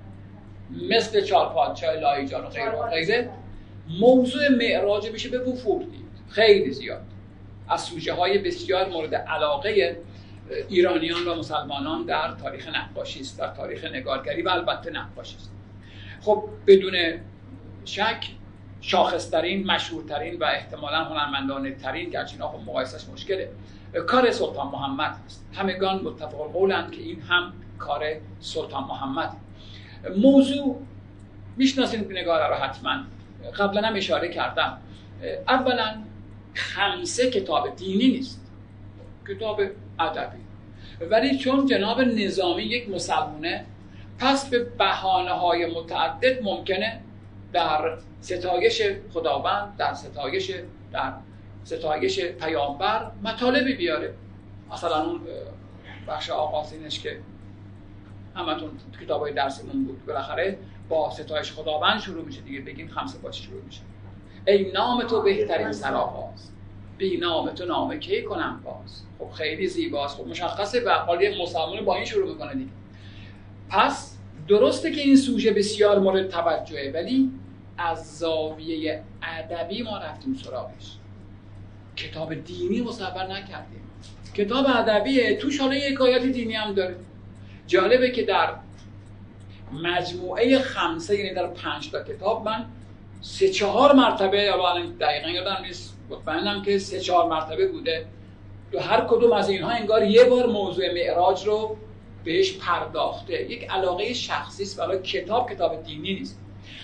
[SPEAKER 2] مثل چهار پادشاه لاهیجان و غیره و غیره، موضوع معراج میشه به وفور دید. خیلی زیاد از سوژه های بسیار مورد علاقه ایرانیان و مسلمانان در تاریخ نقاشی است، در تاریخ نگارگری و البته نقاشی است. خب بدون شک شاخص‌ترین، مشهورترین و احتمالاً هنرمندانه ترین، گرچه اینا خب مقایسش مشکله، کار سلطان محمد است. همگان متفق القولند که این هم کار سلطان محمد. موضوع میشناسید نگاره رو حتما، قبلا هم اشاره کردم. اولا خمسه کتاب دینی نیست، کتاب ادبی، ولی چون جناب نظامی یک مسلمونه، پس به بهانه‌های متعدد ممکنه در ستایش خداوند، در ستایش در ستایش پیامبر مطالبی بیاره. مثلا اون بخش آغازینش که همتون کتابای درسیمون بود، بالاخره با ستایش خداوند شروع میشه دیگه، بگین خمسه با چی شروع میشه؟ ای نام تو بهترین سرآغاز، بی نام تو نام کی کنم باز. خب خیلی زیباست. خب مشخصه به حال یک مسلمان با این شروع میکنه دیگه. پس درسته که این سوژه بسیار مورد توجهه، ولی از زاویه ادبی ما رفتیم سراغش. کتاب دینی مصور نکردیم، کتاب ادبیه، توش حالا یک حکایت دینی هم داره. جالبه که در مجموعه خمسه، یعنی در پنج تا کتاب، من سه چهار مرتبه، یا دقیقا یادم نیست، مطمئنم که سه چهار مرتبه بوده، تو هر کدوم از اینها انگار یه بار موضوع معراج رو بهش پرداخته. یک علاقه شخصی است، برای کتاب کتاب دینی نیست.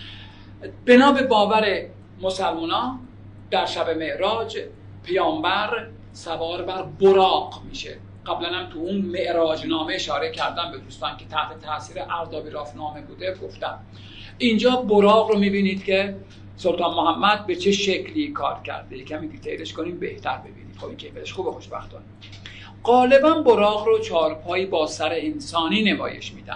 [SPEAKER 2] بنا به باور مسلمانان در شب معراج پیامبر سوار بر براق میشه. قبلا هم تو اون معراج نامه اشاره کردم به دوستان که تحت تاثیر اردابی رافنامه بوده گفتم. اینجا براق رو میبینید که سلطان محمد به چه شکلی کار کرده. یکمی دیتیلش کنیم بهتر ببینید. خب این کیفیتش خوبه خوشبختانه. غالبا براق رو چهارپایی با سر انسانی نمایش میدن.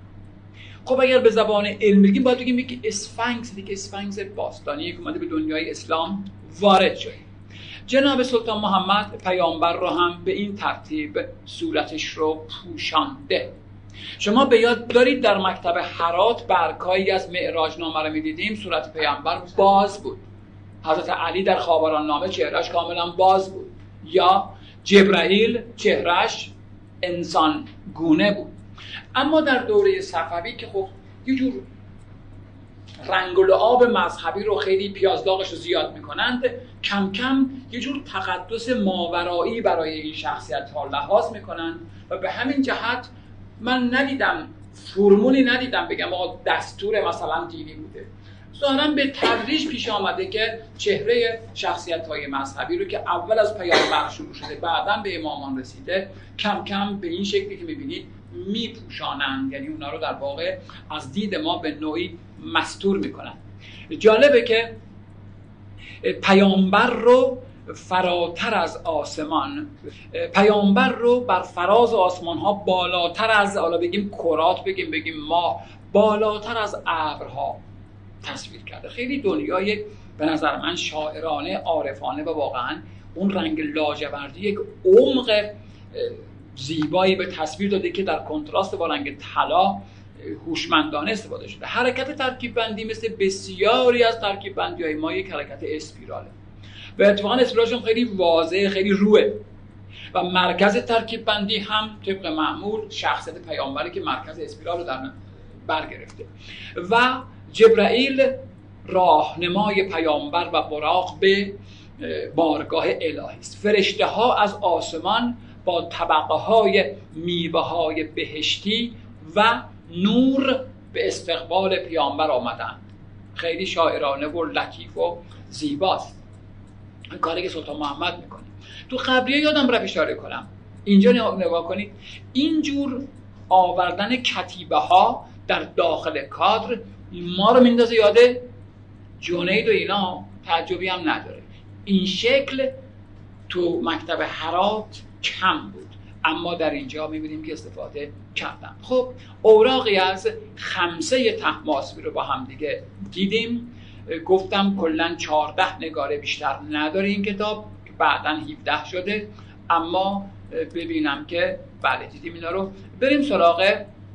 [SPEAKER 2] خب اگر به زبان علمی بگیم باید بگیم یک اسفنکس، دیگه اسفنکس باستانی که اومده به دنیای اسلام وارد شده. جناب سلطان محمد پیامبر رو هم به این ترتیب صورتش رو پوشانده. شما به یاد دارید در مکتب هرات برگهایی از معراج نامه رو می‌دیدیم، صورت پیامبر باز بود. حضرت علی در خاوران نامه چهرهش کاملا باز بود، یا جبرائیل چهرهش انسان گونه بود. اما در دوره صفوی که خب یه جور رنگ و لعاب مذهبی رو خیلی پیازداغش رو زیاد میکنند، کم کم یه جور تقدس ماورایی برای این شخصیت ها لحاظ میکنند و به همین جهت من ندیدم، فرمولی ندیدم بگم آقا دستور مثلا دینی بوده. ظاهراً به تدریج پیش آمده که چهره شخصیت‌های مذهبی رو که اول از پیامبر شروع شده بعداً به امامان رسیده کم کم به این شکلی که می‌بینید میپوشانند، یعنی اونا رو در واقع از دید ما به نوعی مستور میکنن. جالبه که پیامبر رو فراتر از آسمان، پیامبر رو بر فراز آسمان ها بالاتر از، حالا بگیم کرات، بگیم بگیم ماه، بالاتر از ابرها تصویر کرده. خیلی دنیای به نظر من شاعرانه، عارفانه و واقعا اون رنگ لاجوردی یک عمق زیبایی به تصویر داده که در کنتراست با رنگ طلا هوشمندانه استفاده شده. حرکت ترکیب بندی مثل بسیاری از ترکیب بندی های ما یک حرکت اسپیراله و اتفاقا اسپیرالشون خیلی واضحه، خیلی روه و مرکز ترکیب بندی هم طبق معمول شخصیت پیامبری که مرکز اسپیرال رو در بر گرفته و جبرائیل راهنمای پیامبر و براق به بارگاه الهی است. فرشته ها از آسمان با طبقه های میوه های بهشتی و نور به استقبال پیامبر آمدن. خیلی شاعرانه و لطیف و زیباست کاری که سلطان محمد میکنه. تو قبلیه یادم رفت اشاره کنم، اینجا نگاه کنید، اینجور آوردن کتیبه ها در داخل کادر ما رو میندازه یاده جنید و اینا، تعجبی هم نداره. این شکل تو مکتب هرات کم بود، اما در اینجا میبینیم که استفاده کردن. خب اوراقی از خمسه طهماسبی رو با هم دیگه دیدیم. گفتم کلن چهارده نگاره بیشتر نداره این کتاب که بعداً هفده شده، اما ببینم که بله دیدیم اینا رو. بریم سراغ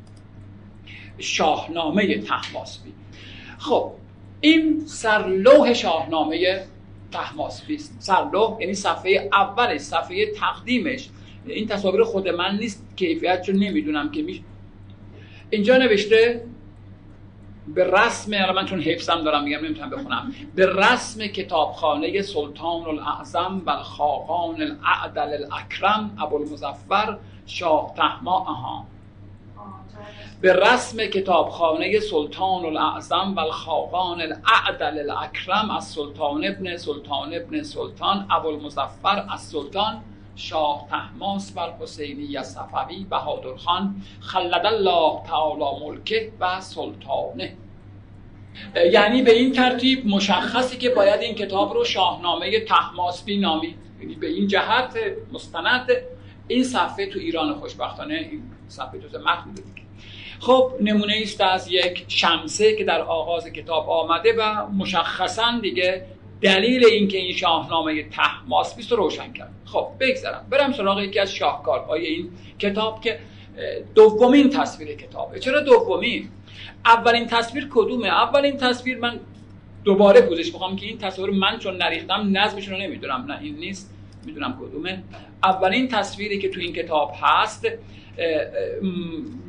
[SPEAKER 2] شاهنامه طهماسبی. خب این سرلوح شاهنامه طهماسبی است. سرلوح یعنی صفحه اولش، صفحه تقدیمش. این تصاویر خود من نیست، کیفیتش رو نمیدونم که می... اینجا نوشته به رسم، الان من چون حفظم دارم میگم نمیتونم بخونم، به رسم کتابخانه سلطان الاعظم و الخاقان الاعدل الاکرم ابوالمظفر شاه طهما اها به رسم کتابخانه سلطان الاعظم و الخاقان الاعدل الاکرم از سلطان ابن سلطان ابن سلطان ابوالمظفر از سلطان شاه طهماسب الحسینی صفوی بهادر خان خلد الله تعالی ملکه و سلطانه. یعنی به این ترتیب مشخصی که باید این کتاب رو شاهنامه طهماسبی نامید، یعنی به این جهت مستند این صفحه تو ایران خوشبختانه این صفحه جزء متن بوده. خب نمونه است از یک شمسه که در آغاز کتاب آمده و مشخصاً دیگه دلیل اینکه این شاهنامه طهماسبی رو روشن کرد. خب بگذارم برم سراغ یکی از شاهکارهای این کتاب که دومین تصویر کتابه. چرا دومین؟ اولین تصویر کدومه؟ اولین تصویر من دوباره پوزش بخوام که این تصویر من چون نریختم نظمشون رو نمیدونم، نه این نیست، میدونم کدومه. اولین تصویری که تو این کتاب هست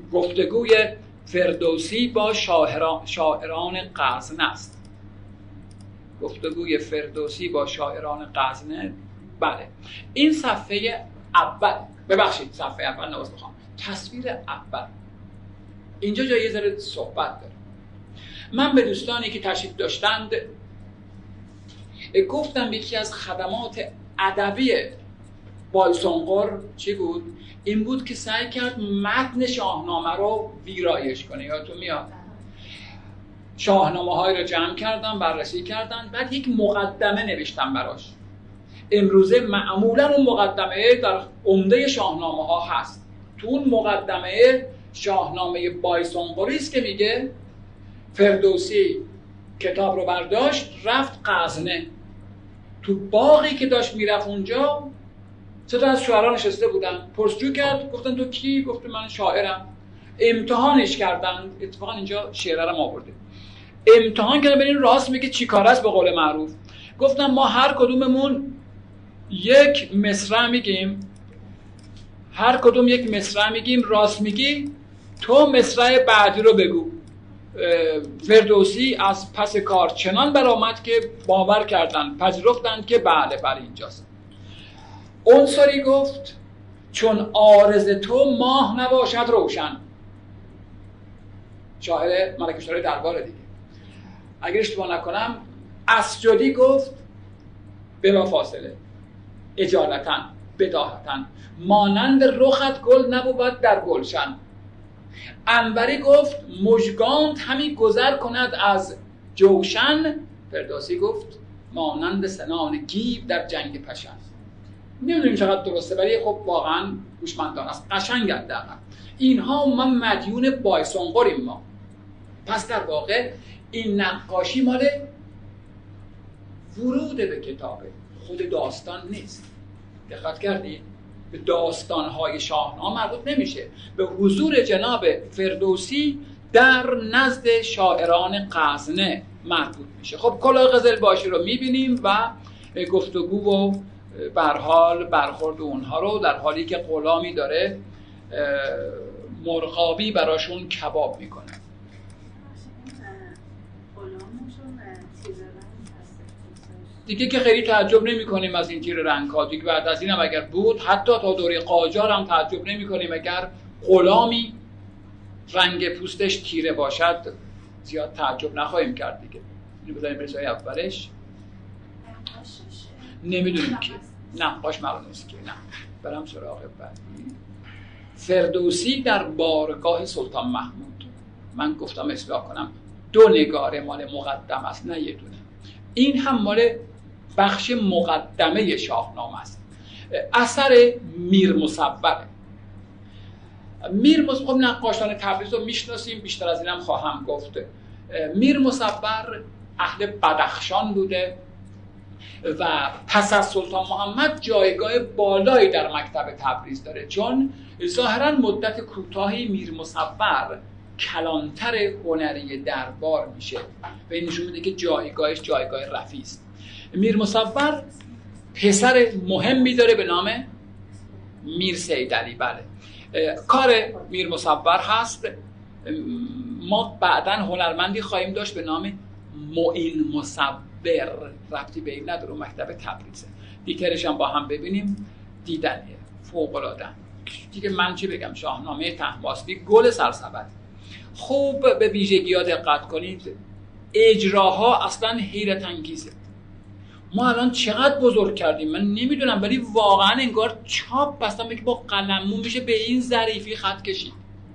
[SPEAKER 2] گفتگوی فردوسی با شاعران شاعران غزنه است. گفتگوی فردوسی با شاعران غزنه. بله این صفحه اول، ببخشید صفحه اول نواز بخوام، تصویر اول. اینجا جایی ذره صحبت داره. من به دوستانی که تشریف داشتند گفتم یکی از خدمات ادبی بایسونقر چی بود؟ این بود که سعی کرد متن شاهنامه رو ویرایش کنه. یادتون میاد شاهنامه های رو جمع کردن، بررسی کردن، بعد یک مقدمه نوشتن براش. امروزه معمولا اون مقدمه در عمده شاهنامه ها هست. تو اون مقدمه شاهنامه بایسونقری است که میگه فردوسی کتاب رو برداشت رفت غزنه. تو باقی که داشت میرفت اونجا سه تا از شاعران نشسته بودن، پرسجو کرد، گفتن تو کی؟ گفت من شاعرم. امتحانش کردن، اتفاقا اینجا شعره رو آورده، امتحان کردن ببینین راست میگه چی کار است. به قول معروف گفتن ما هر کدوممون یک مصرع میگیم، هر کدوم یک مصرع میگیم، راست میگی تو مصرع بعدی رو بگو. فردوسی از پس کار چنان برآمد که باور کردن، پذیرفتند که بله بله اینجاست. عنصری گفت چون عارض تو ماه نباشد روشن. شاعر ملک شاعر دربار دیگه. اگر اشتباه نکنم اسجدی گفت بلا فاصله اجالتاً بداهتاً مانند رخت گل نبود در گلشن. انوری گفت مژگانت همی گذر کند از جوشن. فردوسی گفت مانند سنان گیو در جنگ پشن. نمیدونیم چقدر درسته ولی خب واقعا هوشمندانه است، قشنگ حداقل. اینها ما مدیون بایسونقریم ما. پس در واقع این نقاشی مال ورود به کتابه، خود داستان نیست. دقت کردید؟ به داستان‌های شاهنامه مربوط نمیشه، به حضور جناب فردوسی در نزد شاعران غزنه مربوط میشه. خب کلاه قزلباشی رو میبینیم و گفتگو و به هر حال برخورد اونها رو در حالی که غلامی داره مرغابی براشون کباب میکنه. دیگه که خیلی تعجب نمی کنیم از این تیر رنگ ها دیگه. بعد از این هم اگر بود، حتی تا دوره قاجار هم تعجب نمی کنیم اگر غلامی رنگ پوستش تیره باشد، زیاد تعجب نخواهیم کرد دیگه. اینو بذاریم به جای اولش. نمیدونیم که نقاش معلوم نیست که. نه برم سراغ بعدی. فردوسی در بارگاه سلطان محمود. من گفتم اصلاح کنم، دو نگاره مال مقدم است نه یه دونه. این هم مال بخش مقدمه شاهنامه است. اثر میر مصور. میر مصور خب نقاشان تبریز رو میشناسیم، بیشتر از اینم خواهم گفت. میر مصور اهل بدخشان بوده و پس از سلطان محمد جایگاه بالایی در مکتب تبریز داره، چون ظاهرا مدت کوتاهی میر مصور کلانتر هنری دربار میشه و این نشون میده که جایگاهش جایگاه رفیع است. میر مصور پسر مهمی داره به نام میر سید علی. بله کار میر مصور هست. ما بعداً هنرمندی خواهیم داشت به نام معین مصور، ربطی به این نداره، مکتب تبریزه. دیترش هم با هم ببینیم، دیدنیه، فوق‌العاده. دیگه من چی بگم، شاهنامه طهماسبی گل سرسبد. خوب به ویژگی‌ها دقت کنید، اجراها اصلا حیرت انگیزه. ما الان چقدر بزرگ کردیم من نمیدونم، ولی واقعا انگار چاپ اصلا که با قلمو میشه به این ظریفی خط کشید.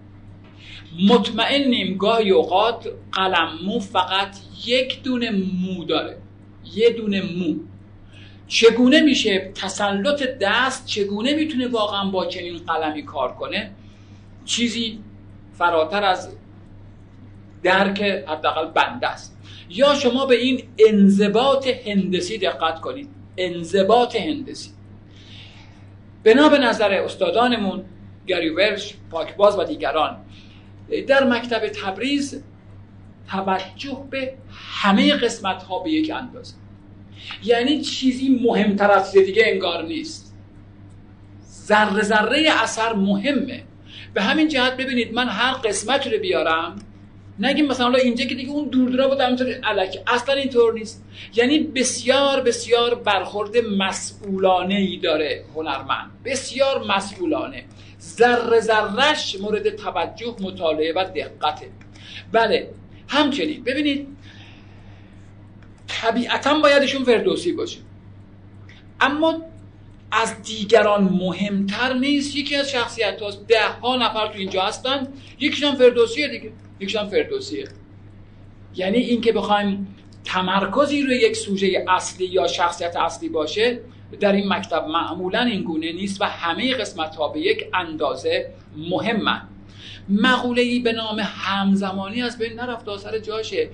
[SPEAKER 2] مطمئنیم گاهی اوقات قلمو فقط یک دونه مو داره، یه دونه مو. چگونه میشه تسلط دست، چگونه میتونه واقعا با چنین قلمی کار کنه، چیزی فراتر از درک حداقل بنده است. یا شما به این انضباط هندسی دقت کنید، انضباط هندسی. بنا به نظر استادانمون گریورش، پاکباز و دیگران، در مکتب تبریز توجه به همه قسمت ها به یک اندازه، یعنی چیزی مهمتر از دیگه انگار نیست. ذره ذره اثر مهمه. به همین جهت ببینید من هر قسمت رو بیارم نگیم مثلا اینجا که دیگه اون دور دورا بود همینطور الکی، اصلا اینطور نیست. یعنی بسیار بسیار برخورد مسئولانه‌ای داره هنرمند، بسیار مسئولانه، ذره ذره‌اش مورد توجه، مطالعه و دقته. بله همچنین ببینید طبیعتاً باید ایشون فردوسی باشه، اما از دیگران مهمتر نیست. یکی از شخصیت هاست، ده ها نفر تو اینجا هستن، یکیشون فردوسیه دیگه، یکیشون فردوسیه. یعنی این که بخوایم تمرکزی روی یک سوژه اصلی یا شخصیت اصلی باشه در این مکتب معمولا این گونه نیست و همه قسمت ها به یک اندازه مهمن. مقوله‌ای به نام همزمانی از بین نرفت، سر جاشه.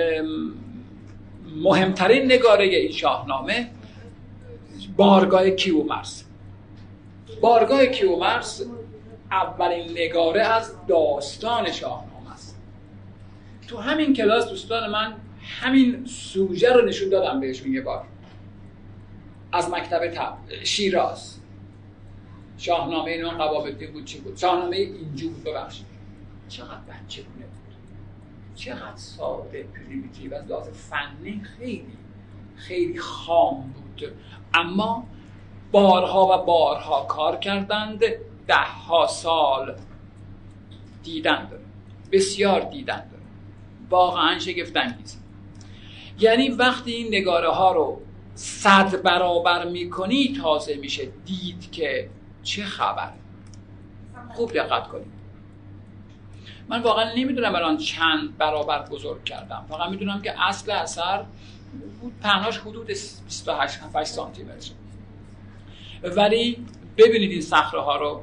[SPEAKER 2] مهمترین نگاره این شاهنامه بارگاه کیومرث. بارگاه کیومرث اولین نگاره از داستان شاهنامه است. تو همین کلاس دوستان من همین سوژه رو نشون دادم بهشون یه بار از مکتب تب... شیراز. شاهنامه اینو قباب‌الدین بود چی بود؟ شاهنامه اینجو بود. ببخشید چقدر بچگونه بود، چقدر ساده، پریمیتیو، از لحاظ فنی خیلی خیلی خام بود، اما بارها و بارها کار کردند، ده ها سال دیدن داره، بسیار دیدن داره، واقعا شگفت انگیز. یعنی وقتی این نگاره ها رو صد برابر میکنی تازه میشه دید که چه خبر. خوب دقت کنید. من واقعا نمیدونم الان چند برابر بزرگ کردم، فقط میدونم که اصل اثر پهناش حدود بیست و هشت سانتی متر. ولی ببینید این صخره ها رو،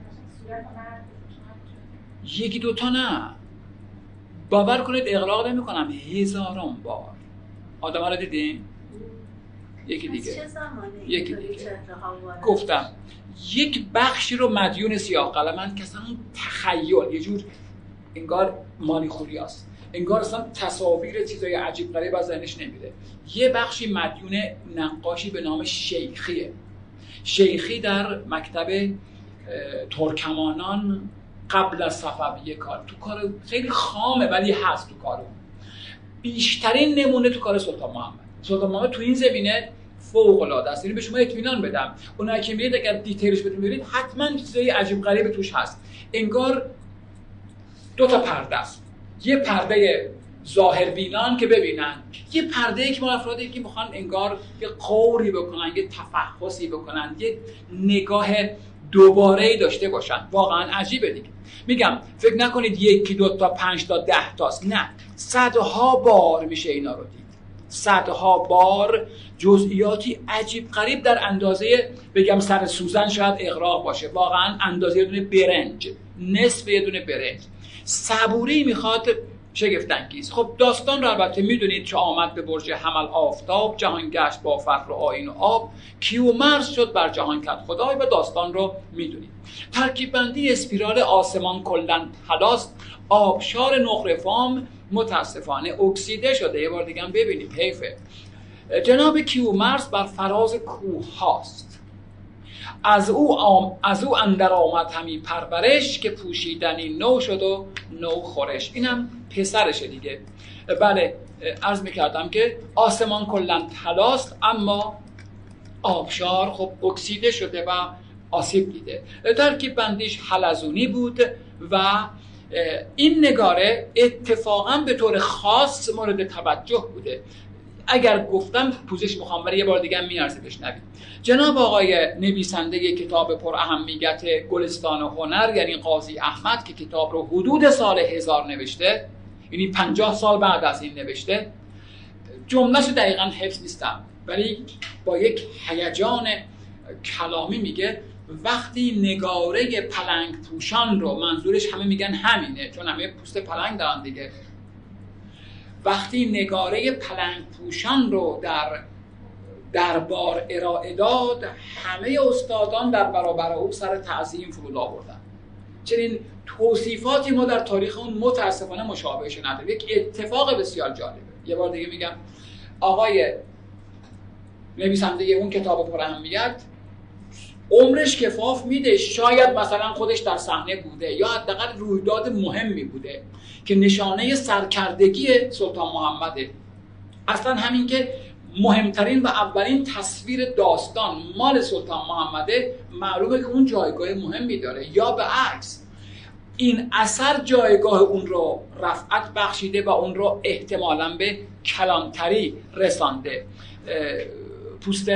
[SPEAKER 2] یکی دوتا نه، باور کنید اغراق نمی کنم، هزاران بار. آدم ها رو دیدین؟ یکی دیگه یکی دیگه گفتم یک بخشی رو مدیون سیاه قلمن که اصلا تخیل یه جور انگار مانیخوری هست، انگار اصلا تصاویر چیزای عجیب غریب از ذهنش نمیره. یه بخشی مدیون نقاشی به نام شیخیه. شیخی در مکتب ترکمانان قبل از صفویه کار تو کار خیلی خامه ولی هست تو کارو. بیشترین نمونه تو کار سلطان محمد. سلطان محمد تو این زمینه فوق العاده است. یعنی به شما اطمینان بدم اونایی که میرید اگر دیتیلش بدون برید حتما چیزای عجیب غریب توش هست. انگار دو تا پرده است. یه پرده ظاهربینان که ببینن، یه پرده که ما افرادی که میخوان انگار یه قوری بکنن، یه تفحصی بکنن، یه نگاه دوباره‌ای داشته باشن. واقعا عجیبه دیگه. میگم فکر نکنید یکی دو تا پنج تا ده تاست، نه، صدها بار میشه اینا رو دید. صدها بار جزئیاتی عجیب غریب در اندازه بگم سر سوزن شاید اغراق باشه، واقعا اندازه یه دونه برنج، نصف یه دونه برنج. صبوری میخواد شگفت انگیز. خب داستان رو البته میدونید چه آمد به برج حمل آفتاب، جهان گشت با فر و آیین و آب، کیومرث شد بر جهان کد خدای، و داستان رو میدونید. ترکیب بندی اسپیرال آسمان کلن تلاست، آبشار نقره فام متاسفانه اکسیده شده. یه بار دیگه هم ببینید حیفه. جناب کیومرث بر فراز کوه هاست، از او آم از او اندر آمد همی پرورش، که پوشیدنی نو شد و نو خورش. اینم پسرشه دیگه. بله عرض میکردم که آسمان کلن طلاست اما آبشار خب اکسیده شده و آسیب دیده. ترکیب بندیش حلزونی بود و این نگاره اتفاقا به طور خاص مورد توجه بوده. اگر گفتم پوزش مخامره یه بار دیگه هم میارزه بشنوید. جناب آقای نویسنده کتاب پر اهمیت گلستان هنر یعنی قاضی احمد که کتاب رو حدود سال هزار نوشته، یعنی پنجاه سال بعد از این نوشته، جمله‌شو دقیقاً حفظ نیستم ولی با یک هیجان کلامی میگه وقتی نگاره پلنگ پوشان رو، منظورش همه میگن همینه چون همه پوست پلنگ دارن دیگه، وقتی نگاره پلنگ پوشان رو در دربار ارائه داد، همه استادان در برابر او سر تعظیم فرود آوردن. چنین توصیفاتی ما در تاریخ اون متاسفانه مشابهش نداریم. یک اتفاق بسیار جالبه. یه بار دیگه میگم آقای نویسنده اون کتاب پر اهمیت عمرش کفاف میده شاید مثلا خودش در صحنه بوده یا حداقل رویداد مهمی بوده که نشانه سرکردگی سلطان محمده. اصلا همین که مهمترین و اولین تصویر داستان مال سلطان محمده معلومه که اون جایگاه مهمی داره، یا به عکس این اثر جایگاه اون رو رفعت بخشیده و اون رو احتمالاً به کلانتری رسانده. پوست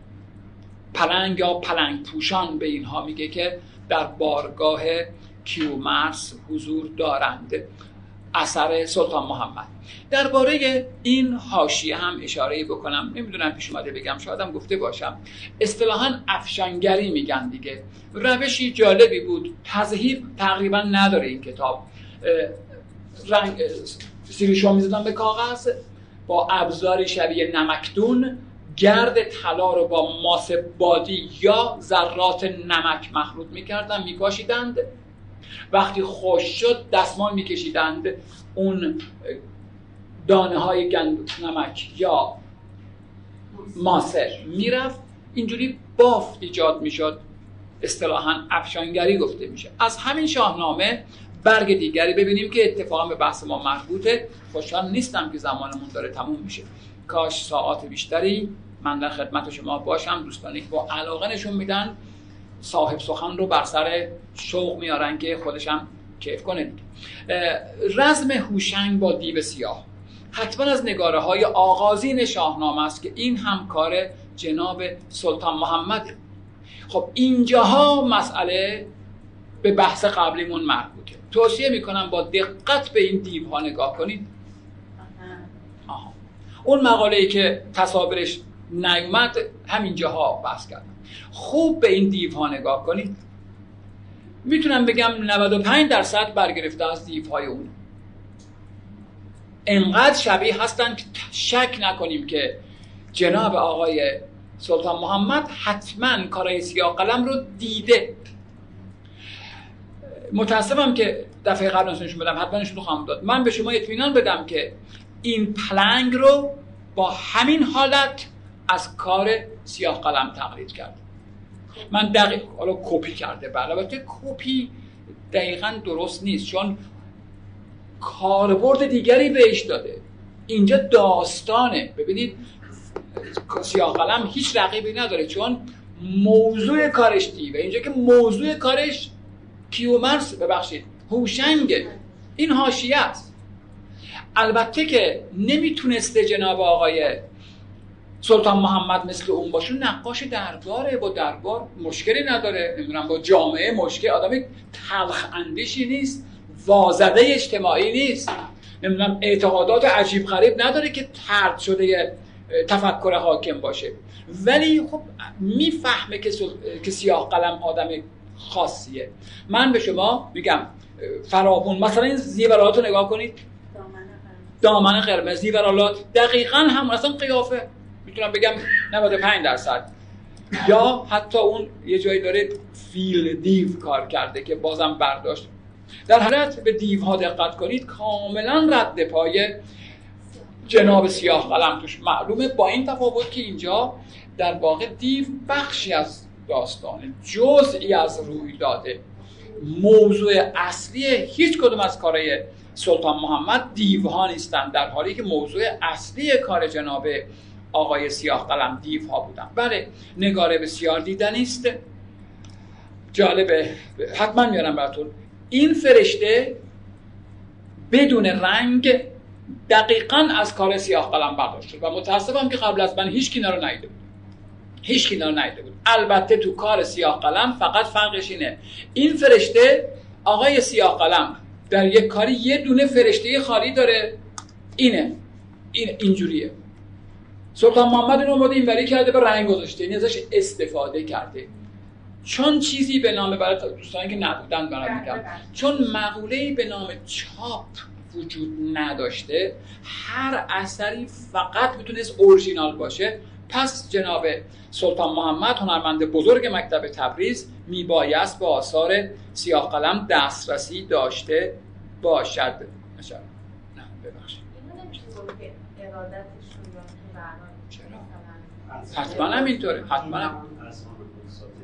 [SPEAKER 2] پلنگ یا پلنگ پوشان به اینها میگه که در بارگاه کیومرث حضور دارند، اثر سلطان محمد. درباره این حاشیه هم اشاره بکنم، نمیدونم پیش اومده بگم، شایدم گفته باشم. اصطلاحاً افشانگری میگن دیگه. روشی جالبی بود، تضهیب تقریبا نداره این کتاب. رنگ سیریشو میزدن به کاغذ، با ابزاری شبیه نمکدون گرد طلا رو با ماس بادی یا ذرات نمک مخلوط میکردن، میکاشیدند. وقتی خوش شد دستمال میکشیدند، اون دانه های گند نمک یا ماسه میرفت، اینجوری بافت ایجاد میشد. اصطلاحاً افشانگری گفته میشه. از همین شاهنامه برگ دیگری ببینیم که اتفاقا به بحث ما مربوطه. خوشحال نیستم که زمانمون داره تموم میشه، کاش ساعات بیشتری من در خدمت شما باشم. دوستانی که با علاقه نشون میدن صاحب سخن رو بر سر شوق میارن که خودشم کیف کنه. رزم هوشنگ با دیو سیاه حتما از نگاره های آغازین شاهنامه است که این هم کار جناب سلطان محمد. خب اینجاها مسئله به بحث قبلیمون مربوطه. توصیه میکنم با دقت به این دیوها نگاه کنید. آها. اون مقاله‌ای که تصاویرش نیومد همینجاها بحث کردم. خوب به این دیوها نگاه کنید. میتونم بگم نود و پنج درصد برگرفته از دیوهای اون. انقدر شبیه هستن که شک نکنیم که جناب آقای سلطان محمد حتما کارای سیاه قلم رو دیده. متاسفم که دفعه قبل نشون بدم، حتما نشون خواهم داد. من به شما اطمینان بدم که این پلنگ رو با همین حالت از کار سیاه قلم تقلید کرد. من دقیق حالا کپی کرده، بله البته کپی دقیقاً درست نیست چون کاربرد دیگری بهش داده. اینجا داستانه. ببینید سیاه قلم هیچ رقیبی نداره چون موضوع کارش دیوه. اینجا که موضوع کارش کیومرث، ببخشید هوشنگه. این حاشیه است. البته که نمیتونسته جناب آقای سلطان محمد مثل اون باشه. نقاش درباره، با دربار مشکلی نداره، نمیدونم با جامعه مشکل، آدم تلخ اندیشی نیست، وازده اجتماعی نیست، نمیدونم اعتقادات عجیب غریب نداره که طرد شده تفکر حاکم باشه. ولی خب میفهمه که, سل... که سیاه قلم آدم خاصیه. من به شما میگم فراوون مثلا این زیورالات رو نگاه کنید، دامن قرمز، زیورالات دقیقاً هم اصلا قیافه میتونم بگم نود و پنج درصد، یا حتی اون یه جایی داره فیل دیو کار کرده که بازم برداشت. در حالت به دیوها دقت کنید کاملا رد پای جناب سیاه قلم توش معلومه، با این تفاوت که اینجا در واقع دیو بخشی از داستانه، جزئی از روی داده. موضوع اصلی هیچ کدوم از کارهای سلطان محمد دیوها نیستن، در حالی که موضوع اصلی کار جناب آقای سیاه قلم دیوها بودن. بله نگاره بسیار دیدنی است، جالبه، حتما میارم براتون. این فرشته بدون رنگ دقیقاً از کار سیاه قلم برداشت شد و متاسفم که قبل از من هیچ کی اینا رو ندیده بود. هیچ کی اینا رو ندیده بود. البته تو کار سیاه قلم فقط فرقش اینه این فرشته آقای سیاه قلم در یک کاری یه دونه فرشته خالی داره، اینه این اینجوریه. سلطان محمد اینو اومده اینوری کرده به رنگ گذاشته، این ازش استفاده کرده. چون چیزی به نام، برای دوستانی که نبودن برای میگم، چون مقوله‌ای به نام چاپ وجود نداشته، هر اثری فقط میتونست اورجینال باشه. پس جناب سلطان محمد هنرمند بزرگ مکتب تبریز میبایست به آثار سیاه قلم دسترسی داشته باشد. مثلا نه ببخشید
[SPEAKER 3] اینو نمیشه گفت که ارادتشون یا تو برنامه
[SPEAKER 2] چرا؟ حتما همینطوره، حتما هم.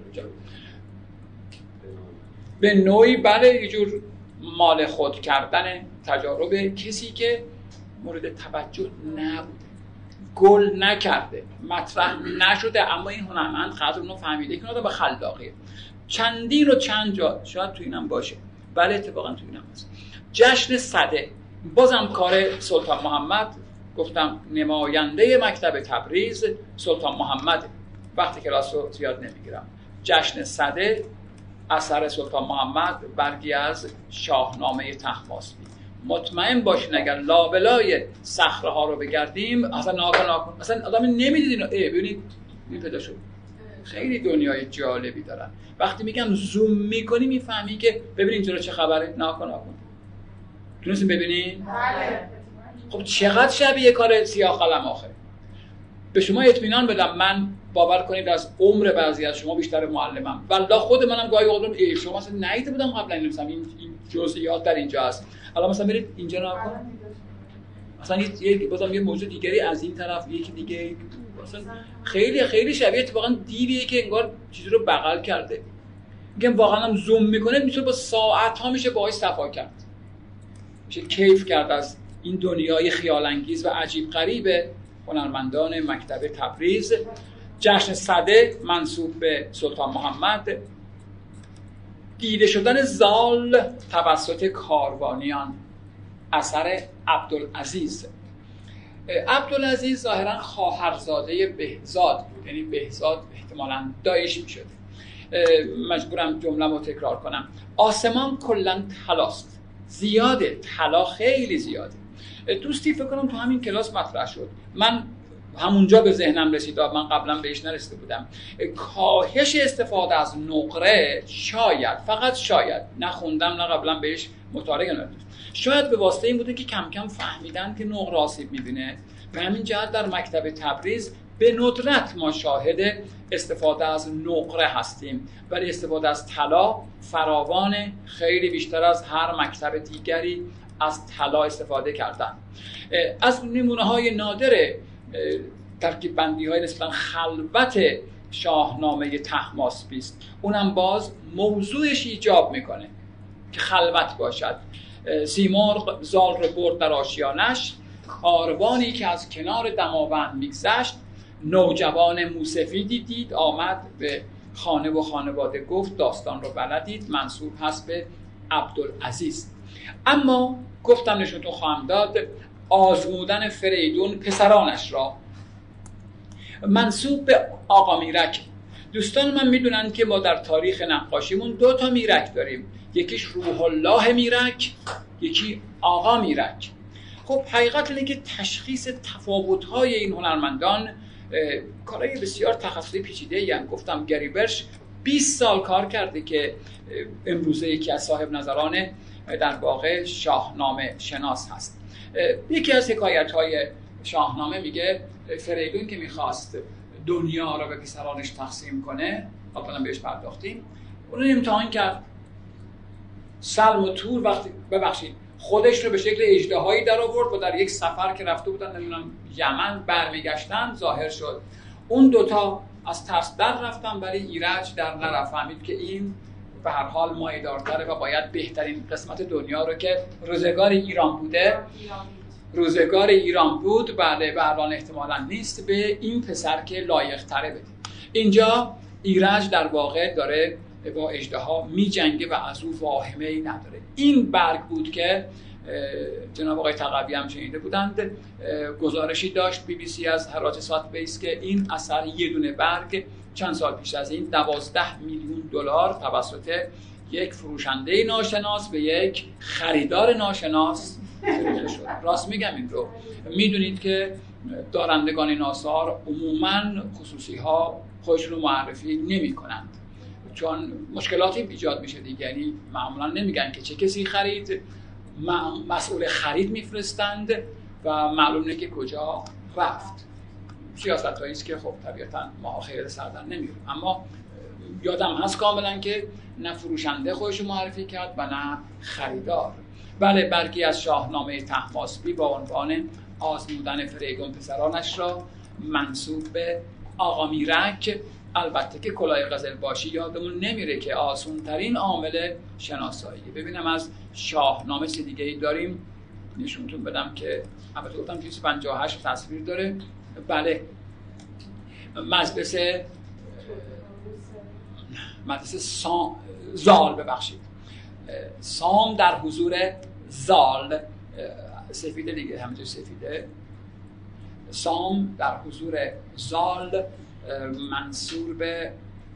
[SPEAKER 2] به نوعی بله یه جور مال خود کردن تجارب کسی که مورد توجه نبوده، گل نکرده، مطرح نشده، اما این هنرمند قدر اونو فهمیده که اونو به خلاقیه. چندین و چند جا شاید تو اینم باشه، بله اتفاقا تو اینم هست. جشن صده بازم کار سلطان محمد، گفتم نماینده مکتب تبریز سلطان محمد، وقتی کلاس رو زیاد نمیگیرم. جشن صده اثر سلطان محمد، برگی از شاهنامه طهماسبی. مطمئن باشین اگر لابلای صخره ها رو بگردیم اصلا ناکن ناکن اصلا آدم نمیدید اینو. ای ببینید این پیدا شد. خیلی دنیای جالبی دارن. وقتی میگم زوم میکنی میفهمی که ببین اینجا چه خبره. ناکن ناکن تونستین ببینین؟ بله. خب چقدر شبیه کار سیاه قلم آخه. به شما اطمینان بدم، من باور کنید از عمر بعضی از شما بیشتر معلمم. والله خود منم گاهی اوقات ای شما مثلا ندیده بودم قبلا این مثلا این جزئیات در اینجا هست. الان مثلا برید اینجا نگاه کن. مثلا یک بازم یه موضوع دیگری از این طرف، یکی دیگه مثلا خیلی خیلی شبیه اتفاقا دیویه که انگار چیزی رو بغل کرده. میگم واقعا هم زوم میکنه میشه با ساعت ها میشه باهاش صفا کرد. میشه کیف کرد از این دنیای خیال انگیز و عجیب غریب هنرمندان مکتب تبریز. جشن صده منسوب به سلطان محمد. دیده شدن زال توسط کاروانیان اثر عبدالعزیز. عبدالعزیز ظاهرا خواهرزاده بهزاد بود، یعنی بهزاد احتمالاً دایش میشد. مجبورم جمله‌مو تکرار کنم. آسمان کلاً طلاست، زیاده، طلا خیلی زیاده. دوستی فکر کنم تو همین کلاس مطرح شد، من همونجا به ذهنم رسید، من قبلا بهش نرسیده بودم. کاهش استفاده از نقره شاید، فقط شاید، نخوندم نه قبلا بهش مطالعه کردم، شاید به واسطه این بوده که کم کم فهمیدن که نقره آسیب می‌بینه. به همین جهت در مکتب تبریز به ندرت ما شاهد استفاده از نقره هستیم، ولی استفاده از طلا فراوانه، خیلی بیشتر از هر مکتب دیگری از طلا استفاده کردن. از نمونه‌های نادر ترکیب بندی های نسبتاً خلوت شاهنامه طهماسبی است. اونم باز موضوعش ایجاب میکنه که خلوت باشد. سیمرغ زال رو برد در آشیانش، کاروانی که از کنار دماوند میگذشت، نوجوان موسفیدی دید آمد به خانه و خانواده گفت داستان رو بلدید. منسوب هست به عبدالعزیز. اما گفتم نشونتون خواهم داد آزمودن فریدون پسرانش را، منسوب به آقا میرک. دوستان من میدونن که ما در تاریخ نقاشیمون دو تا میرک داریم، یکیش روح الله میرک، یکی آقا میرک. خب حقیقت اینه که تشخیص تفاوت‌های این هنرمندان کارهای بسیار تخصصی پیچیده‌ای هستند. گفتم گریبرش بیست سال کار کرده که امروزه یکی از صاحب نظران در واقع شاهنامه شناس هست. یکی از حکایت‌های شاهنامه میگه فریدون که میخواست دنیا را به پسرانش تقسیم کنه، قبلا بهش پرداختیم، اون امتحان کرد. سلم و تور وقتی ببخشید خودش رو به شکل اژدهایی در آورد و در یک سفر که رفته بودن نمیدونم یمن برمیگشتن ظاهر شد. اون دوتا از ترس در رفتن ولی ایرج در نرفت، فهمید که این به هر حال مایه‌دارتره و باید بهترین قسمت دنیا رو که روزگار ایران بوده روزگار ایران بود بله و الان احتمالاً نیست به این پسر که لایق تره بده. اینجا ایرج در واقع داره با اژدها می جنگه و از او واهمه‌ای نداره. این برگ بود که جناب آقای تقوی هم شنیده بودند، گزارشی داشت بی بی سی از هراج سات بیس که این اثر یه دونه برگ چند سال پیش از این دوازده میلیون دلار توسط یک فروشنده ناشناس به یک خریدار ناشناس فروخته شد. راست میگم این رو. میدونید که دارندگان این آثار عموماً خصوصی ها خودشون رو معرفی نمی کنند چون مشکلاتی ایجاد میشه دیگه. یعنی معمولا نمیگن که چه کسی خرید، مسئول خرید میفرستند و معلوم نه که کجا رفت. سیاستایی است که خب طبیعتاً ما خیلی سردن نمیریم. اما یادم هست کاملا که نه فروشنده خودش معرفی کرد و نه خریدار. بله برگی از شاهنامه طهماسبی با عنوان آزمودن فریدون پسرانش را منسوب به آقا میرک البته که کلاه قزلباشی یادمون نمیره که آسون ترین عامل شناسایی. ببینم از شاهنامه چیز دیگه ای داریم نشونتون بدم که البته گفتم دویست و پنجاه و هشت تصویر داره. بله، مجلس مجلس سام زال ببخشید سام در حضور زال، سفیده دیگه، همینجور سفیده. سام در حضور زال منصوب به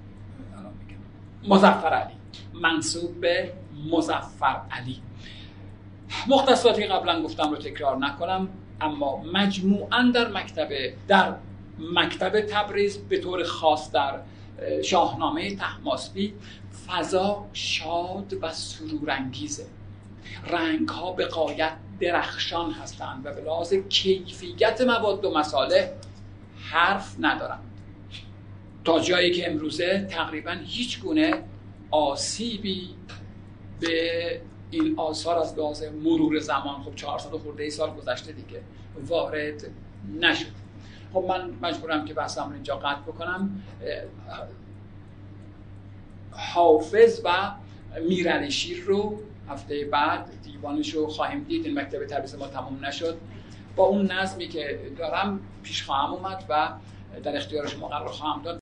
[SPEAKER 2] مظفر علی، منصوب به مظفر علی. مختصراتی قبلا گفتم رو تکرار نکنم، اما مجموعاً در مکتب در مکتب تبریز به طور خاص در شاهنامه طهماسبی فضا شاد و سرورانگیزه. رنگ‌ها به غایت درخشان هستند و به لحاظ کیفیت مواد و مصالح حرف ندارند، تا جایی که امروزه تقریبا هیچ گونه آسیبی به این آثار از لحاظ مرور زمان، خب چهارصد خورده ای سال گذشته دیگه، وارد نشد. خب من مجبورم که بحثم رو اینجا قطع بکنم. حافظ و میرعلی شیر رو هفته بعد دیوانش رو خواهیم دید. این مکتب تبریز ما تموم نشد. با اون نظمی که دارم پیش خواهم اومد و در اختیار شما قرار خواهم داد.